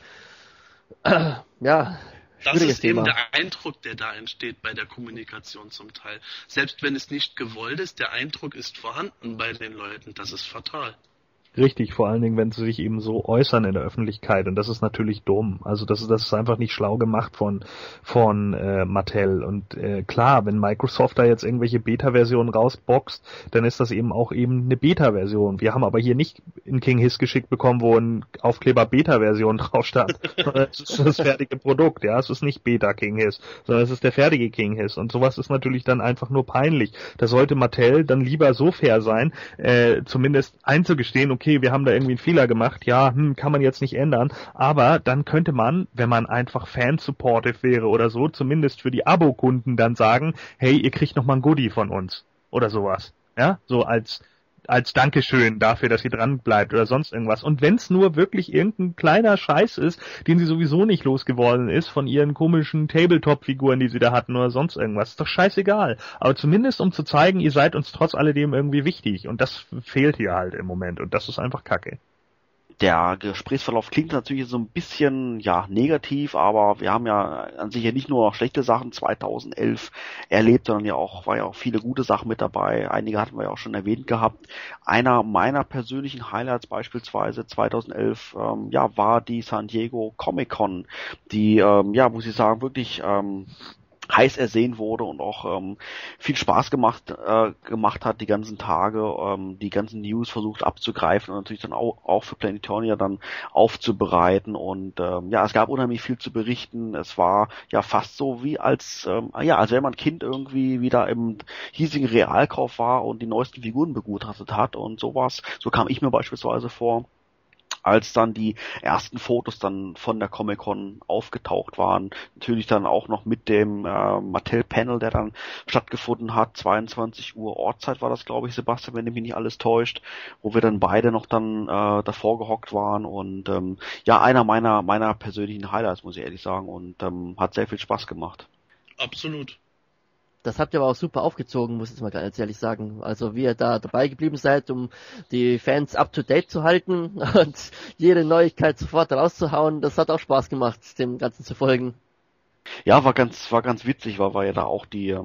das ist eben der Eindruck, der da entsteht bei der Kommunikation zum Teil. Selbst wenn es nicht gewollt ist, der Eindruck ist vorhanden bei den Leuten. Das ist fatal. Richtig, vor allen Dingen, wenn sie sich eben so äußern in der Öffentlichkeit, und das ist natürlich dumm. Also das ist einfach nicht schlau gemacht von Mattel. Und klar, wenn Microsoft da jetzt irgendwelche Beta-Versionen rausboxt, dann ist das eben auch eine Beta-Version. Wir haben aber hier nicht in King Hiss geschickt bekommen, wo ein Aufkleber Beta-Version drauf stand. Es ist das fertige Produkt, ja. Es ist nicht Beta King Hiss, sondern es ist der fertige King Hiss. Und sowas ist natürlich dann einfach nur peinlich. Da sollte Mattel dann lieber so fair sein, zumindest einzugestehen, okay, wir haben da irgendwie einen Fehler gemacht, ja, kann man jetzt nicht ändern, aber dann könnte man, wenn man einfach fan-supportive wäre oder so, zumindest für die Abo-Kunden dann sagen, hey, ihr kriegt nochmal ein Goodie von uns oder sowas, ja, so als Dankeschön dafür, dass ihr dran bleibt oder sonst irgendwas. Und wenn es nur wirklich irgendein kleiner Scheiß ist, den sie sowieso nicht losgeworden ist von ihren komischen Tabletop-Figuren, die sie da hatten oder sonst irgendwas, ist doch scheißegal. Aber zumindest um zu zeigen, ihr seid uns trotz alledem irgendwie wichtig. Und das fehlt hier halt im Moment. Und das ist einfach Kacke. Der Gesprächsverlauf klingt natürlich so ein bisschen, negativ, aber wir haben ja an sich ja nicht nur schlechte Sachen 2011 erlebt, sondern war ja auch viele gute Sachen mit dabei. Einige hatten wir ja auch schon erwähnt gehabt. Einer meiner persönlichen Highlights beispielsweise 2011, war die San Diego Comic Con, die, muss ich sagen, wirklich, heiß ersehen wurde und auch viel Spaß gemacht hat die ganzen Tage, die ganzen News versucht abzugreifen und natürlich dann auch für Planetonia dann aufzubereiten und es gab unheimlich viel zu berichten. Es war ja fast so wie als wenn man Kind irgendwie wieder im hiesigen Realkauf war und die neuesten Figuren begutachtet hat und sowas. So kam ich mir beispielsweise vor, als dann die ersten Fotos dann von der Comic-Con aufgetaucht waren. Natürlich dann auch noch mit dem Mattel-Panel, der dann stattgefunden hat. 22 Uhr Ortszeit war das, glaube ich, Sebastian, wenn mich nicht alles täuscht, wo wir dann beide noch dann davor gehockt waren und einer meiner persönlichen Highlights, muss ich ehrlich sagen, und hat sehr viel Spaß gemacht. Absolut. Das habt ihr aber auch super aufgezogen, muss ich mal ganz ehrlich sagen. Also wie ihr da dabei geblieben seid, um die Fans up to date zu halten und jede Neuigkeit sofort rauszuhauen, das hat auch Spaß gemacht, dem Ganzen zu folgen. Ja, war ganz witzig, weil wir ja da auch die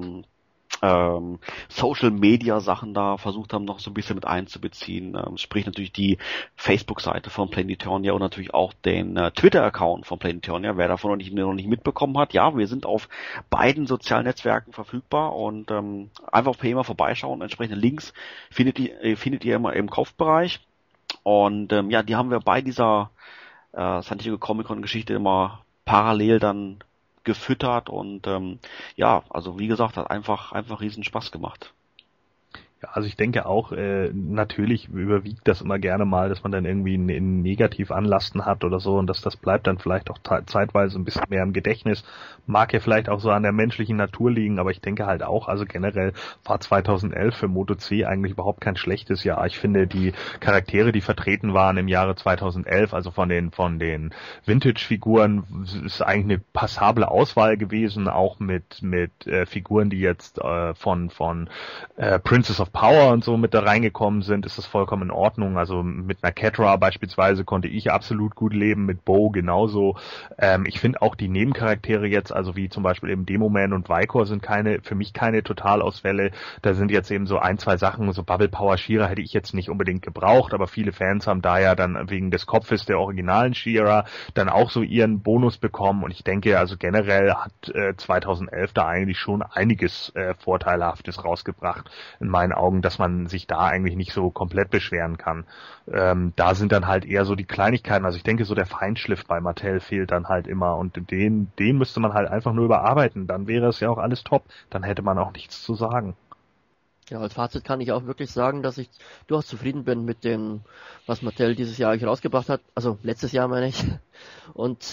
Social Media Sachen da versucht haben, noch so ein bisschen mit einzubeziehen. Sprich natürlich die Facebook-Seite von Planetonia und natürlich auch den Twitter-Account von Planetonia. Wer davon noch nicht mitbekommen hat, ja, wir sind auf beiden sozialen Netzwerken verfügbar und einfach per E-Mail vorbeischauen. Entsprechende Links findet ihr immer im Kaufbereich. Und die haben wir bei dieser San Diego Comic-Con-Geschichte immer parallel dann gefüttert und also wie gesagt, hat einfach riesen Spaß gemacht. Ja, also ich denke auch, natürlich überwiegt das immer gerne mal, dass man dann irgendwie einen Negativanlasten hat oder so und das bleibt dann vielleicht auch zeitweise ein bisschen mehr im Gedächtnis. Mag ja vielleicht auch so an der menschlichen Natur liegen, aber ich denke halt auch, also generell war 2011 für Moto C eigentlich überhaupt kein schlechtes Jahr. Ich finde, die Charaktere, die vertreten waren im Jahre 2011, also von den Vintage-Figuren, ist eigentlich eine passable Auswahl gewesen, auch mit Figuren, die jetzt von Princess of Power und so mit da reingekommen sind, ist das vollkommen in Ordnung. Also mit einer Catra beispielsweise konnte ich absolut gut leben, mit Bo genauso. Ich finde auch die Nebencharaktere jetzt, also wie zum Beispiel eben Demoman und Vicor, sind für mich keine Totalausfälle. Da sind jetzt eben so ein, zwei Sachen, so Bubble Power She-Ra hätte ich jetzt nicht unbedingt gebraucht, aber viele Fans haben da ja dann wegen des Kopfes der originalen She-Ra dann auch so ihren Bonus bekommen und ich denke, also generell hat 2011 da eigentlich schon einiges Vorteilhaftes rausgebracht in meinen Augen, dass man sich da eigentlich nicht so komplett beschweren kann. Da sind dann halt eher so die Kleinigkeiten, also ich denke so der Feinschliff bei Mattel fehlt dann halt immer und den müsste man halt einfach nur überarbeiten, dann wäre es ja auch alles top, dann hätte man auch nichts zu sagen. Ja, als Fazit kann ich auch wirklich sagen, dass ich durchaus zufrieden bin mit dem, was Mattel dieses Jahr eigentlich rausgebracht hat, also letztes Jahr meine ich. Und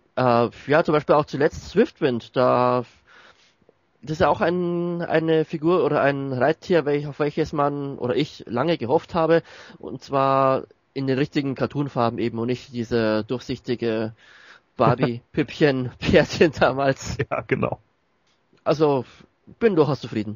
zum Beispiel auch zuletzt Swiftwind, das ist ja auch eine Figur oder ein Reittier, auf welches man oder ich lange gehofft habe, und zwar in den richtigen Cartoonfarben eben und nicht diese durchsichtige Barbie-Püppchen-Pärchen damals. Ja, genau. Also, bin durchaus zufrieden.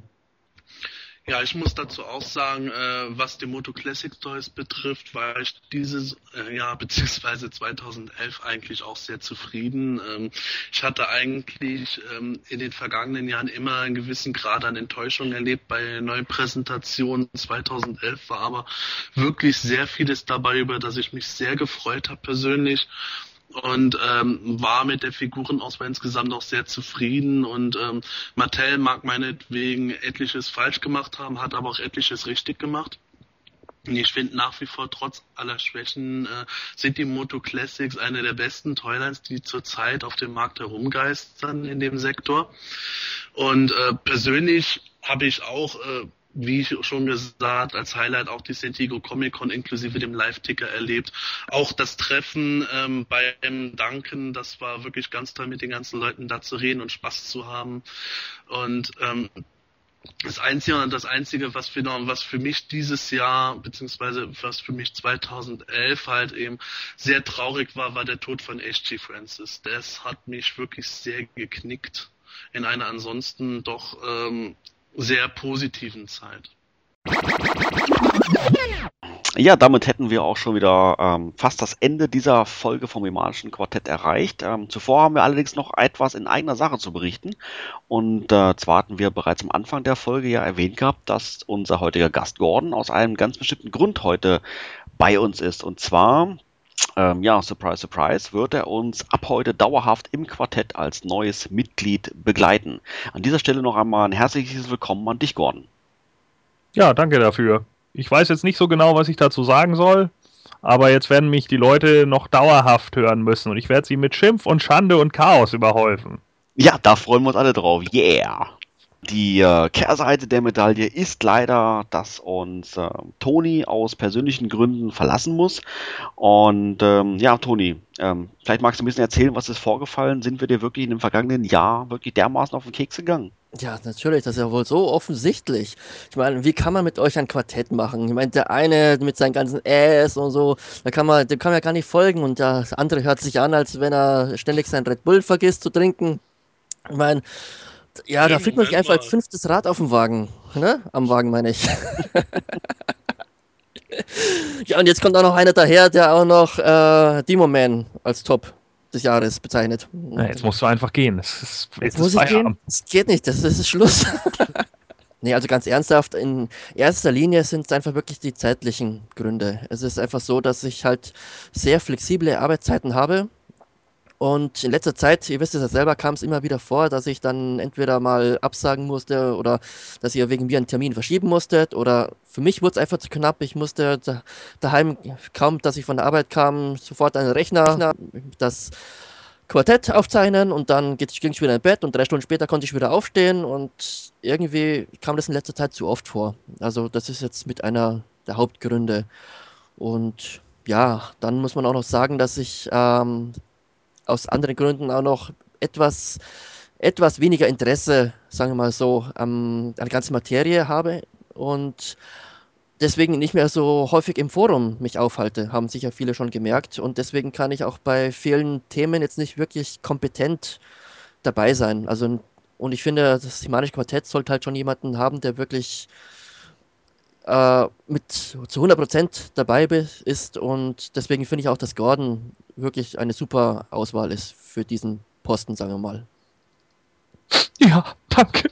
Ja, ich muss dazu auch sagen, was die Moto Classic Toys betrifft, war ich dieses Jahr beziehungsweise 2011 eigentlich auch sehr zufrieden. Ich hatte eigentlich in den vergangenen Jahren immer einen gewissen Grad an Enttäuschung erlebt bei Neupräsentationen. 2011 war aber wirklich sehr vieles dabei, über das ich mich sehr gefreut habe persönlich. Und war mit der Figurenauswahl insgesamt auch sehr zufrieden und Mattel mag meinetwegen etliches falsch gemacht haben, hat aber auch etliches richtig gemacht. Und ich finde nach wie vor, trotz aller Schwächen, sind die Moto Classics eine der besten Toylines, die zurzeit auf dem Markt herumgeistern in dem Sektor. Und persönlich habe ich auch wie ich schon gesagt, als Highlight auch die San Diego Comic-Con inklusive dem Live-Ticker erlebt. Auch das Treffen beim Duncan, das war wirklich ganz toll, mit den ganzen Leuten da zu reden und Spaß zu haben. Und das Einzige, was für mich dieses Jahr, beziehungsweise was für mich 2011 halt eben sehr traurig war der Tod von H.G. Francis. Das hat mich wirklich sehr geknickt in einer ansonsten doch sehr positiven Zeit. Ja, damit hätten wir auch schon wieder fast das Ende dieser Folge vom Mimanischen Quartett erreicht. Zuvor haben wir allerdings noch etwas in eigener Sache zu berichten. Und zwar hatten wir bereits am Anfang der Folge ja erwähnt gehabt, dass unser heutiger Gast Gordon aus einem ganz bestimmten Grund heute bei uns ist. Und zwar ja, surprise, surprise, wird er uns ab heute dauerhaft im Quartett als neues Mitglied begleiten. An dieser Stelle noch einmal ein herzliches Willkommen an dich, Gordon. Ja, danke dafür. Ich weiß jetzt nicht so genau, was ich dazu sagen soll, aber jetzt werden mich die Leute noch dauerhaft hören müssen und ich werde sie mit Schimpf und Schande und Chaos überhäufen. Ja, da freuen wir uns alle drauf. Yeah! Die Kehrseite der Medaille ist leider, dass uns Toni aus persönlichen Gründen verlassen muss. Und ja, Toni, vielleicht magst du ein bisschen erzählen, was ist vorgefallen? Sind wir dir wirklich in dem vergangenen Jahr wirklich dermaßen auf den Keks gegangen? Ja, natürlich, das ist ja wohl so offensichtlich. Ich meine, wie kann man mit euch ein Quartett machen? Ich meine, der eine mit seinen ganzen Äs und so, dem kann man ja gar nicht folgen und der andere hört sich an, als wenn er ständig sein Red Bull vergisst zu trinken. Ich meine, ja, da fühlt man sich einfach als 5. Rad auf dem Wagen, ne? Am Wagen meine ich. Ja, und jetzt kommt auch noch einer daher, der auch noch Demo Man als Top des Jahres bezeichnet. Na, jetzt musst du einfach gehen. Jetzt muss ich gehen? Das geht nicht, das ist Schluss. Nee, also ganz ernsthaft, in erster Linie sind es einfach wirklich die zeitlichen Gründe. Es ist einfach so, dass ich halt sehr flexible Arbeitszeiten habe. Und in letzter Zeit, ihr wisst es ja selber, kam es immer wieder vor, dass ich dann entweder mal absagen musste oder dass ihr wegen mir einen Termin verschieben musstet oder für mich wurde es einfach zu knapp. Ich musste daheim, kaum dass ich von der Arbeit kam, sofort an den Rechner, das Quartett aufzeichnen und dann ging ich wieder ins Bett und 3 Stunden später konnte ich wieder aufstehen und irgendwie kam das in letzter Zeit zu oft vor. Also das ist jetzt mit einer der Hauptgründe. Und ja, dann muss man auch noch sagen, dass ich aus anderen Gründen auch noch etwas weniger Interesse, sagen wir mal so, an der ganzen Materie habe und deswegen nicht mehr so häufig im Forum mich aufhalte, haben sicher viele schon gemerkt und deswegen kann ich auch bei vielen Themen jetzt nicht wirklich kompetent dabei sein. Also, und ich finde, das Himanische Quartett sollte halt schon jemanden haben, der wirklich mit zu 100% dabei ist und deswegen finde ich auch, dass Gordon wirklich eine super Auswahl ist für diesen Posten, sagen wir mal. Ja, danke.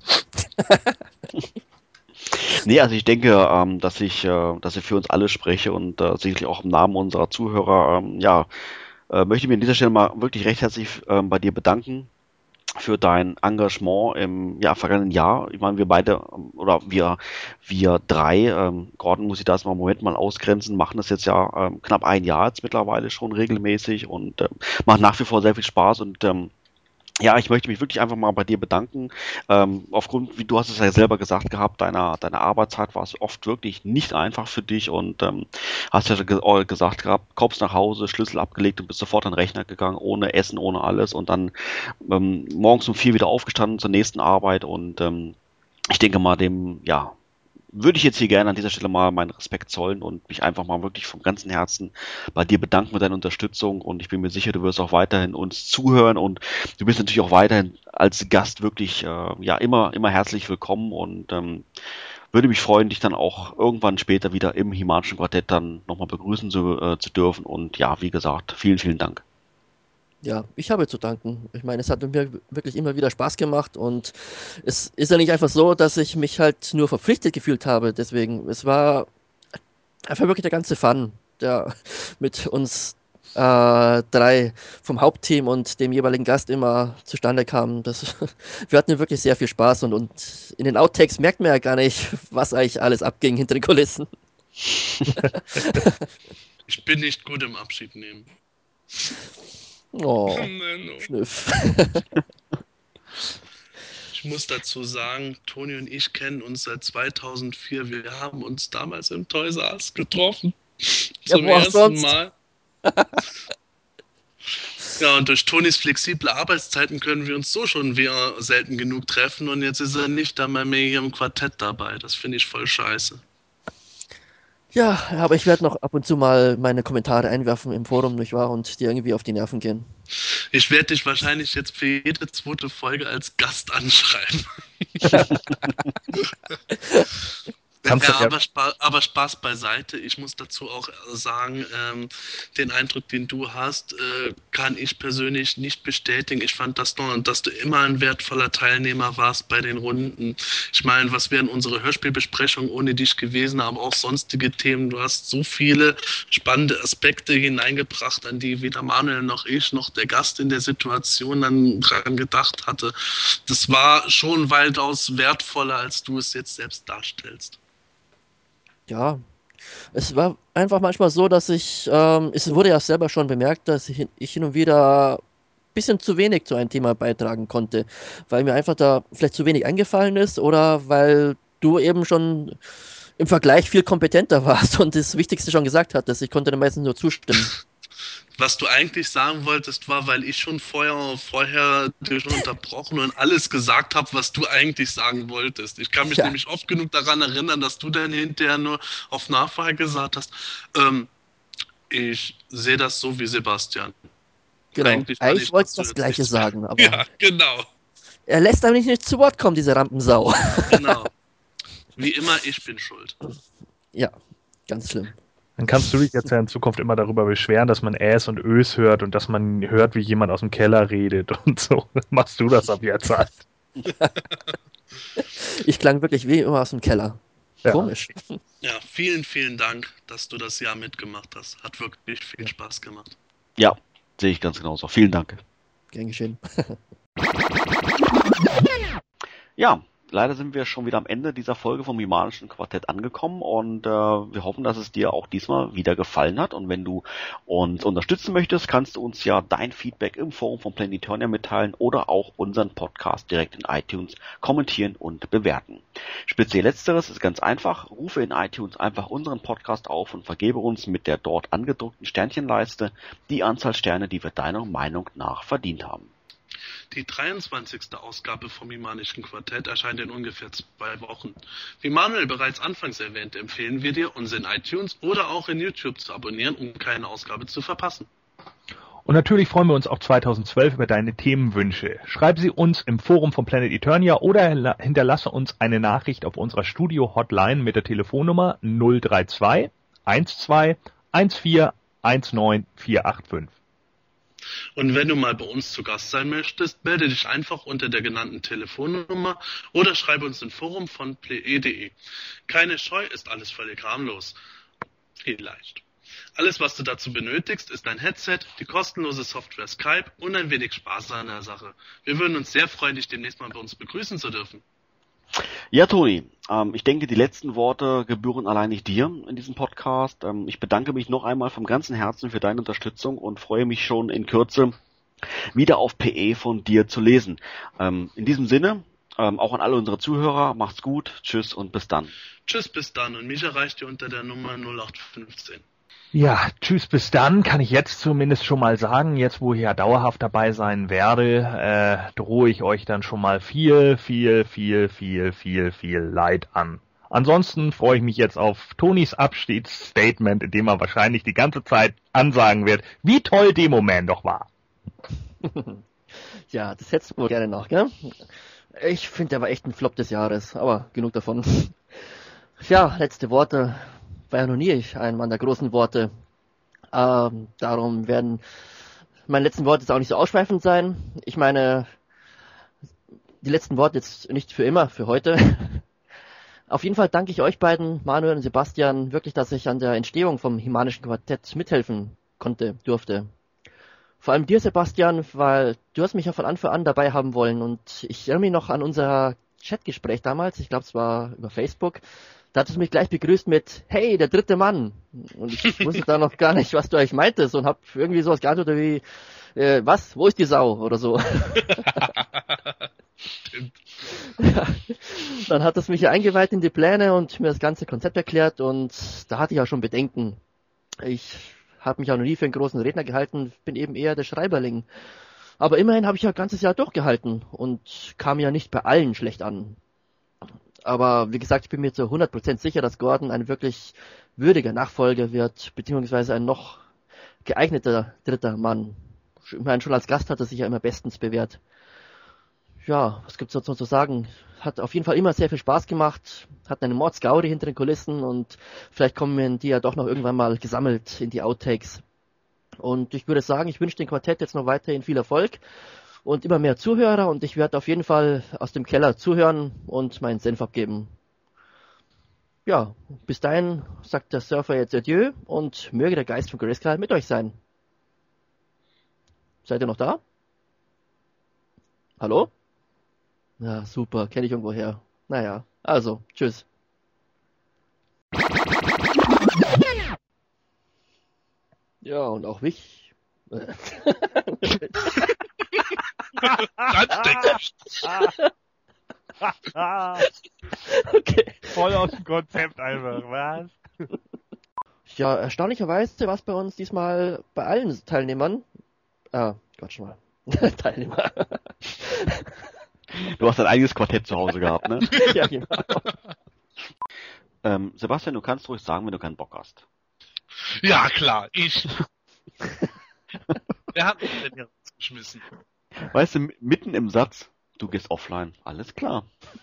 Nee, also ich denke, dass ich für uns alle spreche und sicherlich auch im Namen unserer Zuhörer, möchte ich mich an dieser Stelle mal wirklich recht herzlich bei dir bedanken für dein Engagement im vergangenen Jahr. Ich meine, wir beide oder wir drei, Gordon muss ich da erstmal einen Moment mal ausgrenzen, machen das jetzt ja knapp ein Jahr jetzt mittlerweile schon regelmäßig und macht nach wie vor sehr viel Spaß und ja, ich möchte mich wirklich einfach mal bei dir bedanken. Aufgrund, wie du hast es ja selber gesagt gehabt, deiner Arbeitszeit war es oft wirklich nicht einfach für dich und hast ja gesagt gehabt, kommst nach Hause, Schlüssel abgelegt und bist sofort an den Rechner gegangen, ohne Essen, ohne alles und dann morgens um 4 wieder aufgestanden zur nächsten Arbeit und ich denke mal, würde ich jetzt hier gerne an dieser Stelle mal meinen Respekt zollen und mich einfach mal wirklich vom ganzen Herzen bei dir bedanken für deine Unterstützung und ich bin mir sicher, du wirst auch weiterhin uns zuhören und du bist natürlich auch weiterhin als Gast wirklich immer herzlich willkommen und würde mich freuen, dich dann auch irgendwann später wieder im Himanischen Quartett dann nochmal begrüßen zu dürfen und ja, wie gesagt, vielen, vielen Dank. Ja, ich habe zu danken. Ich meine, es hat mir wirklich immer wieder Spaß gemacht und es ist ja nicht einfach so, dass ich mich halt nur verpflichtet gefühlt habe. Deswegen, es war einfach wirklich der ganze Fun, der mit uns 3 vom Hauptteam und dem jeweiligen Gast immer zustande kam. Wir hatten wirklich sehr viel Spaß und in den Outtakes merkt man ja gar nicht, was eigentlich alles abging hinter den Kulissen. Ich bin nicht gut im Abschied nehmen. Oh, Schnüff. Ich muss dazu sagen, Toni und ich kennen uns seit 2004. Wir haben uns damals im Toys R Us getroffen. Zum ersten Mal. Ja, und durch Tonis flexible Arbeitszeiten können wir uns so schon wieder selten genug treffen und jetzt ist er nicht einmal mehr hier im Quartett dabei. Das finde ich voll scheiße. Ja, aber ich werde noch ab und zu mal meine Kommentare einwerfen im Forum, nicht wahr? Und dir irgendwie auf die Nerven gehen. Ich werde dich wahrscheinlich jetzt für jede 2. Folge als Gast anschreiben. Aber Spaß beiseite. Ich muss dazu auch sagen, den Eindruck, den du hast, kann ich persönlich nicht bestätigen. Ich fand dass du immer ein wertvoller Teilnehmer warst bei den Runden. Ich meine, was wären unsere Hörspielbesprechungen ohne dich gewesen, aber auch sonstige Themen. Du hast so viele spannende Aspekte hineingebracht, an die weder Manuel noch ich noch der Gast in der Situation dann dran gedacht hatte. Das war schon weitaus wertvoller, als du es jetzt selbst darstellst. Ja, es war einfach manchmal so, dass es wurde ja selber schon bemerkt, dass ich hin und wieder ein bisschen zu wenig zu einem Thema beitragen konnte, weil mir einfach da vielleicht zu wenig eingefallen ist oder weil du eben schon im Vergleich viel kompetenter warst und das Wichtigste schon gesagt hattest. Ich konnte dann meistens nur zustimmen. Was du eigentlich sagen wolltest, war, weil ich schon vorher dir schon unterbrochen und alles gesagt habe, was du eigentlich sagen wolltest. Ich kann mich nämlich oft genug daran erinnern, dass du dann hinterher nur auf Nachfrage gesagt hast, ich sehe das so wie Sebastian. Genau, eigentlich wollte ich das Gleiche sagen, aber ja, genau. Er lässt aber nicht zu Wort kommen, diese Rampensau. Genau. Wie immer, ich bin schuld. Ja, ganz schlimm. Dann kannst du dich jetzt ja in Zukunft immer darüber beschweren, dass man Äs und Ös hört und dass man hört, wie jemand aus dem Keller redet und so. Machst du das ab jetzt halt. Ich klang wirklich wie immer aus dem Keller. Ja. Komisch. Ja, vielen, vielen Dank, dass du das Jahr mitgemacht hast. Hat wirklich viel Spaß gemacht. Ja, sehe ich ganz genauso. Vielen Dank. Gern geschehen. Ja, leider sind wir schon wieder am Ende dieser Folge vom Himanischen Quartett angekommen und wir hoffen, dass es dir auch diesmal wieder gefallen hat. Und wenn du uns unterstützen möchtest, kannst du uns ja dein Feedback im Forum von Planet Eternia mitteilen oder auch unseren Podcast direkt in iTunes kommentieren und bewerten. Speziell letzteres ist ganz einfach. Rufe in iTunes einfach unseren Podcast auf und vergebe uns mit der dort angedruckten Sternchenleiste die Anzahl Sterne, die wir deiner Meinung nach verdient haben. Die 23. Ausgabe vom Himanischen Quartett erscheint in ungefähr 2 Wochen. Wie Manuel bereits anfangs erwähnte, empfehlen wir dir, uns in iTunes oder auch in YouTube zu abonnieren, um keine Ausgabe zu verpassen. Und natürlich freuen wir uns auch 2012 über deine Themenwünsche. Schreib sie uns im Forum von Planet Eternia oder hinterlasse uns eine Nachricht auf unserer Studio-Hotline mit der Telefonnummer 032 12 14 19 485. Und wenn du mal bei uns zu Gast sein möchtest, melde dich einfach unter der genannten Telefonnummer oder schreibe uns im Forum von play.de. Keine Scheu, ist alles völlig harmlos. Vielleicht. Alles, was du dazu benötigst, ist ein Headset, die kostenlose Software Skype und ein wenig Spaß an der Sache. Wir würden uns sehr freuen, dich demnächst mal bei uns begrüßen zu dürfen. Ja, Toni, ich denke, die letzten Worte gebühren allein nicht dir in diesem Podcast. Ich bedanke mich noch einmal vom ganzen Herzen für deine Unterstützung und freue mich schon in Kürze wieder auf PE von dir zu lesen. In diesem Sinne, auch an alle unsere Zuhörer, macht's gut, tschüss und bis dann. Tschüss, bis dann und mich erreicht ihr unter der Nummer 0815. Ja, tschüss, bis dann, kann ich jetzt zumindest schon mal sagen. Jetzt, wo ich ja dauerhaft dabei sein werde, drohe ich euch dann schon mal viel Leid an. Ansonsten freue ich mich jetzt auf Tonis Abschiedsstatement, in dem er wahrscheinlich die ganze Zeit ansagen wird, wie toll Demo-Man doch war. Ja, das hättest du wohl gerne noch, gell? Ich finde, der war echt ein Flop des Jahres, aber genug davon. Ja, letzte Worte. War ja noch nie ein Mann der großen Worte. Darum werden meine letzten Worte jetzt auch nicht so ausschweifend sein. Ich meine, die letzten Worte jetzt nicht für immer, für heute. Auf jeden Fall danke ich euch beiden, Manuel und Sebastian, wirklich, dass ich an der Entstehung vom Himanischen Quartett mithelfen durfte. Vor allem dir, Sebastian, weil du hast mich ja von Anfang an dabei haben wollen und ich erinnere mich noch an unser Chatgespräch damals, ich glaube es war über Facebook. Da hat es mich gleich begrüßt mit, hey, der dritte Mann. Und ich wusste da noch gar nicht, was du eigentlich meintest und hab irgendwie sowas geantwortet wie, was, wo ist die Sau? Oder so. Ja, dann hat es mich ja eingeweiht in die Pläne und mir das ganze Konzept erklärt und da hatte ich auch schon Bedenken. Ich habe mich auch noch nie für einen großen Redner gehalten, bin eben eher der Schreiberling. Aber immerhin habe ich ja ein ganzes Jahr durchgehalten und kam ja nicht bei allen schlecht an. Aber wie gesagt, ich bin mir zu 100% sicher, dass Gordon ein wirklich würdiger Nachfolger wird, beziehungsweise ein noch geeigneter dritter Mann. Ich meine, schon als Gast hat er sich ja immer bestens bewährt. ja, was gibt's dazu zu sagen? Hat auf jeden Fall immer sehr viel Spaß gemacht, hat eine Mordsgaudi hinter den Kulissen und vielleicht kommen die ja doch noch irgendwann mal gesammelt in die Outtakes. Und ich würde sagen, ich wünsche dem Quartett jetzt noch weiterhin viel Erfolg und immer mehr Zuhörer und ich werde auf jeden Fall aus dem Keller zuhören und meinen Senf abgeben. Ja, bis dahin sagt der Surfer jetzt Adieu und möge der Geist von Grayskull mit euch sein. Seid ihr noch da? Hallo? Ja, super, kenne ich irgendwo her. Naja, also, tschüss. Ja, und auch mich. Okay. Voll aus dem Konzept einfach, was? Ja, erstaunlicherweise war es bei uns diesmal bei allen Teilnehmern. Gott schon mal. Teilnehmer. Du hast dein eigenes Quartett zu Hause gehabt, ne? Ja, genau. Sebastian, du kannst ruhig sagen, wenn du keinen Bock hast. Ja, klar, ich. Wer hat mich denn hier rausgeschmissen? Weißt du, mitten im Satz, du gehst offline. Alles klar.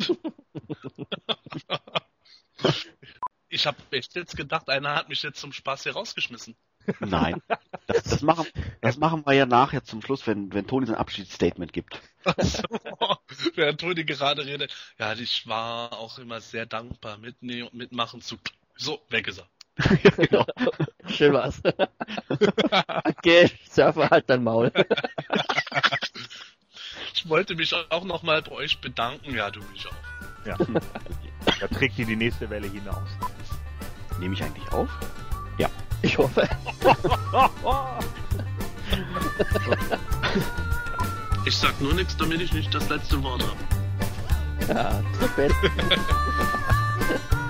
Ich habe echt jetzt gedacht, einer hat mich jetzt zum Spaß hier rausgeschmissen. Nein. Das machen wir ja nachher zum Schluss, wenn Toni sein Abschiedsstatement gibt. Also, während Toni gerade redet. Ja, ich war auch immer sehr dankbar, mitmachen zu. So, weg ist er. Genau. Schön war's. Okay, Surfer, halt dein Maul. Ich wollte mich auch nochmal bei euch bedanken. Ja, du mich auch. Ja. Da trägt die nächste Welle hinaus. Nehme ich eigentlich auf? Ja. Ich hoffe. Ich sag nur nichts, damit ich nicht das letzte Wort habe. Ja, zu spät.